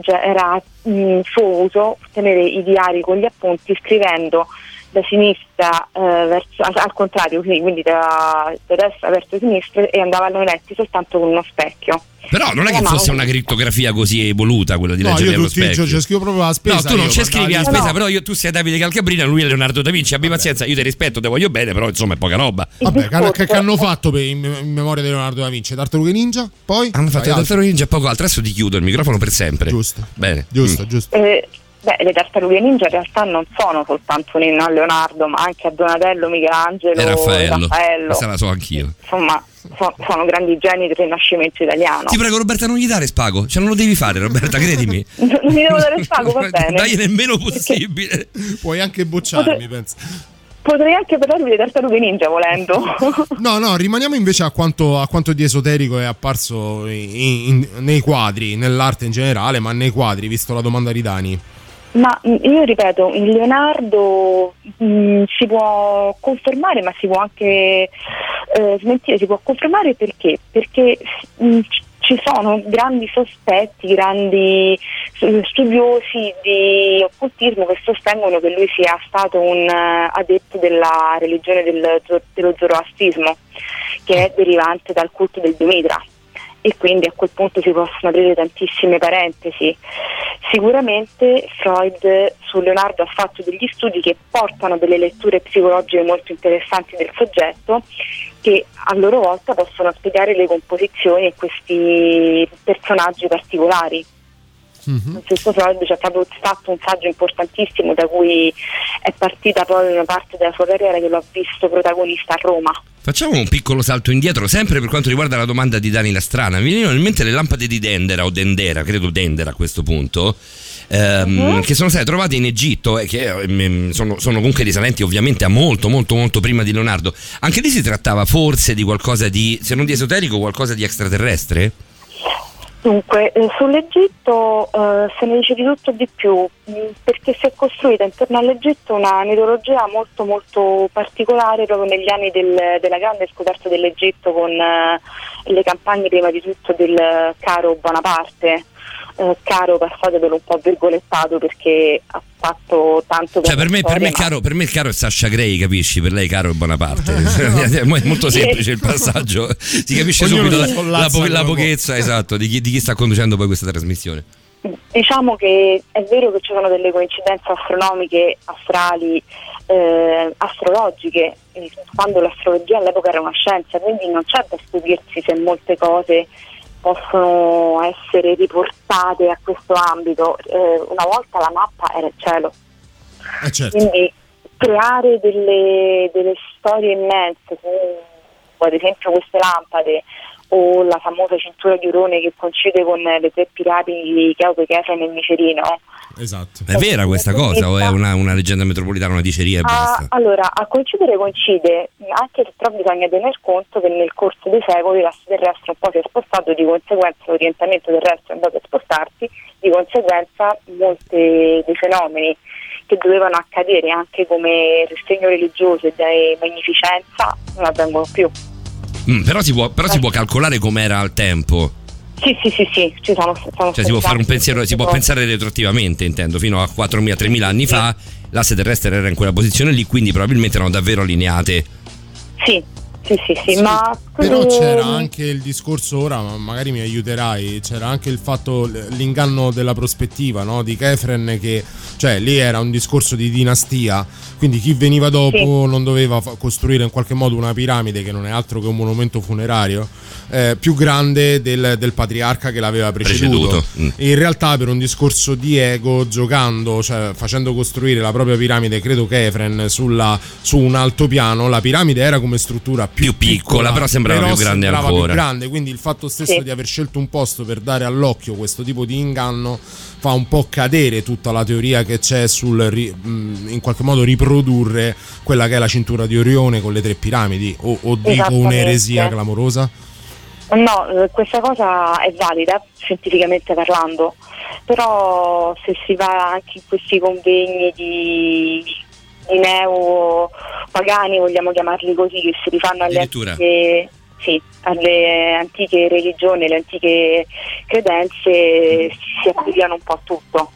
suo uso tenere i diari con gli appunti, scrivendo da sinistra al contrario, quindi da destra verso sinistra, e andavano letti soltanto con uno specchio. Però non è che fosse una crittografia così evoluta quella di leggere allo specchio. Io scrivo proprio la spesa. No, tu non ci scrivi la spesa, però tu sei Davide Calcabrina, lui è Leonardo da Vinci. Abbi pazienza, io ti rispetto, te voglio bene, però insomma è poca roba. Vabbè, che hanno fatto in memoria di Leonardo da Vinci? Tartarughe Ninja? Poi? Hanno fatto Tartarughe Ninja e poco altro. Adesso ti chiudo il microfono per sempre. Giusto. Bene. Giusto. Le Tartarughe Ninja in realtà non sono soltanto un inno a Leonardo, ma anche a Donatello, Michelangelo e Raffaello. Questa la so anch'io. Insomma, sono grandi geni del Rinascimento italiano. Ti prego, Roberta, non gli dare spago, non lo devi fare, Roberta, credimi. Non gli devo dare spago, va bene. Dai nemmeno possibile. Puoi anche bocciarmi, penso. Potrei anche parlarvi di Tartarughe Ninja volendo. No, rimaniamo invece a quanto di esoterico è apparso nei quadri, nell'arte in generale, ma nei quadri, visto la domanda di Dani. Ma io ripeto, in Leonardo si può confermare, ma si può anche smentire. Si può confermare perché ci sono grandi sospetti, grandi studiosi di occultismo che sostengono che lui sia stato un adepto della religione dello zoroastrismo, che è derivante dal culto del Dio Mitra. E quindi a quel punto si possono aprire tantissime parentesi. Sicuramente Freud su Leonardo ha fatto degli studi che portano delle letture psicologiche molto interessanti del soggetto, che a loro volta possono spiegare le composizioni e questi personaggi particolari. Lo stesso Freud ci ha proprio fatto un saggio importantissimo da cui è partita poi una parte della sua carriera, che lo ha visto protagonista a Roma. Facciamo un piccolo salto indietro, sempre per quanto riguarda la domanda di Dani Lastrana. Mi venivano in mente le lampade di Dendera, o Dendera, credo Dendera a questo punto, che sono state trovate in Egitto e che sono comunque risalenti ovviamente a molto prima di Leonardo. Anche lì si trattava forse di qualcosa di, se non di esoterico, qualcosa di extraterrestre? Dunque, sull'Egitto se ne dice di tutto e di più, perché si è costruita intorno all'Egitto una mitologia molto particolare proprio negli anni della grande scoperta dell'Egitto, con le campagne prima di tutto del caro Bonaparte. Caro passatelo un po' virgolettato, perché ha fatto tanto per me il caro è Sasha Grey, capisci? Per lei caro è Bonaparte. È molto semplice il passaggio, si capisce subito la pochezza, esatto, di chi sta conducendo poi questa trasmissione. Diciamo che è vero che ci sono delle coincidenze astronomiche, astrali, astrologiche, quando l'astrologia all'epoca era una scienza, quindi non c'è da stupirsi se molte cose possono essere riportate a questo ambito. Una volta la mappa era il cielo, certo. Quindi creare delle storie immense, ad esempio queste lampade o la famosa cintura di Urone che coincide con le 3 piramidi di Cheope, Chefren e Micerino. Esatto. È vera questa cosa o è una leggenda metropolitana, una diceria e basta? Allora, a coincide, anche se però bisogna tener conto che nel corso dei secoli l'asse terrestre un po' si è spostato, di conseguenza l'orientamento terrestre è andato a spostarsi, di conseguenza molti dei fenomeni che dovevano accadere anche come ristegno religioso e magnificenza non avvengono più. Però si può calcolare com'era al tempo. Sì, ci sono cioè si può fare un pensiero, si può pensare retroattivamente, intendo, fino a 4.000-3.000 anni fa l'asse terrestre era in quella posizione lì, quindi probabilmente erano davvero allineate. Sì, ma però c'era anche il discorso, ora magari mi aiuterai, c'era anche il fatto, l'inganno della prospettiva, no? Di Kefren, che cioè lì era un discorso di dinastia, quindi chi veniva dopo non doveva costruire in qualche modo una piramide, che non è altro che un monumento funerario, più grande del patriarca che l'aveva preceduto. In realtà, per un discorso di ego, giocando, cioè facendo costruire la propria piramide, credo Kefren, su un altopiano, la piramide era come struttura più piccola, però sembrava più grande ancora. Più grande, quindi il fatto stesso di aver scelto un posto per dare all'occhio questo tipo di inganno fa un po' cadere tutta la teoria che c'è sul in qualche modo riprodurre quella che è la cintura di Orione con le 3 piramidi, o dico un'eresia clamorosa? No, questa cosa è valida scientificamente parlando, però se si va anche in questi convegni di neo-pagani, vogliamo chiamarli così, che si rifanno alle antiche religioni, le antiche credenze, si appigliano un po' a tutto.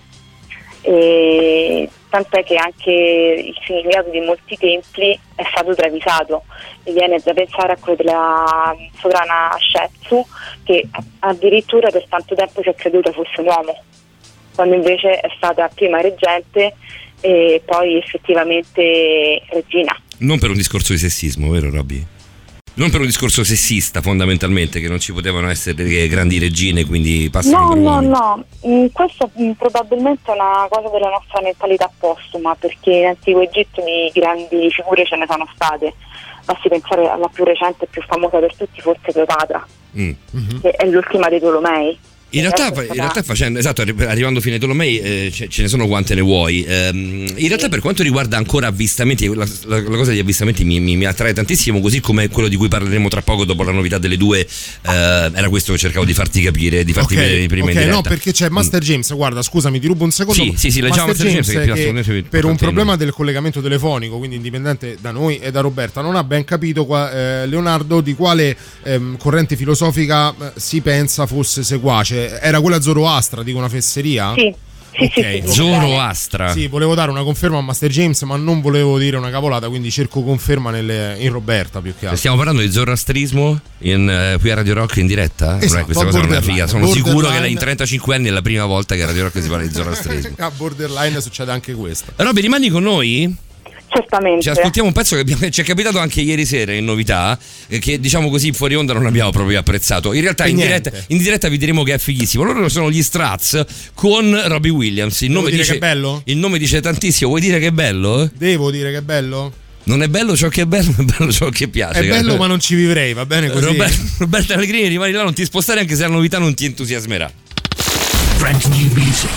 E tant'è che anche il significato di molti templi è stato travisato. Mi viene da pensare a quello della sovrana Shetsu, che addirittura per tanto tempo si è creduta fosse un uomo, quando invece è stata prima reggente e poi effettivamente regina. Non per un discorso di sessismo, vero Robby? Non per un discorso sessista, fondamentalmente, che non ci potevano essere grandi regine, quindi passano per uomini. No, questo probabilmente è una cosa della nostra mentalità postuma, perché in Antico Egitto di grandi figure ce ne sono state. Basti pensare alla più recente e più famosa per tutti, forse Cleopatra, che è l'ultima dei Tolomei. In realtà facendo, esatto, arrivando fino ai Tolomei ce ne sono quante ne vuoi. In realtà per quanto riguarda ancora avvistamenti, la cosa degli avvistamenti mi attrae tantissimo, così come quello di cui parleremo tra poco dopo la novità delle 2. Era questo che cercavo di farti capire, di farti vedere prima in diretta. No, perché c'è Master James, guarda, scusami, ti rubo un secondo. Sì, leggiamo Master James che per un problema del collegamento telefonico, quindi indipendente da noi e da Roberta, non ha ben capito Leonardo di quale corrente filosofica si pensa fosse seguace. Era quella Zoroastra, dico una fesseria? Sì. Zoroastra. Sì, volevo dare una conferma a Master James, ma non volevo dire una cavolata, quindi cerco conferma in Roberta più che altro. Stiamo parlando di zoroastrismo qui a Radio Rock in diretta? Esatto, questa cosa non è figa. Sono sicuro che in 35 anni è la prima volta che a Radio Rock si parla di zoroastrismo. A Borderline succede anche questo. Robby, rimani con noi? Certamente. Ci ascoltiamo un pezzo che ci è capitato anche ieri sera in novità, che diciamo così fuori onda non abbiamo proprio apprezzato. In realtà in diretta vi diremo che è fighissimo. Loro sono gli Strats con Robbie Williams. Il nome dice che è bello? Il nome dice tantissimo. Vuoi dire che è bello? Devo dire che è bello? Non è bello ciò che è bello, è bello ciò che piace. È bello, ma non ci vivrei, va bene così. Roberto Allegrini, rimani là, non ti spostare anche se la novità non ti entusiasmerà. Brand new music.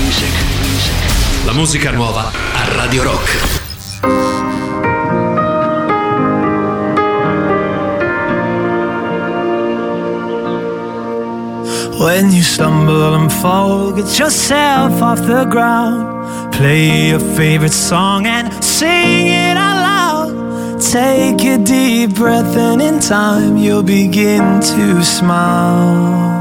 La musica nuova a Radio Rock. When you stumble and fall, get yourself off the ground. Play your favorite song and sing it out loud. Take a deep breath and in time you'll begin to smile.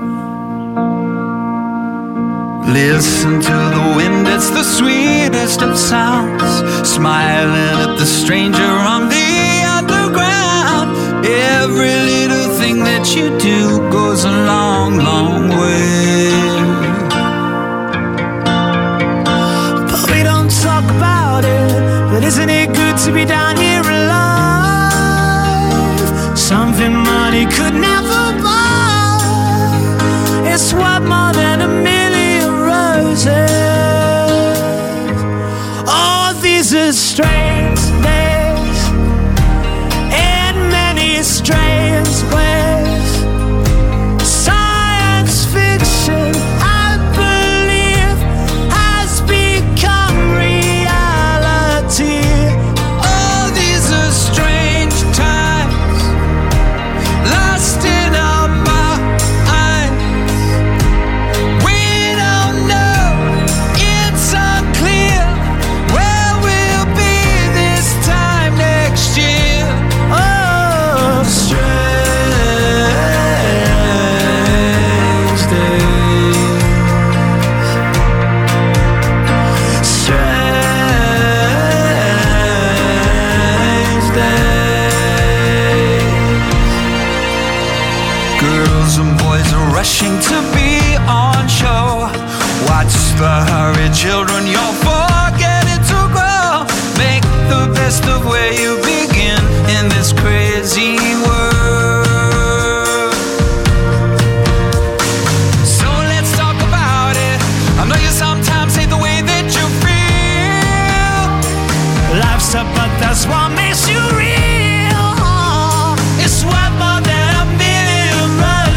Listen to the wind, it's the sweetest of sounds. Smiling at the stranger on the underground. Every little thing that you do goes a long, long way. But we don't talk about it. But isn't it good to be down here alive? Something money could never buy. It's worth more than a million roses. Oh, these are strange days in many strange ways. Science fiction, I believe, has become reality. Oh, these are strange times, lost in our minds. We don't know, it's unclear boys are rushing to be on show. Watch the hurried children, you're forgetting to grow. Make the best of where you begin in this crazy world. So let's talk about it. I know you sometimes hate the way that you feel. Life's up, but that's what makes you real. It's worth more than a million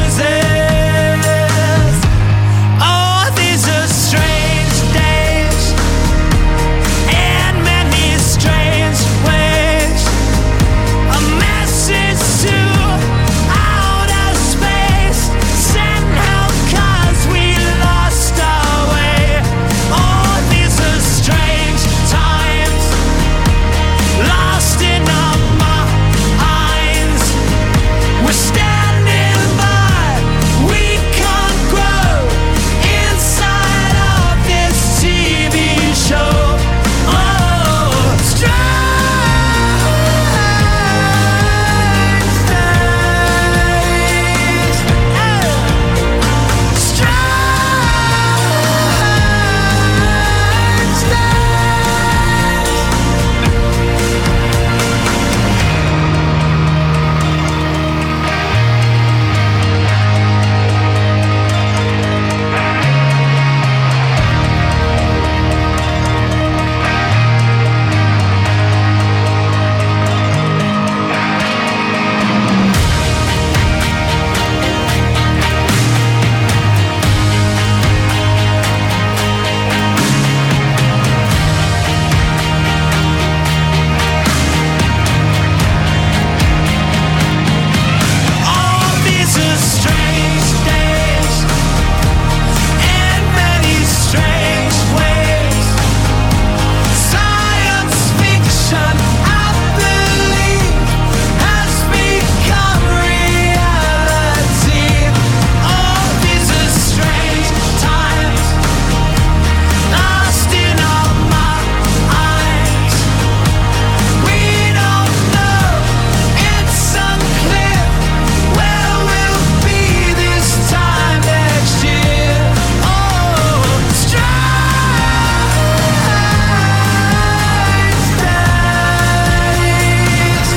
roses. Oh, these are strange days and many strange ways. A message to outer space sent out 'cause we lost our way. Oh, these are strange times, lost in our minds. We're standing by, we can't grow inside of this TV show. Oh, strange days, strange All these are strange days and many strange ways. Science fiction, I believe, has become reality. All these are strange times, lost in our minds. We don't know, it's unclear where we'll be this time next year. Oh, strange days,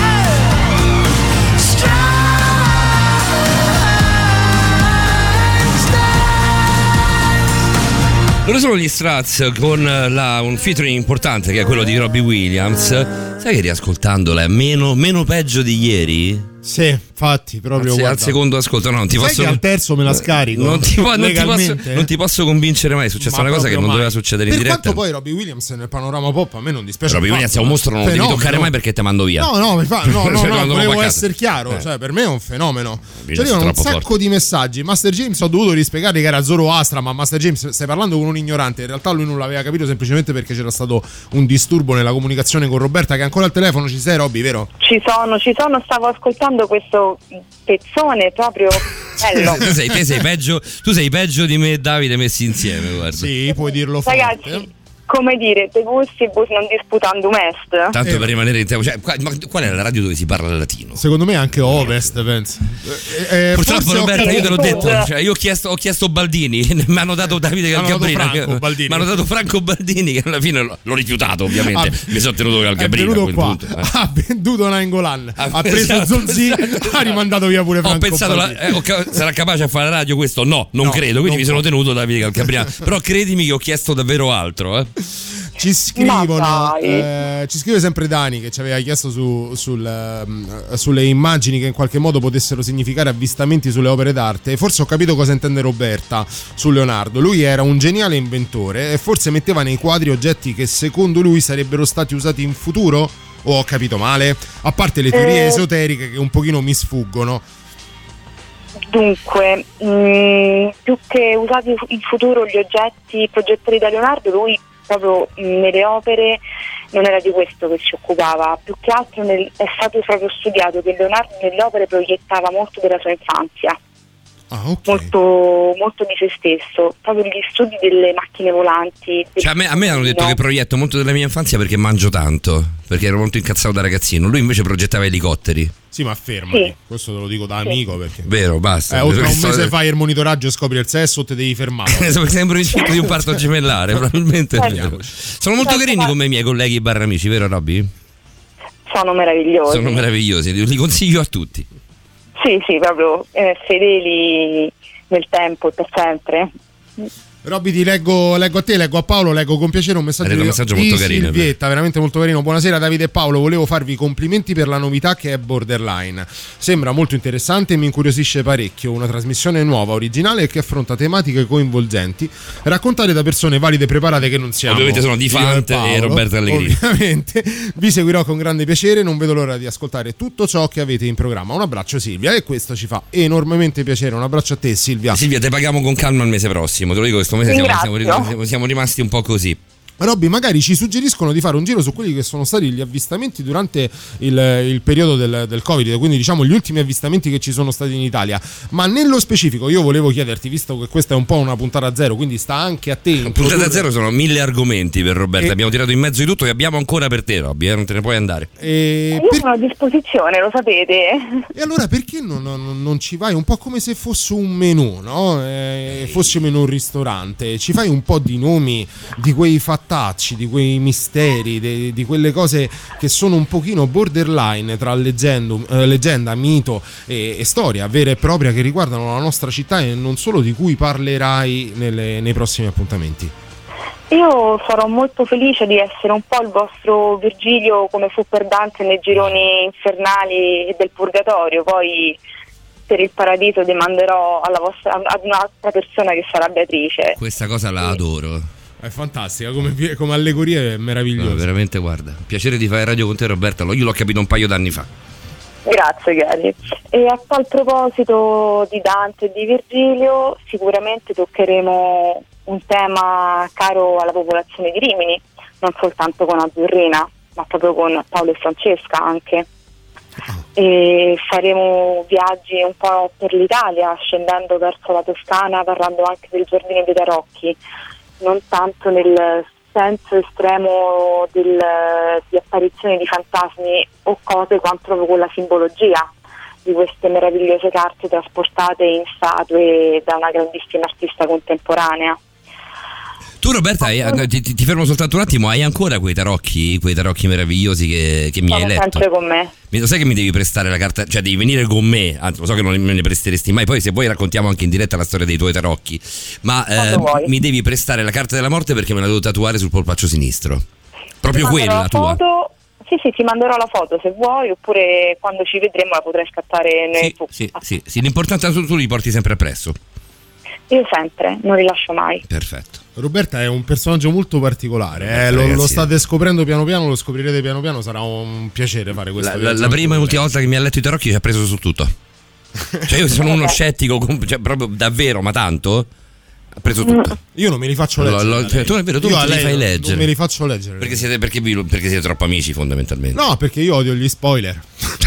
Loro sono gli Strats con un featuring importante che è quello di Robbie Williams. Sai che riascoltandola è meno peggio di ieri? Sì, infatti, proprio Al guarda. secondo ascolto, no, non ti Sai posso. che al terzo me la scarico Non ti legalmente? non ti posso convincere mai. È successa Ma una cosa che proprio non doveva mai. succedere in Per diretta. quanto poi Robbie Williams nel panorama pop a me non dispiace. Robbie Williams è un affatto, mostro, non lo devi fenomeno. toccare mai perché te mando via. No, mi fa, no, Cioè, quando volevo va a casa. essere chiaro, cioè per me è un fenomeno. Williams Cioè, è io ho un troppo sacco forte. di messaggi. Master James ho dovuto rispiegare che era Zoroastra, ma Master James stai parlando con un ignorante. In realtà lui non l'aveva capito semplicemente perché c'era stato un disturbo nella comunicazione con Roberta, che ancora al telefono. Ci sei, Robby, vero? Ci sono, stavo ascoltando questo pezzone proprio bello. tu sei peggio di me e Davide messi insieme, guarda. Sì, puoi dirlo forte. Ragazzi, come dire, de gustibus non disputandum est. Tanto per rimanere in tempo, cioè, ma qual è la radio dove si parla latino? Secondo me anche Ovest, penso. Purtroppo forse Roberta, io te l'ho detto, Sud. cioè, io ho chiesto Baldini, mi hanno dato Davide Calcabrina, mi hanno dato Franco Baldini, che alla fine l'ho rifiutato, ovviamente. Mi sono tenuto Calcabrina. È venuto qua, ha venduto Nainggolan, ha preso Zonzi, ha rimandato via pure Franco Ho pensato, Baldini. sarà capace a fare la radio questo? No, non credo, quindi mi sono tenuto Davide Calcabrina. Però credimi che ho chiesto davvero altro, Ci scrivono, ci scrive sempre Dani che ci aveva chiesto sulle immagini che in qualche modo potessero significare avvistamenti sulle opere d'arte. Forse ho capito cosa intende Roberta su Leonardo. Lui era un geniale inventore e forse metteva nei quadri oggetti che secondo lui sarebbero stati usati in futuro? O ho capito male? A parte le teorie esoteriche che un pochino mi sfuggono. Dunque, più che usati in futuro gli oggetti progettati da Leonardo, lui proprio nelle opere non era di questo che si occupava, più che altro è stato proprio studiato che Leonardo nelle opere proiettava molto della sua infanzia. molto, molto di se stesso, proprio gli studi delle macchine volanti. Cioè, a me hanno detto che proietto molto della mia infanzia perché mangio tanto, perché ero molto incazzato da ragazzino. Lui invece progettava elicotteri. Sì, ma fermati, questo te lo dico da amico perché vero, basta. Oltre a un mese fai il monitoraggio e scopri il sesso, te devi fermare. Sembra il ciclo di un parto gemellare, probabilmente è vero. Sono molto carini come i miei colleghi barra amici, vero Robby? Sono meravigliosi. Sono meravigliosi, li consiglio a tutti. Sì, proprio fedeli nel tempo e per sempre. Robby, ti leggo a te, leggo a Paolo, leggo con piacere un messaggio molto carino. Silvietta, veramente molto carino. Buonasera Davide e Paolo, volevo farvi i complimenti per la novità che è Borderline. Sembra molto interessante e mi incuriosisce parecchio. Una trasmissione nuova, originale che affronta tematiche coinvolgenti, raccontate da persone valide e preparate che non siamo. Ovviamente sono Di Fante e Roberto Allegrini. Ovviamente vi seguirò con grande piacere, non vedo l'ora di ascoltare tutto ciò che avete in programma. Un abbraccio Silvia, e questo ci fa enormemente piacere. Un abbraccio a te Silvia. Silvia, te paghiamo con calma il mese prossimo, te lo dico, questo mese siamo rimasti un po' così. Robby, magari ci suggeriscono di fare un giro su quelli che sono stati gli avvistamenti durante il periodo del Covid, quindi diciamo gli ultimi avvistamenti che ci sono stati in Italia. Ma nello specifico io volevo chiederti, visto che questa è un po' una puntata zero, quindi sta anche a te. Puntata zero sono 1000 argomenti per Roberta, abbiamo tirato in mezzo di tutto e abbiamo ancora per te, Robby, non te ne puoi andare. Io sono a disposizione, lo sapete. E allora perché non ci vai un po' come se fosse un menù, no? Fossimo in un ristorante, ci fai un po' di nomi di quei di quei misteri, di quelle cose che sono un pochino borderline tra leggenda, mito e storia vera e propria che riguardano la nostra città e non solo, di cui parlerai nei prossimi appuntamenti. Io sarò molto felice di essere un po' il vostro Virgilio, come fu per Dante nei gironi infernali del Purgatorio. Poi per il paradiso demanderò ad un'altra persona che sarà Beatrice. Questa cosa la adoro. È fantastica, come allegoria è meravigliosa. No, veramente, guarda, piacere di fare radio con te Roberta, io l'ho capito un paio d'anni fa. Grazie cari. E a tal proposito di Dante e di Virgilio, sicuramente toccheremo un tema caro alla popolazione di Rimini, non soltanto con Azzurrina, ma proprio con Paolo e Francesca anche. E faremo viaggi un po' per l'Italia, scendendo verso la Toscana, parlando anche del Giardino dei Tarocchi, non tanto nel senso estremo di apparizioni di fantasmi o cose, quanto proprio con la simbologia di queste meravigliose carte trasportate in statue da una grandissima artista contemporanea. Tu Roberta, ti fermo soltanto un attimo, hai ancora quei tarocchi meravigliosi che mi hai letto? Sempre con me. Lo sai che mi devi prestare la carta, cioè devi venire con me, anzi lo so che non me ne presteresti mai, poi se vuoi raccontiamo anche in diretta la storia dei tuoi tarocchi, ma mi devi prestare la carta della morte perché me la devo tatuare sul polpaccio sinistro, proprio quella la tua. Sì, ti manderò la foto se vuoi, oppure quando ci vedremo la potrai scattare nel Sì, l'importante è che tu li porti sempre appresso. Io sempre, non li lascio mai. Perfetto. Roberta è un personaggio molto particolare, lo state scoprendo piano piano, lo scoprirete piano piano, sarà un piacere fare questa la prima e ultima volta che mi ha letto i tarocchi ci ha preso su tutto. Cioè io sono uno scettico, cioè proprio davvero, ma tanto ha preso tutto. Io non me li faccio leggere. Tu è vero, tu non te li fai leggere. Non me li faccio leggere. Perché siete troppo amici fondamentalmente. No, perché io odio gli spoiler.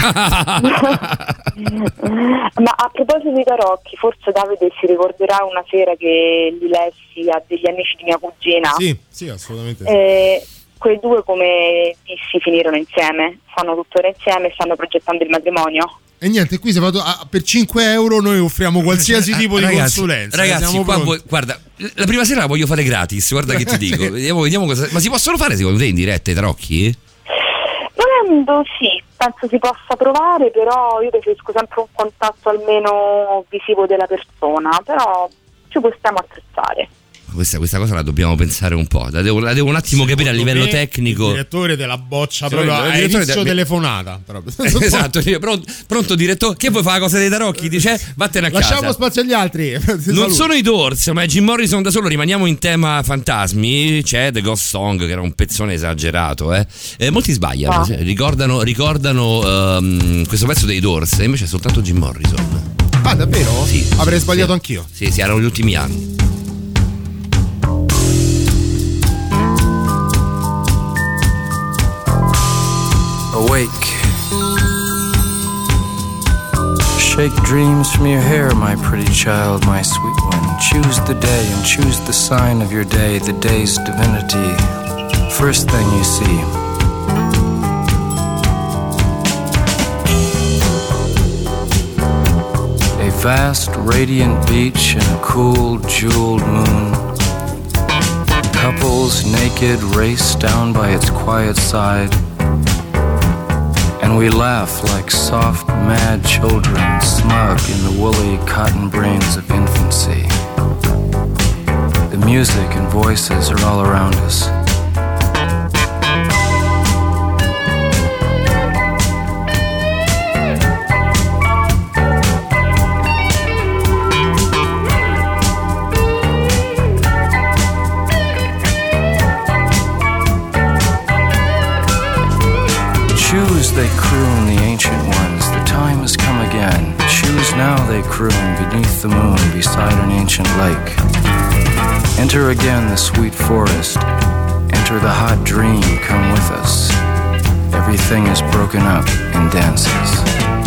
Ma a proposito di tarocchi, forse Davide si ricorderà una sera che li lessi a degli amici di mia cugina. Sì, assolutamente. Quei due, come dissi, finirono insieme, stanno tuttora insieme e stanno progettando il matrimonio. E niente, qui per 5 euro noi offriamo qualsiasi tipo di consulenza. Ragazzi, guarda, la prima sera la voglio fare gratis, guarda che ti dico. Vediamo cosa. Ma si possono fare secondo te in diretta i tarocchi? Volendo sì, penso si possa provare, però io preferisco sempre un contatto almeno visivo della persona, però ci possiamo attrezzare. Questa cosa la dobbiamo pensare un po', la devo un attimo capire a livello tecnico. Il direttore della boccia proprio a inizio telefonata. Esatto, pronto direttore, che vuoi fare la cosa dei tarocchi? Dice vattene a casa. Lasciamo spazio agli altri. Non sono i Doors, ma è Jim Morrison da solo. Rimaniamo in tema fantasmi. C'è The Ghost Song, che era un pezzone esagerato, molti sbagliano, ricordano questo pezzo dei Doors, e invece è soltanto Jim Morrison. Ah, davvero? Sì. Avrei sbagliato anch'io. Sì, erano gli ultimi anni. Awake, Shake dreams from your hair, my pretty child, my sweet one. Choose the day and choose the sign of your day, the day's divinity. First thing you see. A vast, radiant beach and a cool, jeweled moon. Couples naked race down by its quiet side. And we laugh like soft, mad children, smug in the woolly cotton brains of infancy. The music and voices are all around us. Choose, they croon, the ancient ones, the time has come again. Choose now, they croon, beneath the moon, beside an ancient lake. Enter again the sweet forest, enter the hot dream, come with us. Everything is broken up in dances.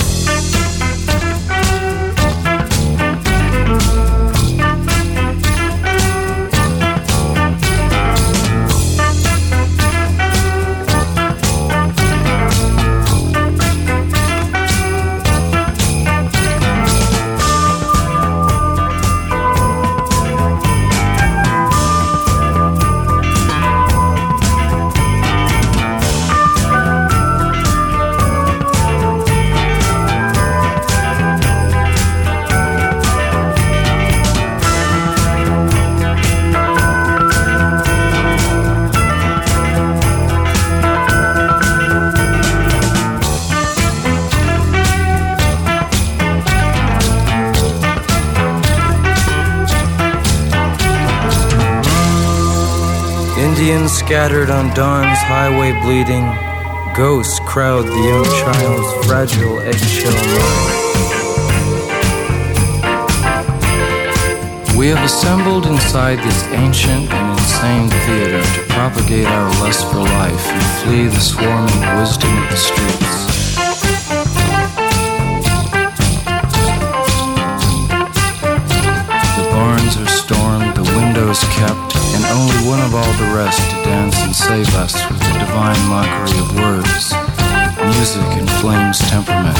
Indians scattered on dawn's highway bleeding. Ghosts crowd the young child's fragile eggshell mind. We have assembled inside this ancient and insane theater to propagate our lust for life and flee the swarming wisdom of the streets. The barns are stormed, the windows kept, and only one of all the rest to dance and save us with the divine mockery of words, music and flame's temperament.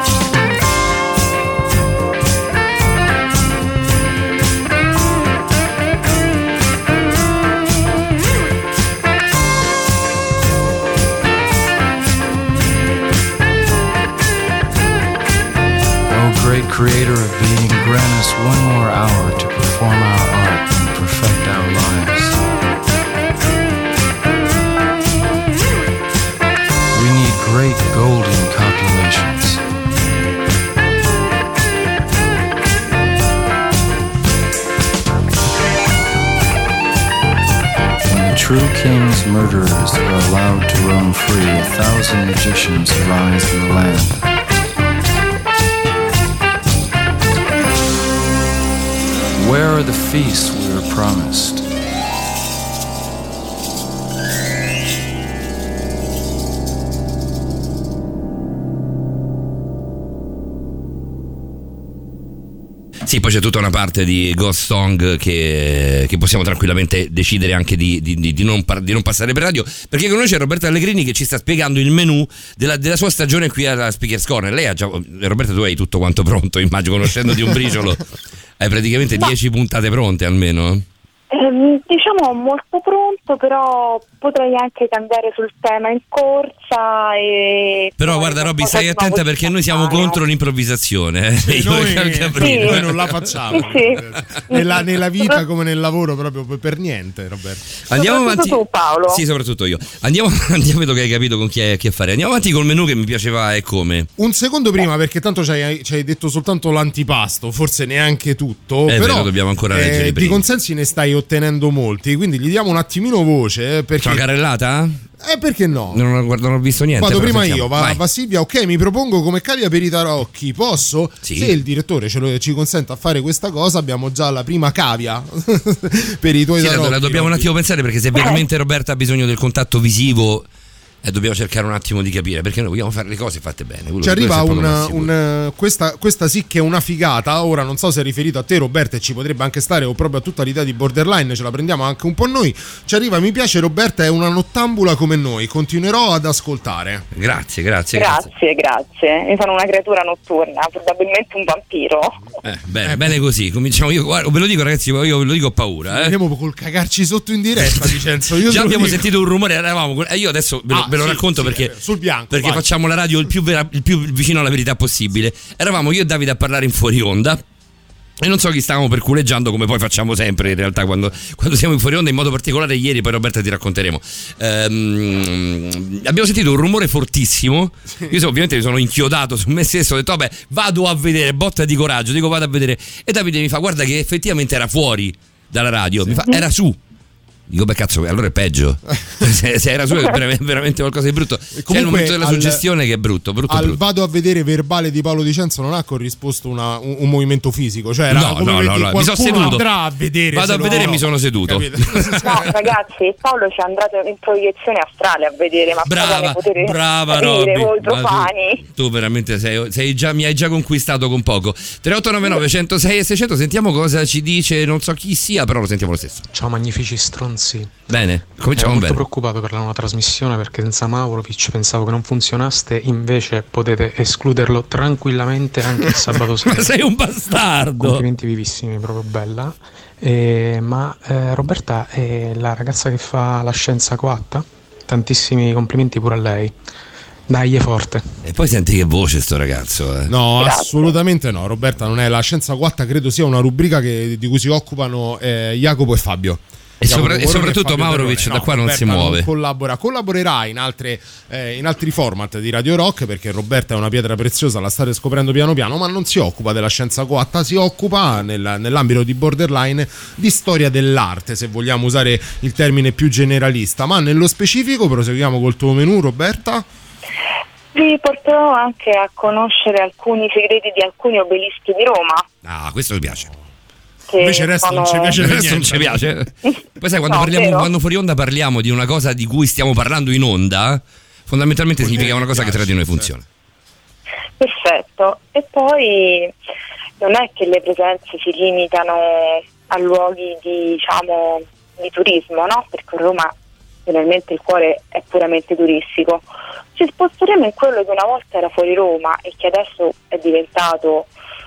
Oh, great creator of being, grant us one more hour to perform our art and perfect our lives. We need great golden copulations. When the true king's murderers are allowed to roam free, 1,000 magicians arise in the land. Where are the feasts we were promised? Sì, poi c'è tutta una parte di Ghost Song che possiamo tranquillamente decidere anche di non passare per radio, perché con noi c'è Roberta Allegrini che ci sta spiegando il menù della sua stagione qui alla Speakers Corner. Lei ha già, Roberta, tu hai tutto quanto pronto, immagino, conoscendo di un briciolo. Hai praticamente 10 puntate pronte almeno? Diciamo molto pronto, però potrei anche cambiare sul tema in corsa. Però guarda Robby, stai attenta perché noi siamo contro l'improvvisazione. Sì, noi non la facciamo. Sì. Nella vita come nel lavoro proprio per niente, Roberto. Andiamo avanti. Tu, Paolo. Sì, soprattutto io. Andiamo, vedo che hai capito con chi hai a che fare. Andiamo avanti col menù che mi piaceva e come. Un secondo prima, perché tanto ci hai detto soltanto l'antipasto, forse neanche tutto. Però vero, dobbiamo ancora leggere i primi. Di consensi ne stai ottenendo molti, quindi gli diamo un attimino voce. Perché... C'è una carrellata? Perché no? Non ho visto niente. Vado prima sentiamo. io, va Silvia. Ok, mi propongo come cavia per i tarocchi. Posso? Sì. Se il direttore ci consente a fare questa cosa, abbiamo già la prima cavia per i tuoi tarocchi. La dobbiamo un attimo pensare, perché se veramente Roberta ha bisogno del contatto visivo, Dobbiamo cercare un attimo di capire, perché noi vogliamo fare le cose fatte bene. Ci arriva questa sì che è una figata. Ora non so se è riferito a te, Roberta, e ci potrebbe anche stare, o proprio a tutta l'idea di Borderline, ce la prendiamo anche un po' noi. Ci arriva: mi piace Roberta, è una nottambula come noi, continuerò ad ascoltare. Grazie. Mi sono una creatura notturna, probabilmente un vampiro. Bene così, cominciamo. Io ve lo dico, ragazzi, io ve lo dico, ho paura. Andiamo col cagarci sotto in diretta, Vincenzo. Già abbiamo sentito un rumore, eravamo. Io adesso ve lo racconto perché sul bianco, perché facciamo la radio il più vicino alla verità possibile. Eravamo io e Davide a parlare in fuori onda e non so chi stavamo perculeggiando, come poi facciamo sempre in realtà quando siamo in fuori onda, in modo particolare ieri, poi Roberta ti racconteremo. Abbiamo sentito un rumore fortissimo. Io ovviamente mi sono inchiodato su me stesso, ho detto vabbè, vado a vedere, botta di coraggio, dico vado a vedere, e Davide mi fa guarda che effettivamente era fuori dalla radio, mi fa era su. Dico beh cazzo, allora è peggio. se era su è veramente qualcosa di brutto. C'è il momento della suggestione che è brutto. Vado a vedere verbale di Paolo Dicenzo non ha corrisposto un movimento fisico, cioè era no, mi sono seduto. Andrà a vedere, vado a vedere e mi sono seduto. No, ragazzi, Paolo ci è andato in proiezione astrale a vedere, ma brava Robby. Voi profani. Tu veramente mi hai già conquistato con poco. 3899 106 e 600, sentiamo cosa ci dice, non so chi sia, però lo sentiamo lo stesso. Ciao magnifici stronzi. Bene, cominciamo bene. Sono molto preoccupato per la nuova trasmissione perché senza Maurovic pensavo che non funzionaste, invece potete escluderlo tranquillamente anche il sabato sera. Ma sei un bastardo. Complimenti vivissimi, proprio bella. Ma Roberta è la ragazza che fa la scienza coatta? Tantissimi complimenti pure a lei. Dai, è forte. E poi senti che voce sto ragazzo. No, grazie. Assolutamente no. Roberta non è la scienza coatta, credo sia una rubrica di cui si occupano Jacopo e Fabio. E soprattutto Maurovic da qua non si muove. Collaborerà in altri format di Radio Rock, perché Roberta è una pietra preziosa, la state scoprendo piano piano, ma non si occupa della scienza coatta, si occupa nell'ambito di Borderline di storia dell'arte, se vogliamo usare il termine più generalista. Ma nello specifico proseguiamo col tuo menù, Roberta? Vi porterò anche a conoscere alcuni segreti di alcuni obelischi di Roma. Ah, questo mi piace. Invece il resto non ci piace, non ci piace. Poi sai, quando fuori onda parliamo di una cosa di cui stiamo parlando in onda, fondamentalmente significa una cosa che tra di noi funziona. Perfetto. E poi non è che le presenze si limitano a luoghi di turismo, no? Perché Roma generalmente il cuore è puramente turistico. Ci sposteremo in quello che una volta era fuori Roma e che adesso è diventato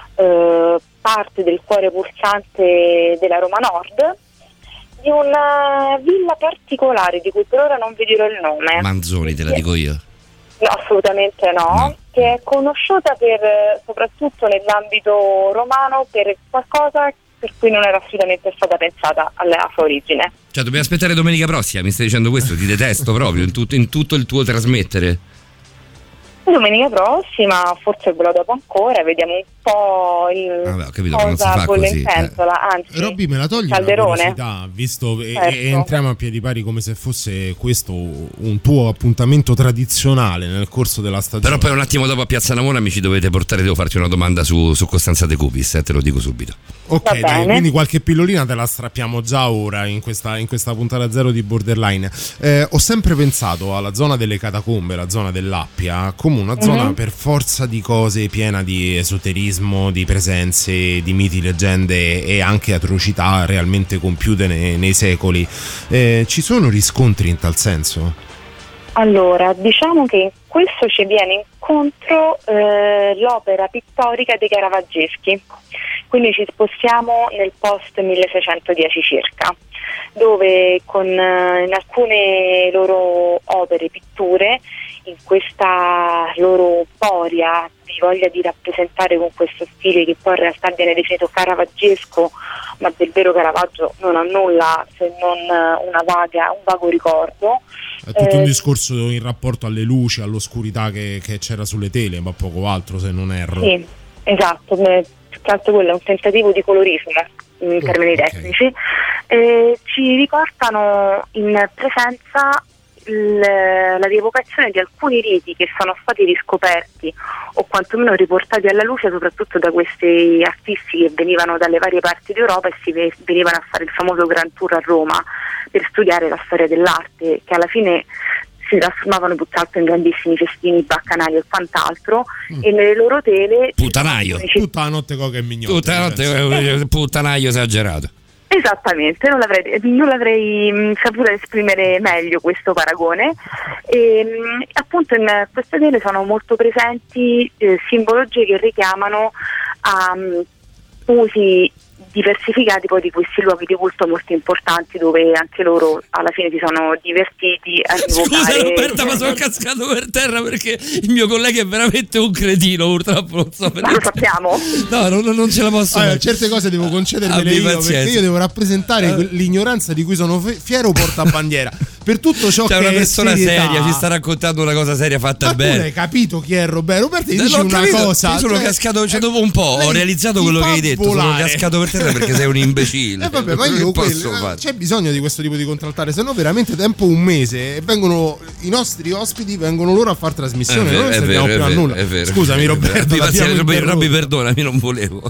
parte del cuore pulsante della Roma Nord, di una villa particolare di cui per ora non vi dirò il nome. Manzoni, te la dico io? No, assolutamente no. Che è conosciuta soprattutto nell'ambito romano per qualcosa per cui non era assolutamente stata pensata alla sua origine. Cioè dobbiamo aspettare domenica prossima, mi stai dicendo questo? Ti detesto proprio in tutto il tuo trasmettere. Domenica prossima, forse quello dopo ancora, vediamo un po' ho capito, cosa con così. in pentola, anzi Robby, me la togli calderone? Una curiosità, visto certo. E entriamo a piedi pari come se fosse questo un tuo appuntamento tradizionale nel corso della stagione. Però poi un attimo dopo a Piazza Navona mi ci dovete portare, devo farti una domanda su Costanza De Cupis, te lo dico subito. Ok, dai, quindi qualche pillolina te la strappiamo già ora in questa puntata zero di Borderline. Ho sempre pensato alla zona delle catacombe, la zona dell'Appia, come una zona per forza di cose piena di esoterismo, di presenze, di miti, leggende e anche atrocità realmente compiute nei secoli. Ci sono riscontri in tal senso? Allora, diciamo che in questo ci viene incontro l'opera pittorica dei Caravaggeschi, quindi ci spostiamo nel post 1610 circa, dove con in alcune loro opere, pitture, in questa loro poria di voglia di rappresentare con questo stile che poi in realtà viene definito caravaggesco, ma del vero Caravaggio non ha nulla se non un vago ricordo. È tutto un discorso in rapporto alle luci, all'oscurità che c'era sulle tele, ma poco altro, se non erro. Sì, esatto, più che altro quello è un tentativo di colorismo in termini tecnici. Ci riportano in presenza la rievocazione di alcuni riti che sono stati riscoperti o quantomeno riportati alla luce soprattutto da questi artisti che venivano dalle varie parti d'Europa e venivano a fare il famoso Grand Tour a Roma per studiare la storia dell'arte, che alla fine si trasformavano più che altro in grandissimi festini baccanali e quant'altro, e nelle loro tele Puttanaio. Tutta la notte coca e mignotta. Tutta la notte puttanaio esagerato. Esattamente, non l'avrei saputo esprimere meglio questo paragone. E appunto in queste tele sono molto presenti simbologie che richiamano a usi diversificati poi di questi luoghi di culto molto importanti, dove anche loro alla fine si sono divertiti a Scusa rievocare. Roberta, ma sono cascato per terra perché il mio collega è veramente un cretino, purtroppo non so perché. Ma lo sappiamo? No, non ce la posso fare. Certe cose devo concedermele Abbi io, pazienza. perché io devo rappresentare l'ignoranza di cui sono fiero portabandiera. Per tutto ciò C'è che una è persona serietà. seria, ci sta raccontando una cosa seria fatta Ma tu bene. hai capito chi è Roberto? Roberto ti L'ho dice una capito, cosa. io sono cioè, cascato, dopo un po', ho realizzato quello che hai detto, sono volare. cascato per terra perché sei un imbecille. Vabbè, ma Che io posso fare? c'è bisogno di questo tipo di contraltare, se no veramente tempo un mese e vengono i nostri ospiti, vengono loro a far trasmissione, noi non serviamo più a nulla. Scusami Roberto, Robby, perdonami, non volevo.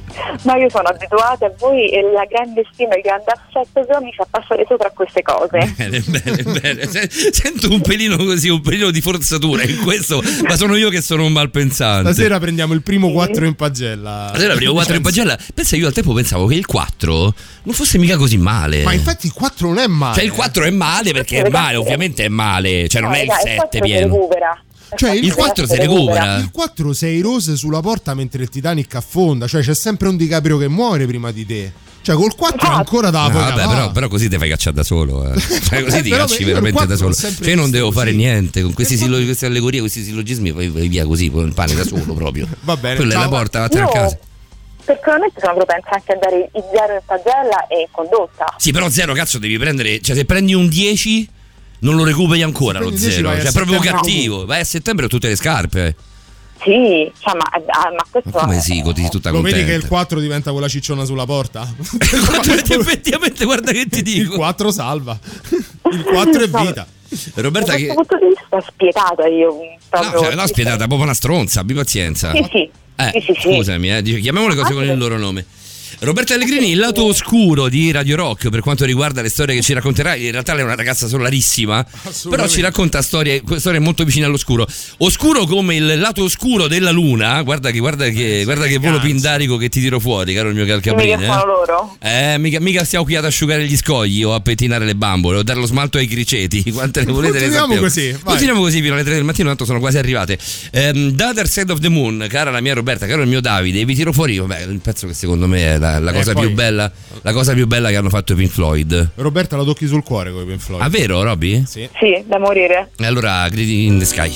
Ma io sono abituata a voi e la grande stima e il grande affetto che ho mi fa passare sopra a queste cose. Bene. Sento un pelino così, un pelino di forzatura in questo, ma sono io che sono un malpensante. Stasera prendiamo il primo 4 in pagella. Stasera primo 4 in pagella. Pensa, io al tempo pensavo che il 4 non fosse mica così male. Ma infatti il 4 non è male. Cioè il 4 è male perché è male, ovviamente è male, cioè non è il 7 pieno. Cioè Il 4 si recupera. Il 4 sei Rose sulla porta mentre il Titanic affonda, cioè c'è sempre un DiCaprio che muore prima di te. Cioè col 4 ancora da Vabbè, però così ti fai cacciare da solo. Cioè, così ti Però cacci io veramente il da 4 solo. l'ho sempre Cioè io non visto devo fare così. niente con queste allegorie, questi sillogismi, poi vai via così, con il pane da solo proprio. Va bene. Quella è la ciao. porta, vattene a Io casa. personalmente sono propensa anche a dare il 0 in pagella e in condotta. Sì, però 0 cazzo devi prendere, cioè se prendi un 10 non lo recuperi ancora Se lo prendi 10 0, vai a cioè è proprio settembre. cattivo. Vai a settembre con tutte le scarpe. Sì, cioè, ma questo Ma come si così tutta Lo contenta? vedi che il 4 diventa quella cicciona sulla porta? Effettivamente, guarda che ti dico. Il 4 salva. Il 4 è vita. Roberta da che questo punto di vista spietata io proprio. no, cioè, l'ho spiegata, proprio una stronza, abbi pazienza. Sì. Scusami, chiamiamo le cose con il loro nome. Roberta Allegrini, il lato oscuro di Radio Rock per quanto riguarda le storie che ci racconterà. In realtà lei è una ragazza solarissima, però ci racconta storie molto vicine all'oscuro. Oscuro come il lato oscuro della luna. Guarda che volo pindarico che ti tiro fuori, caro il mio calcabrine. Mica sono loro? Mica stiamo qui ad asciugare gli scogli o a pettinare le bambole o dare lo smalto ai criceti. Quante ne volete? Continuiamo così, vai. Continuiamo così fino alle 3 del mattino, tanto sono quasi arrivate. The Other Side of the Moon, cara la mia Roberta, caro il mio Davide, vi tiro fuori il pezzo che secondo me è la cosa poi- più bella, la cosa più bella che hanno fatto i Pink Floyd. Roberta la tocchi sul cuore con i Pink Floyd. Ah, vero, Robby? Sì. Sì, da morire. E allora gridi in the sky.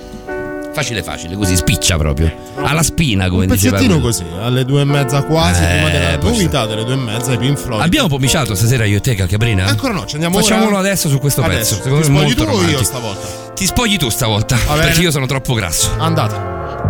Facile, così spiccia proprio. Alla spina, come Un diceva. pezzettino quello. così, alle 2:30 quasi, prima della poi novità delle 2:30 i Pink Floyd. Abbiamo pomiciato stasera io e te, Calcabrina? Ancora no, ci andiamo Facciamolo ora? adesso su questo Adesso. pezzo. Secondo Ti me è spogli molto tu o io romantico. stavolta? Ti spogli tu stavolta, Va bene. perché io sono troppo grasso. Andate.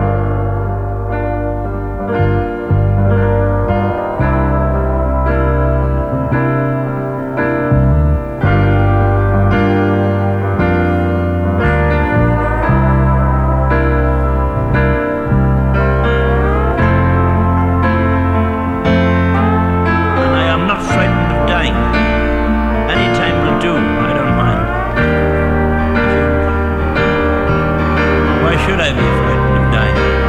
And I am not frightened of dying. Any time will do, I don't mind. Why should I be frightened of dying?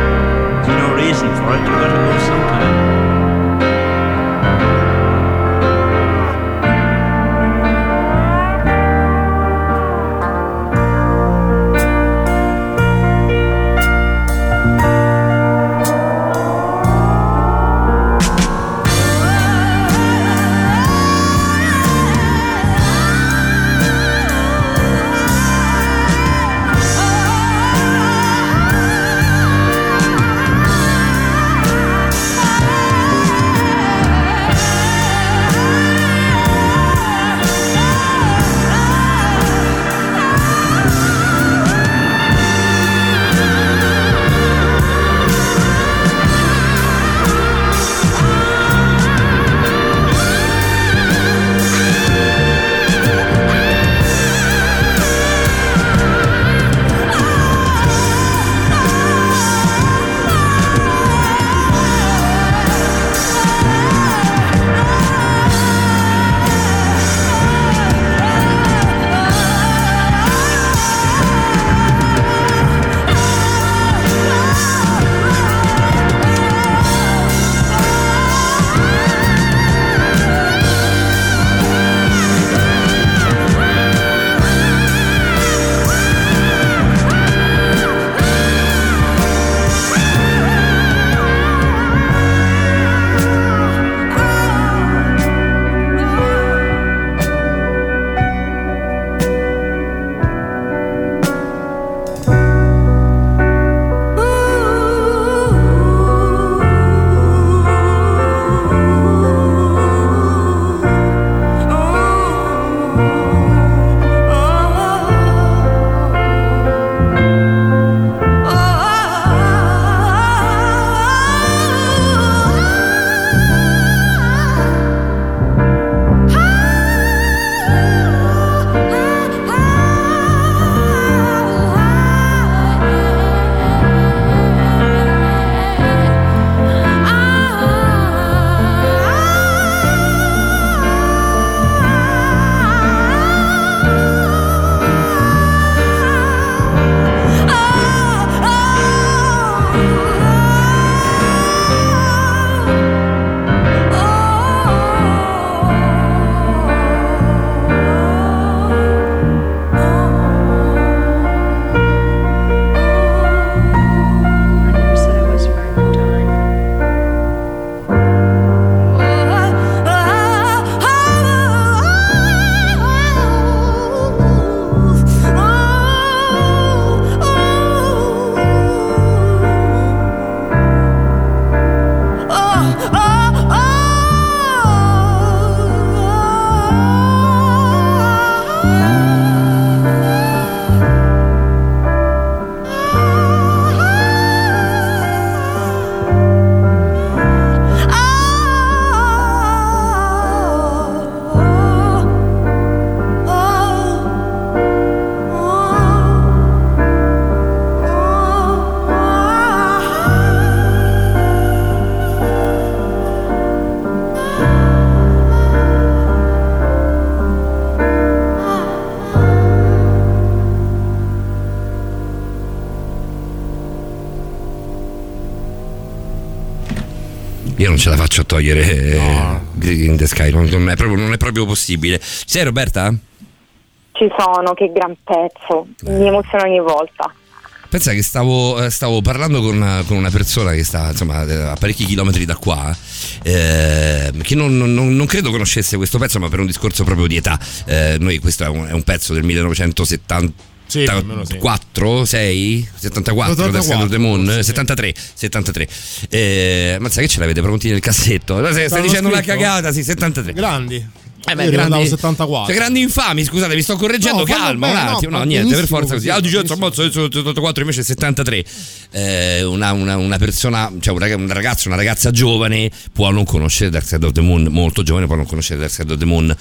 Io non ce la faccio a togliere in the Sky, non è proprio possibile. Ci sei, Roberta? Ci sono, che gran pezzo, mi emoziona ogni volta. Pensa che stavo parlando con una persona che sta insomma a parecchi chilometri da qua, che non credo conoscesse questo pezzo, ma per un discorso proprio di età. Noi questo è un pezzo del 1970. 74, 6, 74 Dark Side of the Moon, 73. Ma sai che ce l'avete pronti nel cassetto? Stai dicendo una cagata, sì, 73. Grandi. Grandi 74. Cioè, grandi infami, scusate, vi sto correggendo, calma, un attimo. No, niente, per forza così. 18 ammazzo, 84 invece 73. Una persona, cioè un ragazzo, una ragazza giovane può non conoscere Dark Side of the Moon, molto giovane può non conoscere Dark Side of the Moon.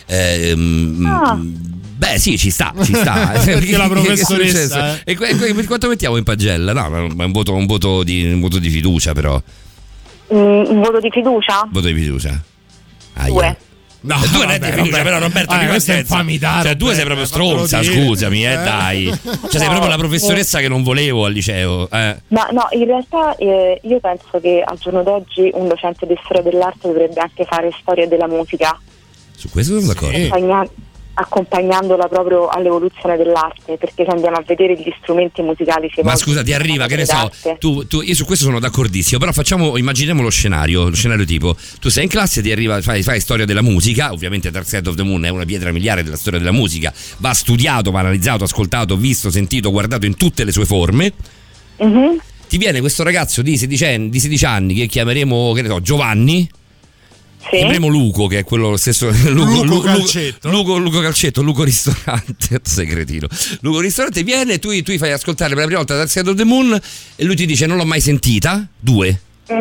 Beh sì, ci sta perché la professoressa e quanto mettiamo in pagella? No, ma è un voto di fiducia, però un voto di fiducia? Voto di fiducia. 2. No, tu non è di fiducia, però Roberta, questa è infamità. Cioè, tu sei proprio stronza, scusami, dai. Cioè, sei proprio la professoressa che non volevo al liceo. Ma no, in realtà io penso che al giorno d'oggi un docente di storia dell'arte dovrebbe anche fare storia della musica. Su questo sono d'accordo. Accompagnandola proprio all'evoluzione dell'arte, perché se andiamo a vedere gli strumenti musicali ma scusa, ti arriva, che ne so, tu io su questo sono d'accordissimo, però immaginiamo lo scenario tipo, tu sei in classe, ti arriva, fai storia della musica, ovviamente Dark Side of the Moon è una pietra miliare della storia della musica, va studiato, va analizzato, ascoltato, visto, sentito, guardato in tutte le sue forme. Ti viene questo ragazzo di 16 anni che chiameremo, che ne so, Giovanni. Sì. Chiameremo Luco, che è quello lo stesso. Luco Calcetto. Luco Calcetto, Luco Ristorante. Sei cretino. Luco Ristorante viene, tu fai ascoltare per la prima volta Dark Side of the Moon e lui ti dice: non l'ho mai sentita. 2.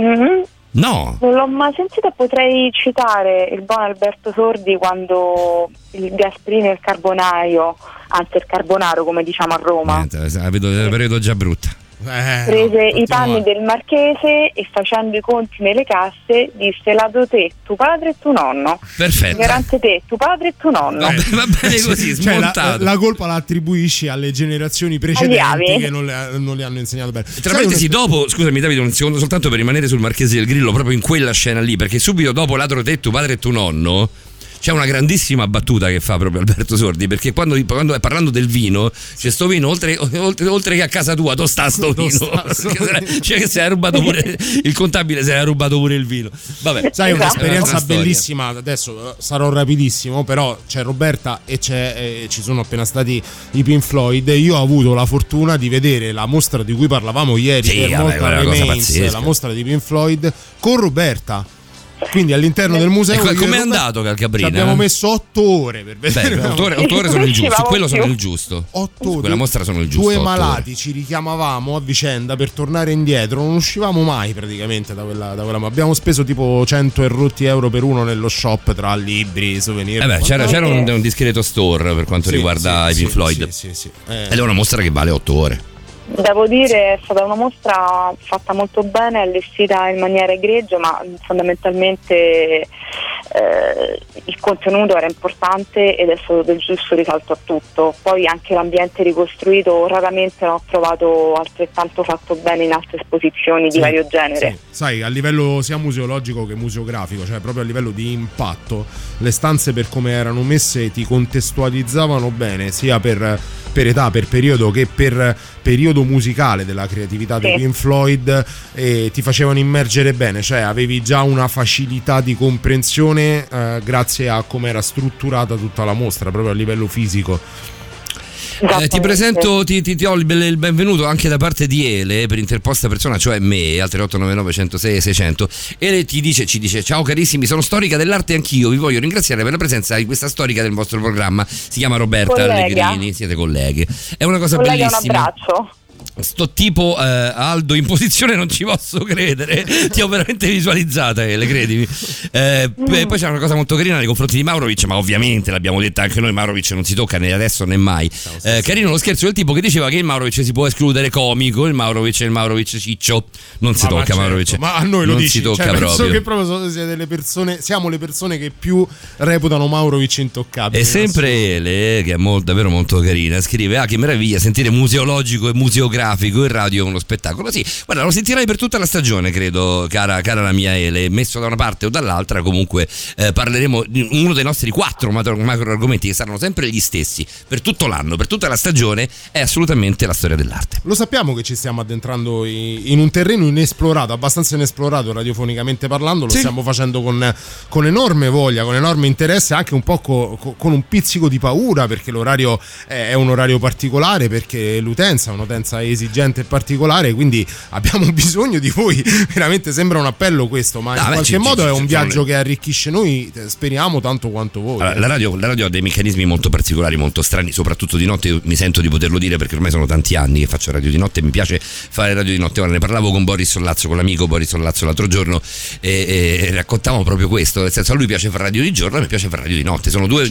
No. Non l'ho mai sentita, potrei citare il buon Alberto Sordi quando il Gasperini e il Carbonaio, anzi il Carbonaro come diciamo a Roma. La vedo già brutta. Prese i panni del marchese e facendo i conti nelle casse disse: lato te, tuo padre e tuo nonno. Perfetto. Garante te, tuo padre e tuo nonno. Va bene così, smontato. La colpa la attribuisci alle generazioni precedenti che non le hanno insegnato bene. Tra parentesi, dopo, scusami Davide, un secondo soltanto per rimanere sul Marchese del Grillo, proprio in quella scena lì, perché subito dopo lato te, tuo padre e tuo nonno c'è una grandissima battuta che fa proprio Alberto Sordi, perché quando è parlando del vino, c'è sto vino oltre che a casa tua, dove sta sto vino? Cioè che si è rubato pure il contabile, si è rubato pure il vino. Vabbè, sai, un'esperienza bellissima. Adesso sarò rapidissimo, però c'è Roberta e ci sono appena stati i Pink Floyd. Io ho avuto la fortuna di vedere la mostra di cui parlavamo ieri, sì, la mostra di Pink Floyd con Roberta. Quindi all'interno del museo com'è andato Calcabrina? Ci abbiamo messo 8 ore per vedere. 8 ore sono il giusto, quello sono il giusto. 8 ore. Quella mostra sono il giusto. 2 malati ci richiamavamo a vicenda per tornare indietro, non uscivamo mai praticamente da quella. Abbiamo speso tipo 100 e rotti euro per uno nello shop tra libri, souvenir. C'era un discreto store per quanto riguarda i Pink Floyd. Sì. Ed è una mostra che vale 8 ore. Devo dire è stata una mostra fatta molto bene, allestita in maniera egregia, ma fondamentalmente il contenuto era importante ed è stato del giusto risalto a tutto. Poi anche l'ambiente ricostruito raramente l'ho trovato altrettanto fatto bene in altre esposizioni di vario genere. Sì. Sai, a livello sia museologico che museografico, cioè proprio a livello di impatto, le stanze per come erano messe ti contestualizzavano bene sia per età, per periodo che per periodo musicale della creatività dei Pink Floyd, e ti facevano immergere bene, cioè avevi già una facilità di comprensione grazie a come era strutturata tutta la mostra proprio a livello fisico. Ti presento, ti do il benvenuto anche da parte di Ele per interposta persona, cioè me, al 3899 106 600. Ele ci dice: ciao carissimi, sono storica dell'arte anch'io, vi voglio ringraziare per la presenza di questa storica del vostro programma. Si chiama Roberta Allegrini, siete colleghe, è una cosa bellissima. Un abbraccio. Sto tipo Aldo in posizione non ci posso credere, ti ho veramente visualizzata, Ele, credimi. Poi c'è una cosa molto carina nei confronti di Maurovic, ma ovviamente l'abbiamo detta anche noi, Maurovic non si tocca né adesso né mai. Carino lo scherzo del tipo che diceva che il Maurovic si può escludere comico, il Maurovic ciccio, non si tocca, certo. Maurovic, ma a noi lo non dici, si tocca, cioè, proprio. Che proprio siamo le persone che più reputano Maurovic intoccabile. E sempre Ele, che è davvero molto carina, scrive: che meraviglia sentire museologico e museografico cinematografico, il radio è uno spettacolo. Sì, guarda, lo sentirai per tutta la stagione, credo, cara la mia Ele, messo da una parte o dall'altra. Comunque parleremo di uno dei nostri 4 macro argomenti, che saranno sempre gli stessi per tutto l'anno, per tutta la stagione, è assolutamente la storia dell'arte. Lo sappiamo che ci stiamo addentrando in un terreno inesplorato, abbastanza inesplorato radiofonicamente parlando. Lo stiamo facendo con enorme voglia, con enorme interesse, anche un po' con un pizzico di paura, perché l'orario è un orario particolare, perché l'utenza è un'utenza esigente e particolare, quindi abbiamo bisogno di voi. Veramente sembra un appello questo, ma in qualche modo è un viaggio che arricchisce noi, speriamo, tanto quanto voi. Allora, la radio ha dei meccanismi molto particolari, molto strani, soprattutto di notte. Io mi sento di poterlo dire perché ormai sono tanti anni che faccio radio di notte e mi piace fare radio di notte. Ora ne parlavo con Boris Sollazzo, con l'amico Boris Sollazzo l'altro giorno, e raccontavamo proprio questo, nel senso, a lui piace fare radio di giorno, a me piace fare radio di notte. Sono due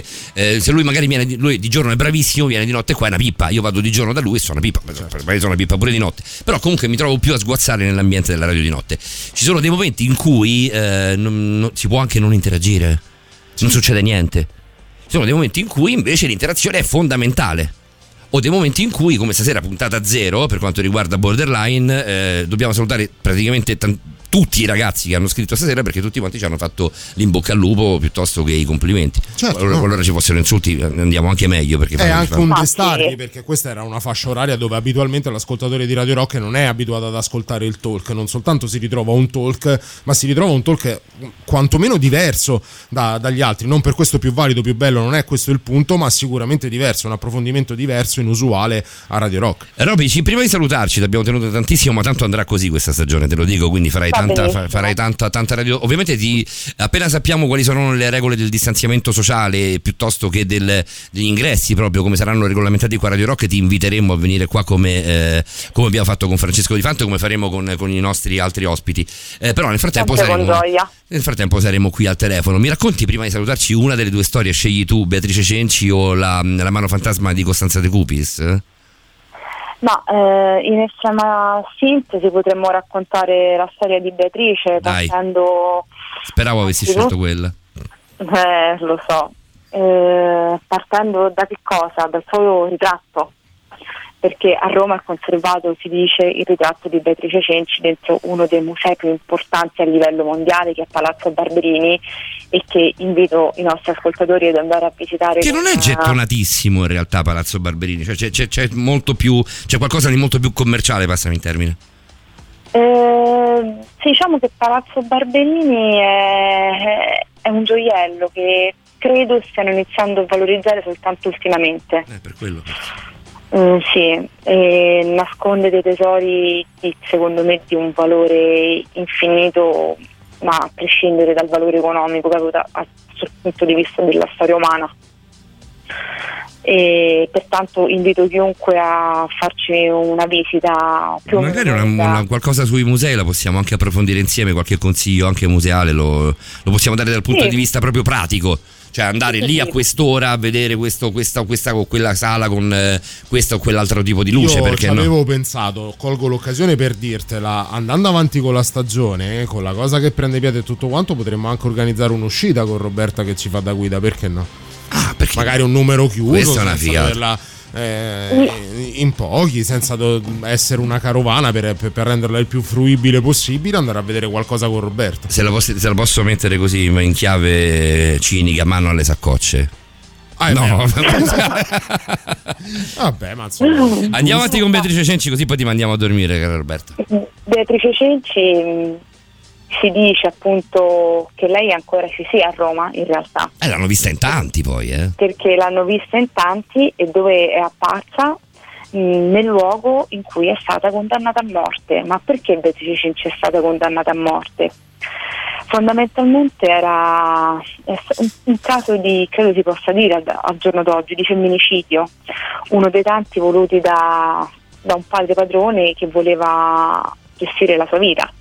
se lui magari viene lui di giorno è bravissimo, viene di notte qua è una pippa. Io vado di giorno da lui e sono una pippa, magari sono una pippa pure di notte, però comunque mi trovo più a sguazzare nell'ambiente della radio di notte. Ci sono dei momenti in cui si può anche non interagire, non succede niente. Ci sono dei momenti in cui invece l'interazione è fondamentale, o dei momenti in cui, come stasera puntata 0 per quanto riguarda Borderline, dobbiamo salutare praticamente tutti i ragazzi che hanno scritto stasera, perché tutti quanti ci hanno fatto l'in bocca al lupo piuttosto che i complimenti. Certo, qualora ci fossero insulti andiamo anche meglio, perché è anche un destardi, perché questa era una fascia oraria dove abitualmente l'ascoltatore di Radio Rock non è abituato ad ascoltare il talk. Non soltanto si ritrova un talk, ma si ritrova un talk quantomeno diverso dagli altri. Non per questo più valido, più bello, non è questo il punto, ma sicuramente diverso, un approfondimento diverso, inusuale a Radio Rock. Roby, prima di salutarci, ti abbiamo tenuto tantissimo, ma tanto andrà così questa stagione, te lo dico, quindi farai tanta radio. Ovviamente appena sappiamo quali sono le regole del distanziamento sociale, piuttosto che degli ingressi, proprio come saranno regolamentati qua a Radio Rock, ti inviteremo a venire qua come abbiamo fatto con Francesco Di Fanto e come faremo con i nostri altri ospiti. Però nel frattempo saremo qui al telefono. Mi racconti, prima di salutarci, una delle 2 storie? Scegli tu, Beatrice Cenci o la mano fantasma di Costanza De Cupis? Ma in estrema sintesi potremmo raccontare la storia di Beatrice. Dai. Partendo... Speravo avessi scelto quella. Lo so. Partendo da che cosa? Dal suo ritratto. Perché a Roma è conservato, si dice, il ritratto di Beatrice Cenci dentro uno dei musei più importanti a livello mondiale, che è Palazzo Barberini, e che invito i nostri ascoltatori ad andare a visitare. Che non è gettonatissimo in realtà Palazzo Barberini, cioè c'è molto più, c'è qualcosa di molto più commerciale, passami il termine. Sì, diciamo che Palazzo Barberini è un gioiello che credo stiano iniziando a valorizzare soltanto ultimamente. Per quello. Sì, nasconde dei tesori secondo me di un valore infinito, ma a prescindere dal valore economico, proprio dal punto di vista della storia umana. E pertanto invito chiunque a farci una visita più magari qualcosa sui musei la possiamo anche approfondire insieme, qualche consiglio anche museale lo possiamo dare dal punto di vista proprio pratico. Cioè andare lì a quest'ora a vedere quella sala con questo o quell'altro tipo di luce. Perché no? Avevo pensato, colgo l'occasione per dirtela, andando avanti con la stagione, con la cosa che prende piede e tutto quanto, potremmo anche organizzare un'uscita con Roberta che ci fa da guida, perché no? Perché magari un numero chiuso, questa è una figata. In pochi, senza essere una carovana, per renderla il più fruibile possibile, andare a vedere qualcosa con Roberto. Se la posso mettere così in chiave cinica, mano alle saccocce. No. Vabbè, ma insomma, andiamo avanti con Beatrice Cenci, così poi ti mandiamo a dormire, cara Roberta. Beatrice Cenci, si dice appunto che lei ancora ci sia a Roma, in realtà. L'hanno vista in tanti poi, Perché l'hanno vista in tanti, e dove è apparsa nel luogo in cui è stata condannata a morte. Ma perché Beatrice Cenci è stata condannata a morte? Fondamentalmente era un caso di, credo si possa dire al giorno d'oggi, di femminicidio, uno dei tanti voluti da un padre padrone che voleva gestire la sua vita.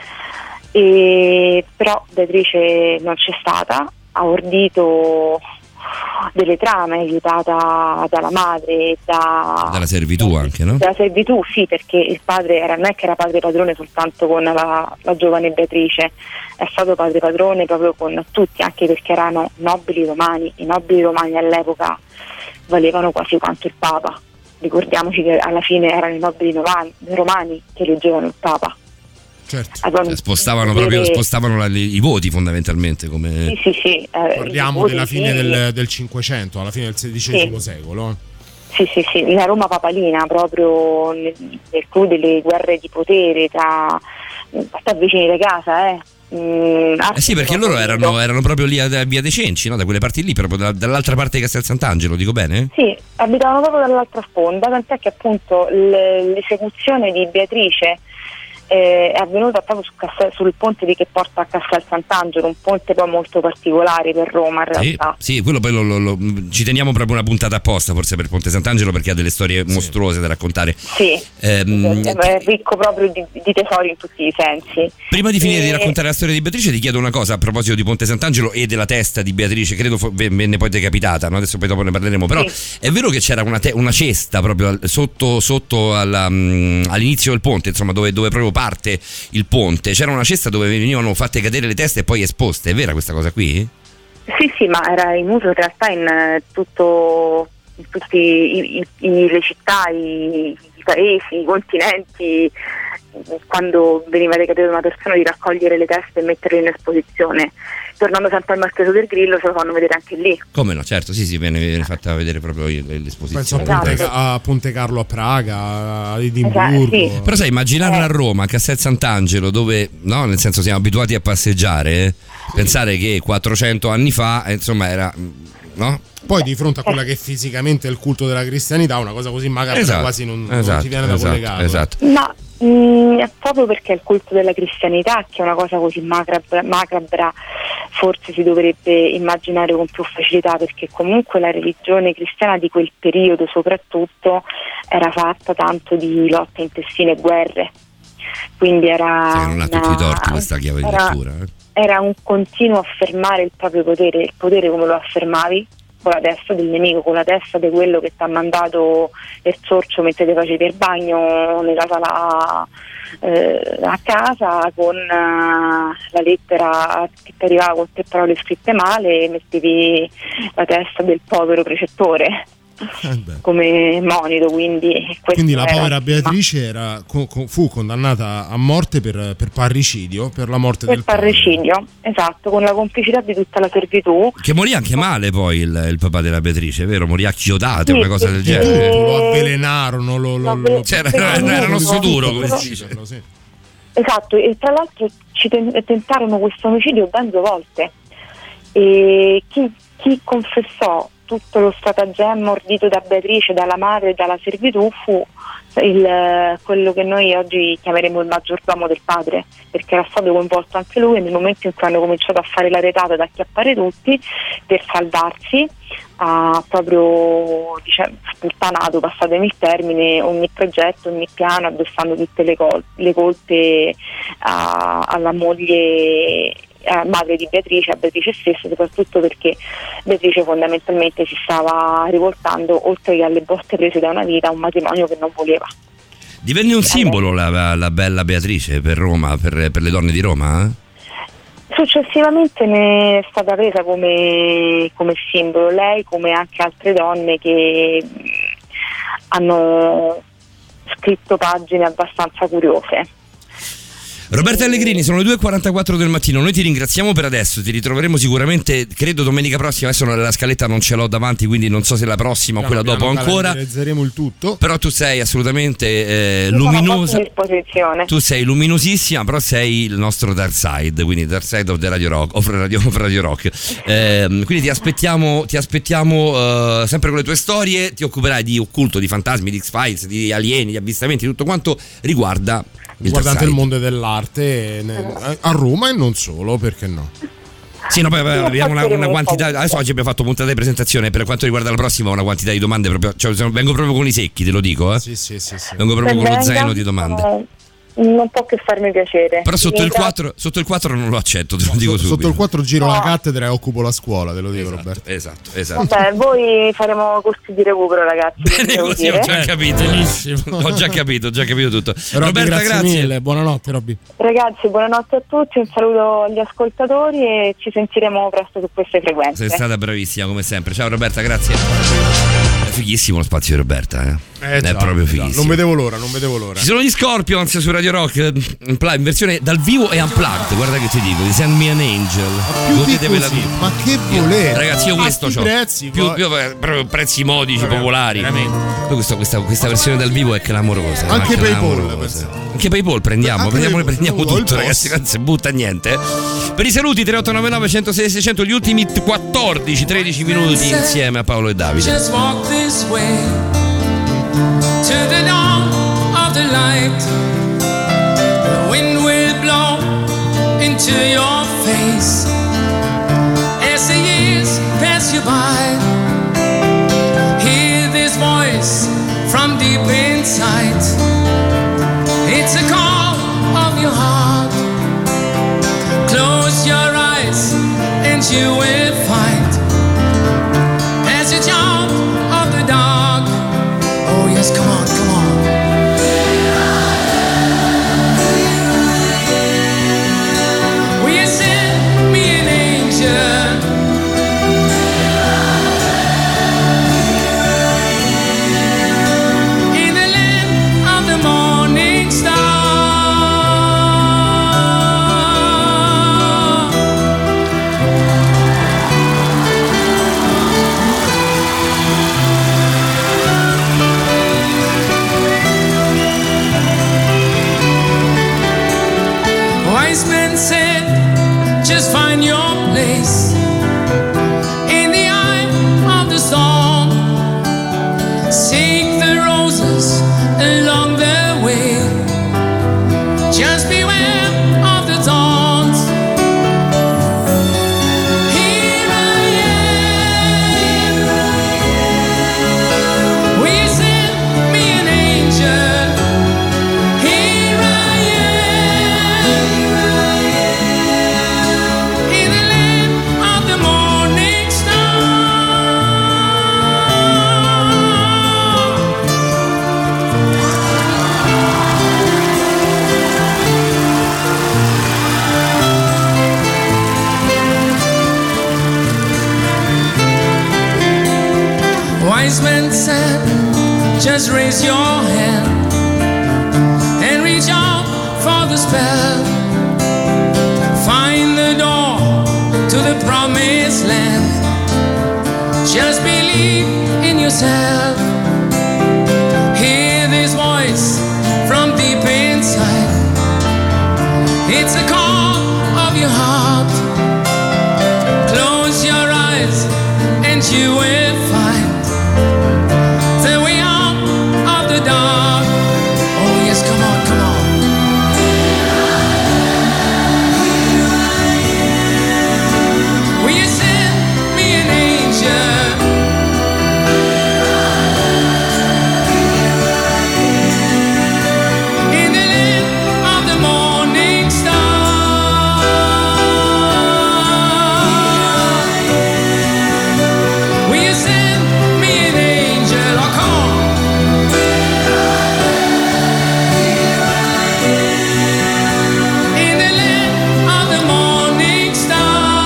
Però Beatrice non c'è stata, ha ordito delle trame, aiutata dalla madre, dalla servitù anche, no? Dalla servitù, sì, perché il padre non è che era padre padrone soltanto con la giovane Beatrice, è stato padre padrone proprio con tutti, anche perché erano nobili romani. I nobili romani all'epoca valevano quasi quanto il Papa, ricordiamoci che alla fine erano i nobili romani che eleggevano il Papa. Certo. Spostavano i voti fondamentalmente come... Sì. Parliamo della fine del 500, alla fine del XVI secolo. Sì, la Roma papalina, proprio nel clou delle guerre di potere tra vicini di casa, sì, perché loro erano proprio lì a Via dei Cenci, no? Da quelle parti lì, proprio dall'altra parte di Castel Sant'Angelo, dico bene? Sì, abitavano proprio dall'altra sponda, tant'è che appunto l'esecuzione di Beatrice è avvenuta proprio sul ponte che porta a Castel Sant'Angelo, un ponte poi molto particolare per Roma in realtà. Sì, quello poi ci teniamo proprio una puntata apposta forse per Ponte Sant'Angelo, perché ha delle storie mostruose da raccontare. Sì, è ricco proprio di tesori in tutti i sensi. Prima di finire di raccontare la storia di Beatrice, ti chiedo una cosa a proposito di Ponte Sant'Angelo e della testa di Beatrice, credo venne poi decapitata, no? Adesso poi dopo ne parleremo, però è vero che c'era una cesta proprio sotto all'inizio del ponte, insomma dove proprio parte il ponte, c'era una cesta dove venivano fatte cadere le teste e poi esposte, è vera questa cosa qui? Sì, ma era in uso in realtà in tutte le città, i paesi, i continenti, quando veniva decaduta una persona, di raccogliere le teste e metterle in esposizione. Tornando sempre al Marcheso del Grillo, se lo fanno vedere anche lì. Come no, certo, sì, viene fatta vedere proprio l'esposizione. Penso a Ponte Carlo a Praga, a Edimburgo. Sì. Però sai, immaginare a Roma, a Castel Sant'Angelo, dove, no, nel senso siamo abituati a passeggiare, pensare che 400 anni fa, insomma, era, no? Poi di fronte a quella che è fisicamente il culto della cristianità, una cosa così macabra quasi non ti viene da collegare. Esatto. No, è proprio perché il culto della cristianità, che è una cosa così macabra, forse si dovrebbe immaginare con più facilità, perché comunque la religione cristiana di quel periodo soprattutto era fatta tanto di lotte intestine e guerre, quindi era non ha tutti i torti questa chiave di lettura. Era un continuo affermare il proprio potere, il potere come lo affermavi? Con la testa del nemico, con la testa di quello che ti ha mandato il sorcio mentre ti facevi il bagno nella sala a casa, con la lettera che ti arrivava con 3 parole scritte male, mettevi la testa del povero precettore come monito, quindi la povera Beatrice fu condannata a morte per parricidio, per la morte del parricidio, esatto, con la complicità di tutta la servitù, che morì anche male poi il papà della Beatrice, vero? Morì a chiodate, una cosa del genere. Lo avvelenarono, era un osso duro, come si dice. Esatto, e tra l'altro ci tentarono questo omicidio ben 2 volte, e chi confessò tutto lo stratagemma ordito da Beatrice, dalla madre e dalla servitù fu quello che noi oggi chiameremo il maggiordomo del padre, perché era stato coinvolto anche lui, e nel momento in cui hanno cominciato a fare la retata, ad acchiappare tutti, per saldarsi, ha proprio sputtanato, passatemi il termine, ogni progetto, ogni piano, addossando tutte le colpe alla moglie, madre di Beatrice, a Beatrice stessa, soprattutto perché Beatrice fondamentalmente si stava rivoltando, oltre che alle botte prese da una vita, a un matrimonio che non voleva. Divenne un simbolo la bella Beatrice per Roma, per le donne di Roma? Successivamente ne è stata presa come simbolo lei, come anche altre donne che hanno scritto pagine abbastanza curiose. Roberta Allegrini, sono le 2:44 del mattino, noi ti ringraziamo per adesso, ti ritroveremo sicuramente, credo domenica prossima, adesso la scaletta non ce l'ho davanti, quindi non so se la prossima o quella dopo ancora, realizzeremo il tutto, però tu sei assolutamente luminosa, tu sei luminosissima, però sei il nostro Dark Side, quindi Dark Side of the Radio Rock, of Radio Rock. Quindi ti aspettiamo sempre con le tue storie, ti occuperai di occulto, di fantasmi, di X-Files, di alieni, di avvistamenti, tutto quanto riguardante il mondo dell'arte a Roma e non solo, perché no? Sì, no, poi abbiamo una quantità. Adesso oggi abbiamo fatto puntata di presentazione. Per quanto riguarda la prossima, una quantità di domande proprio. Cioè, vengo proprio con i secchi, te lo dico. Sì. Vengo proprio con lo zaino di domande. Non può che farmi piacere. Però sotto il 4 non lo accetto, te lo dico subito. Sotto il 4 giro la cattedra e occupo la scuola, te lo dico, Roberto. Esatto. Vabbè, voi faremo corsi di recupero, ragazzi. Bene così, ho già capito. Benissimo. Ho già capito tutto. Roberta, grazie mille. Buonanotte, Robby. Ragazzi, buonanotte a tutti, un saluto agli ascoltatori e ci sentiremo presto su queste frequenze. Sei stata bravissima come sempre. Ciao Roberta, grazie. fighissimo lo spazio di Roberta, è già, proprio già. fighissimo. Non vedevo l'ora. Ci sono gli Scorpions su Radio Rock in versione dal vivo e unplugged. Guarda che ti dico, di Send Me an Angel. Godetevela così, tutta. ma che volete? Ragazzi, io questo c'ho. Prezzi, Più proprio prezzi modici, popolari. Veramente. Questa versione dal vivo è clamorosa. Anche ma PayPal, clamorosa. Anche PayPal prendiamo tutto, ragazzi, non si butta niente. Per i saluti 3899 106 600, gli ultimi 13 minuti insieme a Paolo e Davide. Just walk this way to the dawn of the light. The wind will blow into your face as the years pass you by. Hear this voice from deep inside. It's a call of your heart. Close your eyes and you will find as you jump of the dark. Oh yes, come on, come on. Will you send me an angel? In the land of the morning star. Wise men said, just find your place in the eye of the storm. Seek the roses along the way. Just beware of the thorns. Here I am. Will you send me an angel? Here I am. In the land of the morning star. Wise men said, just raise your hand and reach out for the spell. Find the door to the promised land. Just believe in yourself. Hear this voice from deep inside. It's a call of your heart. Close your eyes and you will find the way out of the dark. Oh yes, come on, come on. Will you send me an angel? In the land of the morning star. Will you send me an angel? Oh, come on. In the land of the morning star.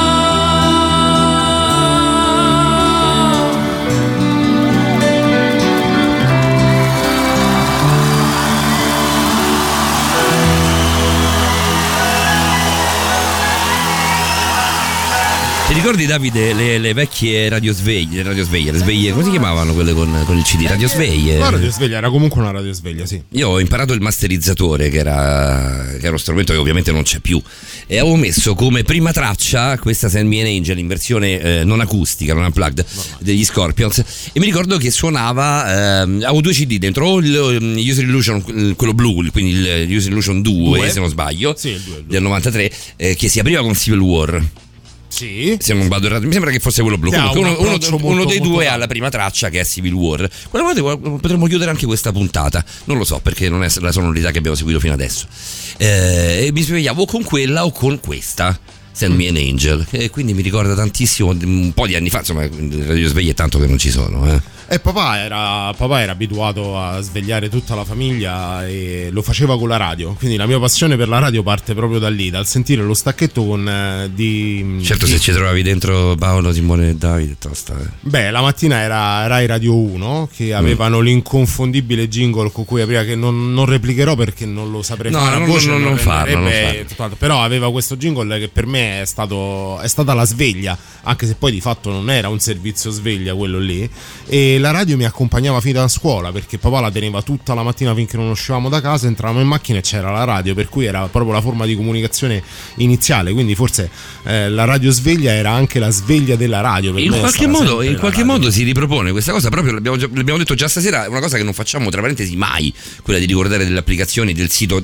Ti ricordi, Davide, le vecchie radiosveglie, le sveglie, come si chiamavano quelle con il CD? Radiosveglie? La radiosveglia era comunque una radiosveglia, sì. Io ho imparato il masterizzatore, che era uno strumento che ovviamente non c'è più, e avevo messo come prima traccia questa Send Me an Angel in versione non acustica, non unplugged, degli Scorpions, e mi ricordo che suonava, avevo due CD dentro, o il User Illusion, quello blu, quindi il User Illusion 2, se non sbaglio, sì, il 2. del 93, che si apriva con Civil War. Sì. Se non vado errato, mi sembra che fosse quello blu. Ha Comunque uno dei due molto ha la prima traccia, che è Civil War. Quella volta potremmo chiudere anche questa puntata. Non lo so, perché non è la sonorità che abbiamo seguito fino adesso. E mi svegliavo o con quella o con questa, Send Me an Angel. E quindi mi ricorda tantissimo, un po' di anni fa. Insomma, le radiosveglie è tanto che non ci sono, E papà era abituato a svegliare tutta la famiglia e lo faceva con la radio, quindi la mia passione per la radio parte proprio da lì, dal sentire lo stacchetto Certo, se ci trovavi dentro Paolo, Simone e Davide, tosta. Beh, la mattina era Rai Radio 1 che avevano l'inconfondibile jingle con cui apriva, che non replicherò perché non lo saprei fare a voce, non farlo. Però aveva questo jingle che per me è stata la sveglia, anche se poi di fatto non era un servizio sveglia quello lì, e la radio mi accompagnava fino a scuola perché papà la teneva tutta la mattina finché non uscivamo da casa, entravamo in macchina e c'era la radio, per cui era proprio la forma di comunicazione iniziale, quindi forse la radio sveglia era anche la sveglia della radio. Per in qualche modo si ripropone questa cosa, proprio l'abbiamo detto già stasera, è una cosa che non facciamo tra parentesi mai, quella di ricordare delle applicazioni del sito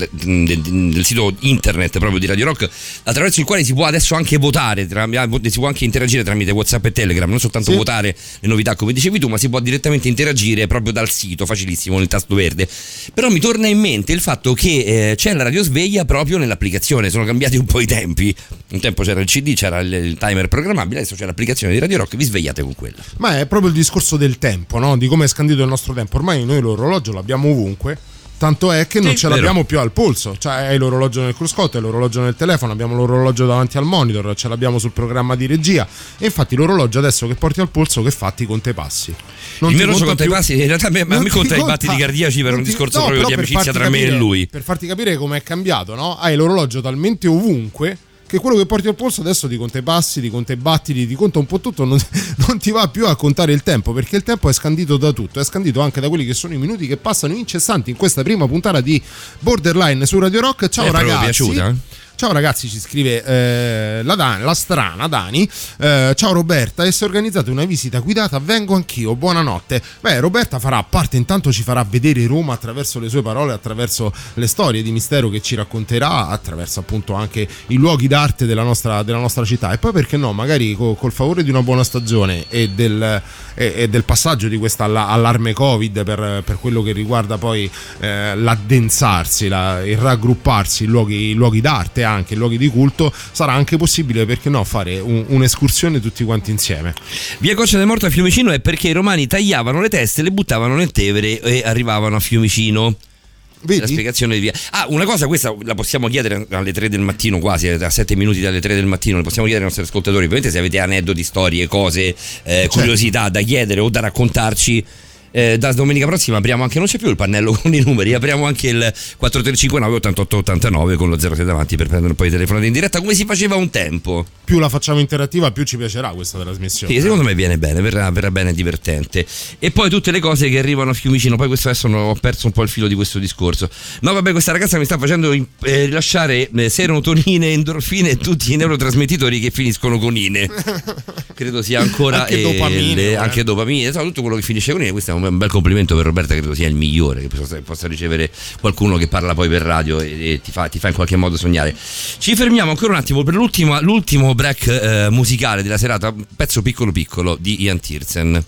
internet proprio di Radio Rock, attraverso il quale si può adesso anche votare, si può anche interagire tramite WhatsApp e Telegram, non soltanto votare le novità come dicevi tu, ma si può direttamente interagire proprio dal sito, facilissimo, nel tasto verde. Però mi torna in mente il fatto che c'è la radio sveglia proprio nell'applicazione, sono cambiati un po' i tempi, un tempo c'era il CD, c'era il timer programmabile, adesso c'è l'applicazione di Radio Rock, vi svegliate con quella. Ma è proprio il discorso del tempo, no? Di come è scandito il nostro tempo, ormai noi l'orologio l'abbiamo ovunque, tanto è che non ce l'abbiamo più al polso, cioè hai l'orologio nel cruscotto, hai l'orologio nel telefono, abbiamo l'orologio davanti al monitor, ce l'abbiamo sul programma di regia, e infatti l'orologio adesso che porti al polso, che fa? Ti conta i passi. Il mio orologio conta i passi, in realtà a me conta i battiti cardiaci per un discorso proprio di amicizia tra me e lui. Per farti capire com'è cambiato, no? Hai l'orologio talmente ovunque che quello che porti al polso adesso ti conta i passi, ti conta i battiti, ti conta un po' tutto, non ti va più a contare il tempo, perché il tempo è scandito da tutto, è scandito anche da quelli che sono i minuti che passano incessanti in questa prima puntata di Borderline su Radio Rock. Ciao ragazzi. Piaciuta? Ciao ragazzi, ci scrive la strana Dani. Ciao Roberta, e se organizzate una visita guidata vengo anch'io, buonanotte. Beh, Roberta farà parte, intanto ci farà vedere Roma attraverso le sue parole, attraverso le storie di mistero che ci racconterà, attraverso appunto anche i luoghi d'arte della nostra città, e poi perché no, magari col favore di una buona stagione e del passaggio di questa allarme Covid per quello che riguarda poi l'addensarsi, il raggrupparsi, i luoghi d'arte, anche luoghi di culto, sarà anche possibile, perché no, fare un'escursione tutti quanti insieme. Via Coccia del Morto a Fiumicino è perché i romani tagliavano le teste, le buttavano nel Tevere e arrivavano a Fiumicino. Vedi? La spiegazione di via. Una cosa, questa la possiamo chiedere alle 3 del mattino, quasi a 7 minuti dalle 3 del mattino, le possiamo chiedere ai nostri ascoltatori, ovviamente, se avete aneddoti, storie, cose, curiosità da chiedere o da raccontarci. Da domenica prossima apriamo anche, non c'è più il pannello con i numeri, apriamo anche il 4359 88 89 con lo 06 davanti per prendere un po' di telefonate in diretta, come si faceva un tempo. Più la facciamo interattiva, più ci piacerà questa trasmissione. Sì, secondo me viene bene, verrà bene, divertente. E poi tutte le cose che arrivano a Fiumicino. Poi questo adesso ho perso un po' il filo di questo discorso. No vabbè, questa ragazza mi sta facendo rilasciare serotonine, endorfine e tutti i neurotrasmettitori che finiscono con ine. Credo sia ancora anche dopamine, tutto quello che finisce con ine. Questo è un bel complimento per Roberta, credo sia il migliore che possa ricevere qualcuno che parla poi per radio e ti fa in qualche modo sognare. Ci fermiamo ancora un attimo per l'ultimo break musicale della serata, un pezzo piccolo piccolo di Ian Tiersen.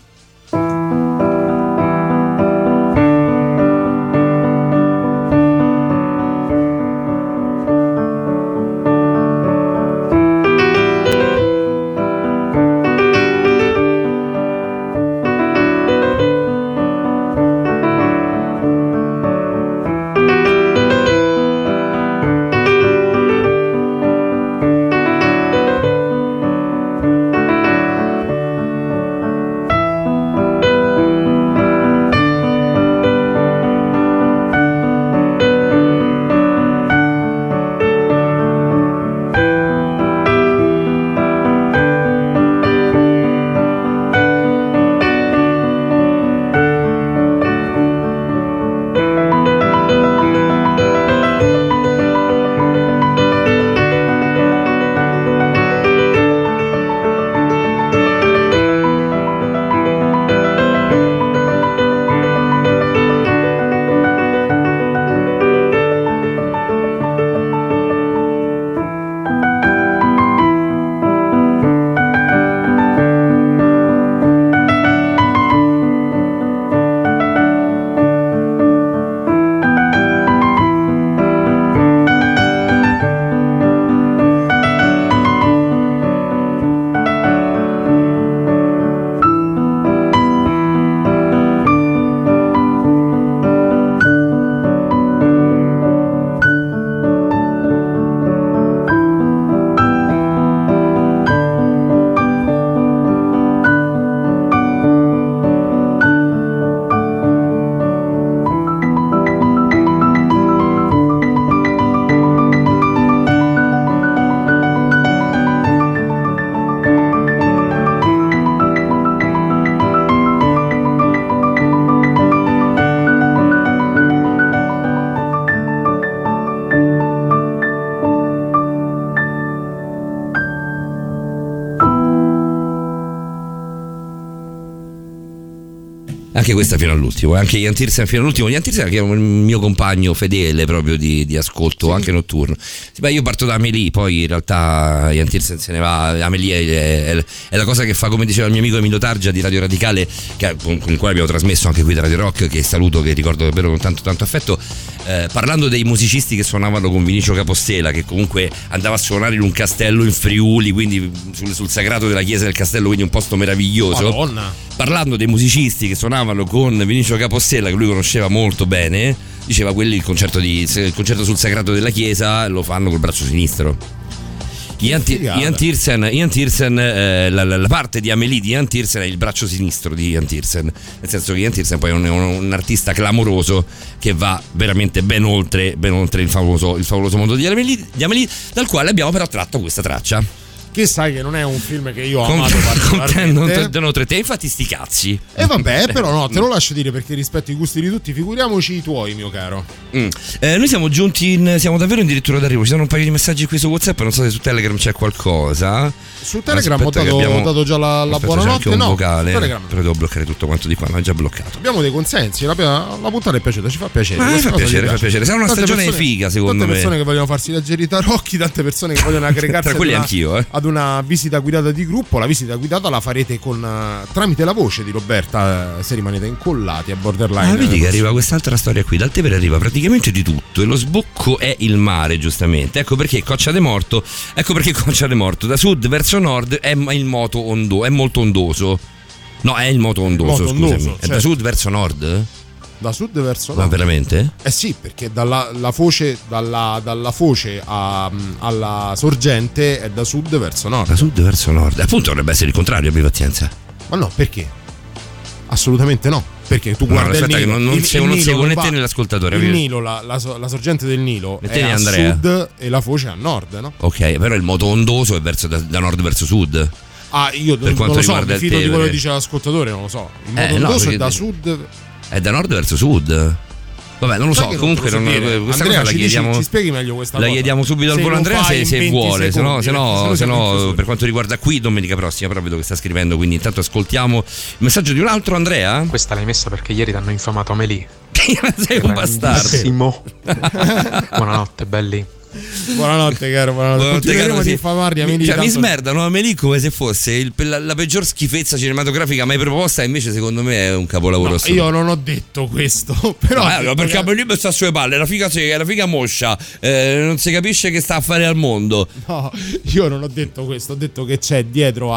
Anche questa fino all'ultimo, anche Ian Tiersen fino all'ultimo. Ian Tiersen che è un mio compagno fedele proprio di ascolto, sì, anche notturno. Beh, io parto da Amélie, poi in realtà Ian Tiersen se ne va. Amélie è la cosa che fa, come diceva il mio amico Emilio Targia di Radio Radicale, con il quale abbiamo trasmesso anche qui da Radio Rock, che saluto, che ricordo davvero con tanto affetto, parlando dei musicisti che suonavano con Vinicio Capostela, che comunque andava a suonare in un castello in Friuli, quindi sul sagrato della chiesa del castello, quindi un posto meraviglioso. Madonna. Parlando dei musicisti che suonavano con Vinicio Capostela, che lui conosceva molto bene, diceva quelli il concerto sul sagrato della chiesa lo fanno col braccio sinistro. Ian Tiersen, la parte di Amélie di Ian Tiersen è il braccio sinistro di Ian Tiersen, nel senso che Ian Tiersen poi è un artista clamoroso che va veramente ben oltre il favoloso mondo di Amélie, dal quale abbiamo però tratto questa traccia. Che sai che non è un film che io ho amato particolarmente. Contendono te, infatti sti cazzi. E vabbè, però no, te lo lascio dire perché rispetto i gusti di tutti, figuriamoci i tuoi, mio caro. Noi siamo giunti siamo davvero addirittura d'arrivo. Ci sono un paio di messaggi qui su WhatsApp, non so se su Telegram c'è qualcosa. Su Telegram ho dato già la buonanotte, un no? vocale, però devo bloccare tutto quanto di qua, ma è già bloccato. Abbiamo dei consensi, la puntata è piaciuta, ci fa piacere. Fa piacere. Sarà una stagione figa, secondo me. Tante persone che vogliono farsi leggere i tarocchi, tante persone che vogliono aggregarsi tra quelli anch'io, ad una visita guidata di gruppo. La visita guidata la farete tramite la voce di Roberta, se rimanete incollati a Borderline. Vedi che arriva quest'altra storia qui. Dal Tevere arriva praticamente di tutto e lo sbocco è il mare, giustamente. Ecco perché Coccia de Morto, da sud verso nord è il moto è molto ondoso. No, è il moto ondoso, scusami. Certo. È da sud verso nord? Da sud verso nord. Ma veramente? Sì, perché dalla foce alla sorgente è da sud verso nord. Da sud verso nord. Appunto dovrebbe essere il contrario, abbi pazienza. Ma no, perché? Assolutamente no. Perché tu guardi il Nilo, che non seguo né te né l'ascoltatore. Il Nilo, la sorgente del Nilo è a Andrea. sud e la foce a nord, no? Ok, però il moto ondoso è da nord verso sud. Io per quanto non lo so, riguarda mi fido di quello che dice l'ascoltatore, non lo so. Il moto ondoso è da sud. È da nord verso sud. Vabbè, non lo so, comunque questa Andrea, cosa la chiediamo. Ci spieghi meglio questa la cosa. chiediamo subito al volo Andrea se vuole, se no per quanto riguarda qui domenica prossima, però vedo che sta scrivendo, quindi intanto ascoltiamo il messaggio di un altro Andrea. Questa l'hai messa perché ieri t'hanno infamato Amélie. Sei un bastardo. Buonanotte, belli. Buonanotte, caro. Continueremo di infamarli, Amélie. Mi smerdano Amélie come se fosse la peggior schifezza cinematografica mai proposta. Invece, secondo me, è un capolavoro. No, io non ho detto questo. Però perché Amélie sta sulle palle. È la figa moscia. Non si capisce che sta a fare al mondo. No, io non ho detto questo. Ho detto che c'è dietro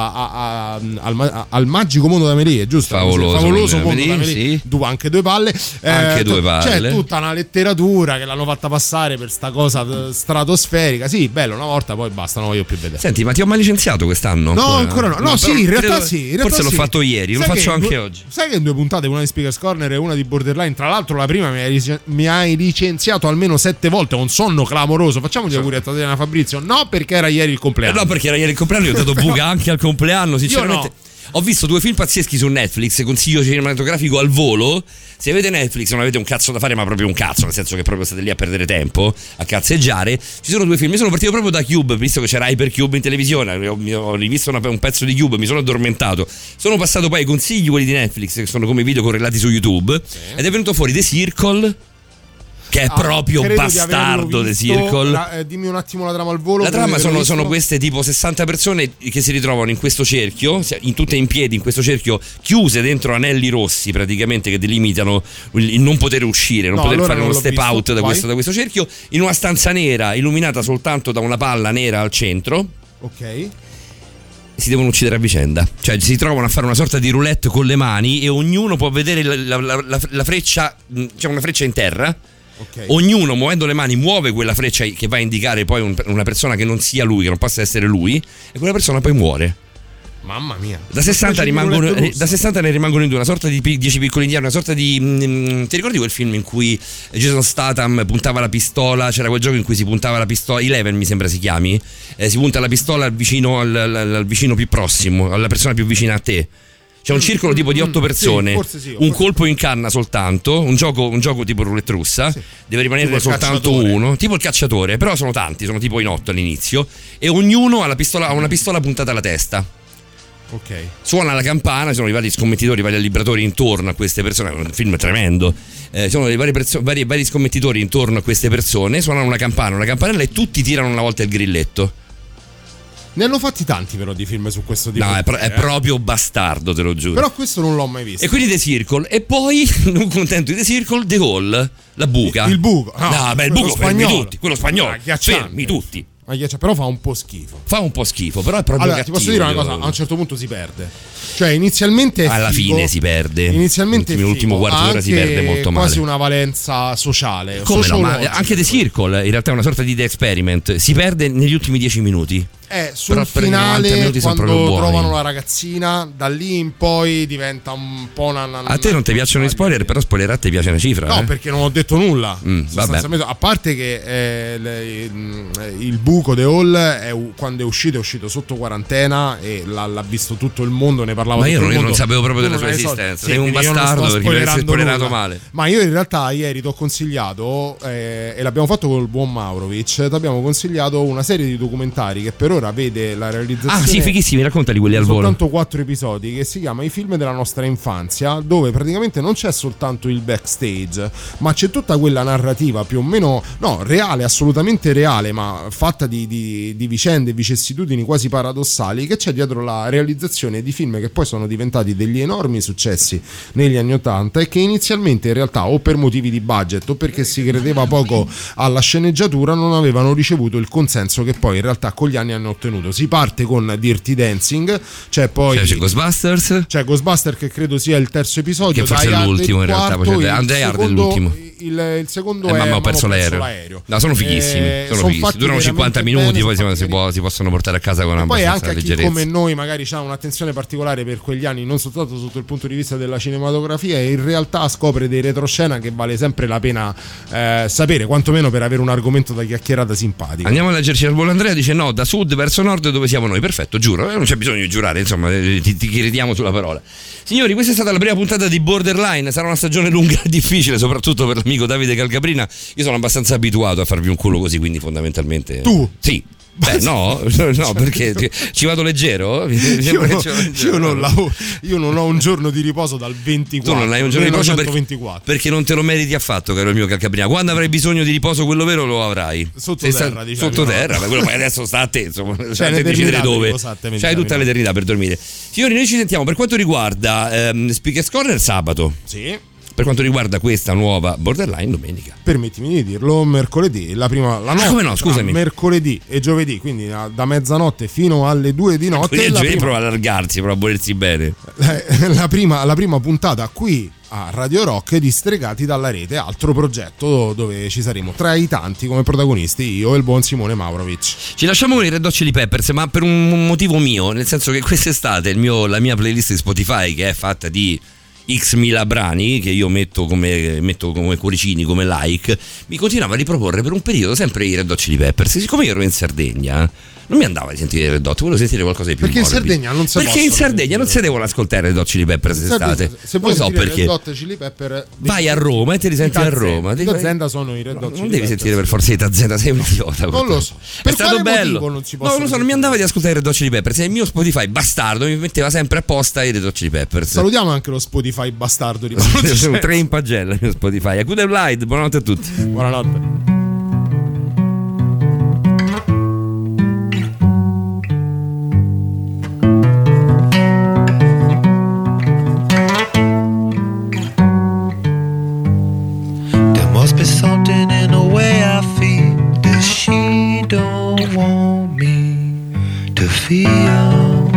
al magico mondo d'Amélie, giusto? Favoloso mondo d'Amélie. Sì. Anche due palle. Anche due palle. C'è tutta una letteratura che l'hanno fatta passare per sta cosa stratosferica. Sì, bello, una volta, poi basta, non voglio più vedere. Senti, ma ti ho mai licenziato quest'anno? No, ancora no. No, sì, in realtà sì. Forse l'ho fatto ieri, lo faccio anche oggi. Sai che in 2 puntate, una di Speakers Corner e una di Borderline, tra l'altro la prima mi hai licenziato almeno 7 volte, un sonno clamoroso. Facciamo gli auguri a Tatiana Fabrizio. No, perché era ieri il compleanno. No, perché era ieri il compleanno, io ho dato buca anche al compleanno, sinceramente. Io no. Ho visto 2 film pazzeschi su Netflix, consiglio cinematografico al volo. Se avete Netflix non avete un cazzo da fare, ma proprio un cazzo, nel senso che proprio state lì a perdere tempo, a cazzeggiare. Ci sono 2 film, io sono partito proprio da Cube, visto che c'era Hypercube in televisione, ho rivisto un pezzo di Cube, mi sono addormentato. Sono passato poi ai consigli, quelli di Netflix, che sono come video correlati su YouTube, ed è venuto fuori The Circle, che è proprio bastardo The Circle. Dimmi un attimo la trama al volo. La trama sono queste tipo 60 persone che si ritrovano in questo cerchio, tutte in piedi in questo cerchio, chiuse dentro anelli rossi praticamente che delimitano il non poter uscire, non poter fare uno step out da questo cerchio, in una stanza nera illuminata soltanto da una palla nera al centro. Ok. Si devono uccidere a vicenda, cioè si trovano a fare una sorta di roulette con le mani e ognuno può vedere la freccia, c'è una freccia in terra. Okay. Ognuno muovendo le mani muove quella freccia che va a indicare poi una persona che non sia lui, che non possa essere lui, e quella persona poi muore. Mamma mia. Da 60 ne rimangono in 2, una sorta di 10 piccoli indiani, una sorta di ti ricordi quel film in cui Jason Statham puntava la pistola, c'era quel gioco in cui si puntava la pistola, Eleven mi sembra si chiami, si punta la pistola al vicino più prossimo, alla persona più vicina a te. C'è un circolo tipo di 8 persone, un colpo in canna soltanto, un gioco tipo roulette russa, deve rimanere soltanto uno, tipo il cacciatore, però sono tanti, sono tipo in 8 all'inizio, e ognuno ha una pistola puntata alla testa. Ok. Suona la campana, ci sono i vari scommettitori, i vari libratori intorno a queste persone, è un film tremendo. Ci sono i vari scommettitori intorno a queste persone, suonano una campanella e tutti tirano una volta il grilletto. Ne hanno fatti tanti però di film su questo tipo. No, è proprio bastardo, te lo giuro. Però questo non l'ho mai visto. E quindi The Circle. E poi, non contento di The Circle, The Hall, la buca. Il buco. No, beh, il buco fermi tutti, quello spagnolo. Fermi tutti. Però fa un po' schifo. Però è proprio allora, cattivo. ti posso dire una cosa, a un certo punto si perde. Cioè inizialmente è alla figo, fine si perde. Inizialmente l'ultimo quarto d'ora si perde molto male. Quasi una valenza sociale. Come no, ma anche The Circle in realtà è una sorta di The Experiment. Si perde negli ultimi 10 minuti. Sul però finale quando trovano la ragazzina, da lì in poi diventa un po' una a te non ti piacciono gli spoiler, però spoiler a te piace una cifra. No, perché non ho detto nulla. Vabbè. A parte che il buco The Hall quando è uscito sotto quarantena e l'ha visto tutto il mondo, ne parlava ma tutto il mondo. Ma io non sapevo proprio della sua esistenza. Sei un bastardo perché mi hai spoilerato male. Ma io in realtà ieri ti ho consigliato e l'abbiamo fatto col buon Maurovic, ti abbiamo consigliato una serie di documentari che per ora vede la realizzazione. Ah sì, fighissimi, raccontali quelli al volo. Soltanto 4 episodi, che si chiama I film della nostra infanzia, dove praticamente non c'è soltanto il backstage, ma c'è tutta quella narrativa più o meno reale, assolutamente reale, ma fatta di vicende e vicissitudini quasi paradossali, che c'è dietro la realizzazione di film che poi sono diventati degli enormi successi negli anni '80 e che inizialmente in realtà o per motivi di budget o perché si credeva poco alla sceneggiatura non avevano ricevuto il consenso che poi in realtà con gli anni hanno ottenuto. Si parte con Dirty Dancing, c'è poi c'è Ghostbusters, che credo sia il terzo episodio, che forse è l'ultimo in realtà, poi c'è Die Hard è l'ultimo. Il secondo è Mamma ho perso l'aereo. No, sono fighissimi, durano 50 minuti, poi si possono portare a casa con una poi anche leggerezza. chi come noi magari ha un'attenzione particolare per quegli anni, non soltanto sotto il punto di vista della cinematografia, e in realtà scopre dei retroscena che vale sempre la pena sapere, quantomeno per avere un argomento da chiacchierata simpatico. Andiamo a leggerci al volo. Andrea dice no, da sud verso nord dove siamo noi. Perfetto, giuro, non c'è bisogno di giurare, insomma, ti crediamo sulla parola. Signori, questa è stata la prima puntata di Borderline. Sarà una stagione lunga e difficile, soprattutto per l'amico Davide Calcaprina. Io sono abbastanza abituato a farvi un culo così, quindi fondamentalmente tu? Sì. Beh, no, perché ci vado leggero. Io non lavoro, io non ho un giorno di riposo dal 24. Tu non hai un giorno di riposo perché non te lo meriti affatto, caro il mio Calcabrina. Quando avrai bisogno di riposo, quello vero, lo avrai sottoterra, diciamo. Sottoterra, ma quello poi adesso sta a te, insomma, cioè a te decidere dove. C'hai tutta l'eternità per dormire. Signori, noi ci sentiamo per quanto riguarda Speakers Corner sabato. Sì. Per quanto riguarda questa nuova Borderline domenica. Permettimi di dirlo, mercoledì, la notte, come no, scusami. Mercoledì e giovedì, quindi da mezzanotte fino alle 2 di notte. Quindi giovedì prova ad allargarsi, prova a volersi bene. La prima puntata qui a Radio Rock di Stregati dalla Rete, altro progetto dove ci saremo tra i tanti come protagonisti io e il buon Simone Maurovic. Ci lasciamo con i Red Hot Chili Peppers, ma per un motivo mio, nel senso che quest'estate la mia playlist di Spotify, che è fatta di X mila brani che io metto come cuoricini, come like, mi continuava a riproporre per un periodo sempre i Red Hot Chili Peppers. Siccome io ero in Sardegna non mi andava di sentire i Red Hot, volevo sentire qualcosa di più perché morbido. In Sardegna non si perché in Sardegna non si devono ascoltare i Red Hot Chili Peppers d'estate. Se vuoi non so sentire perché. i Red Hot Chili Pepper vai a Roma e ti risenti a Roma. I Tazenda sono i Red Hot Chili non devi sentire per forza i Tazenda, sei un idiota. Non lo so. È stato bello. Non lo so, non mi andava di ascoltare i Red Hot Chili Peppers. Il mio Spotify bastardo mi metteva sempre apposta i Red Hot Chili Peppers. Salutiamo anche lo Spotify bastardo di sono 3 in pagella il mio Spotify. A Good Light, buonanotte a tutti. Buonanotte. Must be something in the way I feel that she don't want me to feel.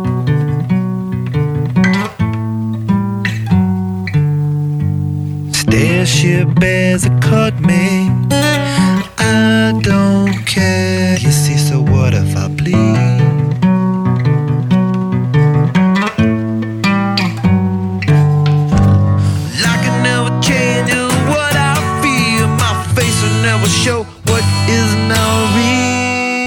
Starship bears that cut me, I don't care. You see, so what if I bleed? Never show what is now real.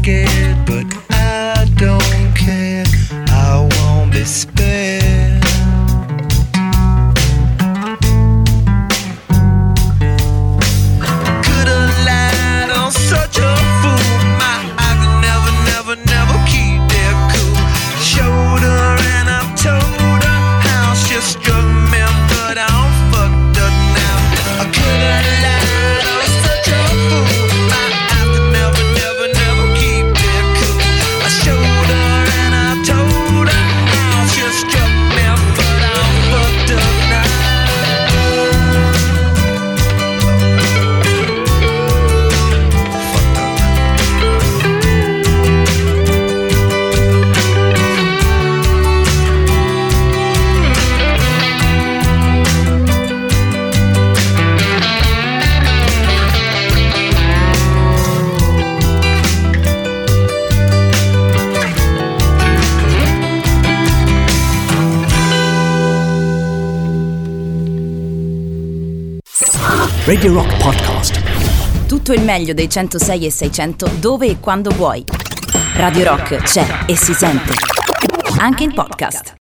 scared, but I don't care. I won't be spared. Could've lied on such a fool. I could never, never, never keep that cool. Showed her and I told her how she struck me, but I'm fucked up now. I could've lied on such a fool. I could never, never, never keep that cool. I showed her and I told her how she struck me, but I'm fucked up now. Radio Rock Podcast. Tutto il meglio dei 106 e 600 dove e quando vuoi. Radio Rock c'è e si sente. Anche in podcast.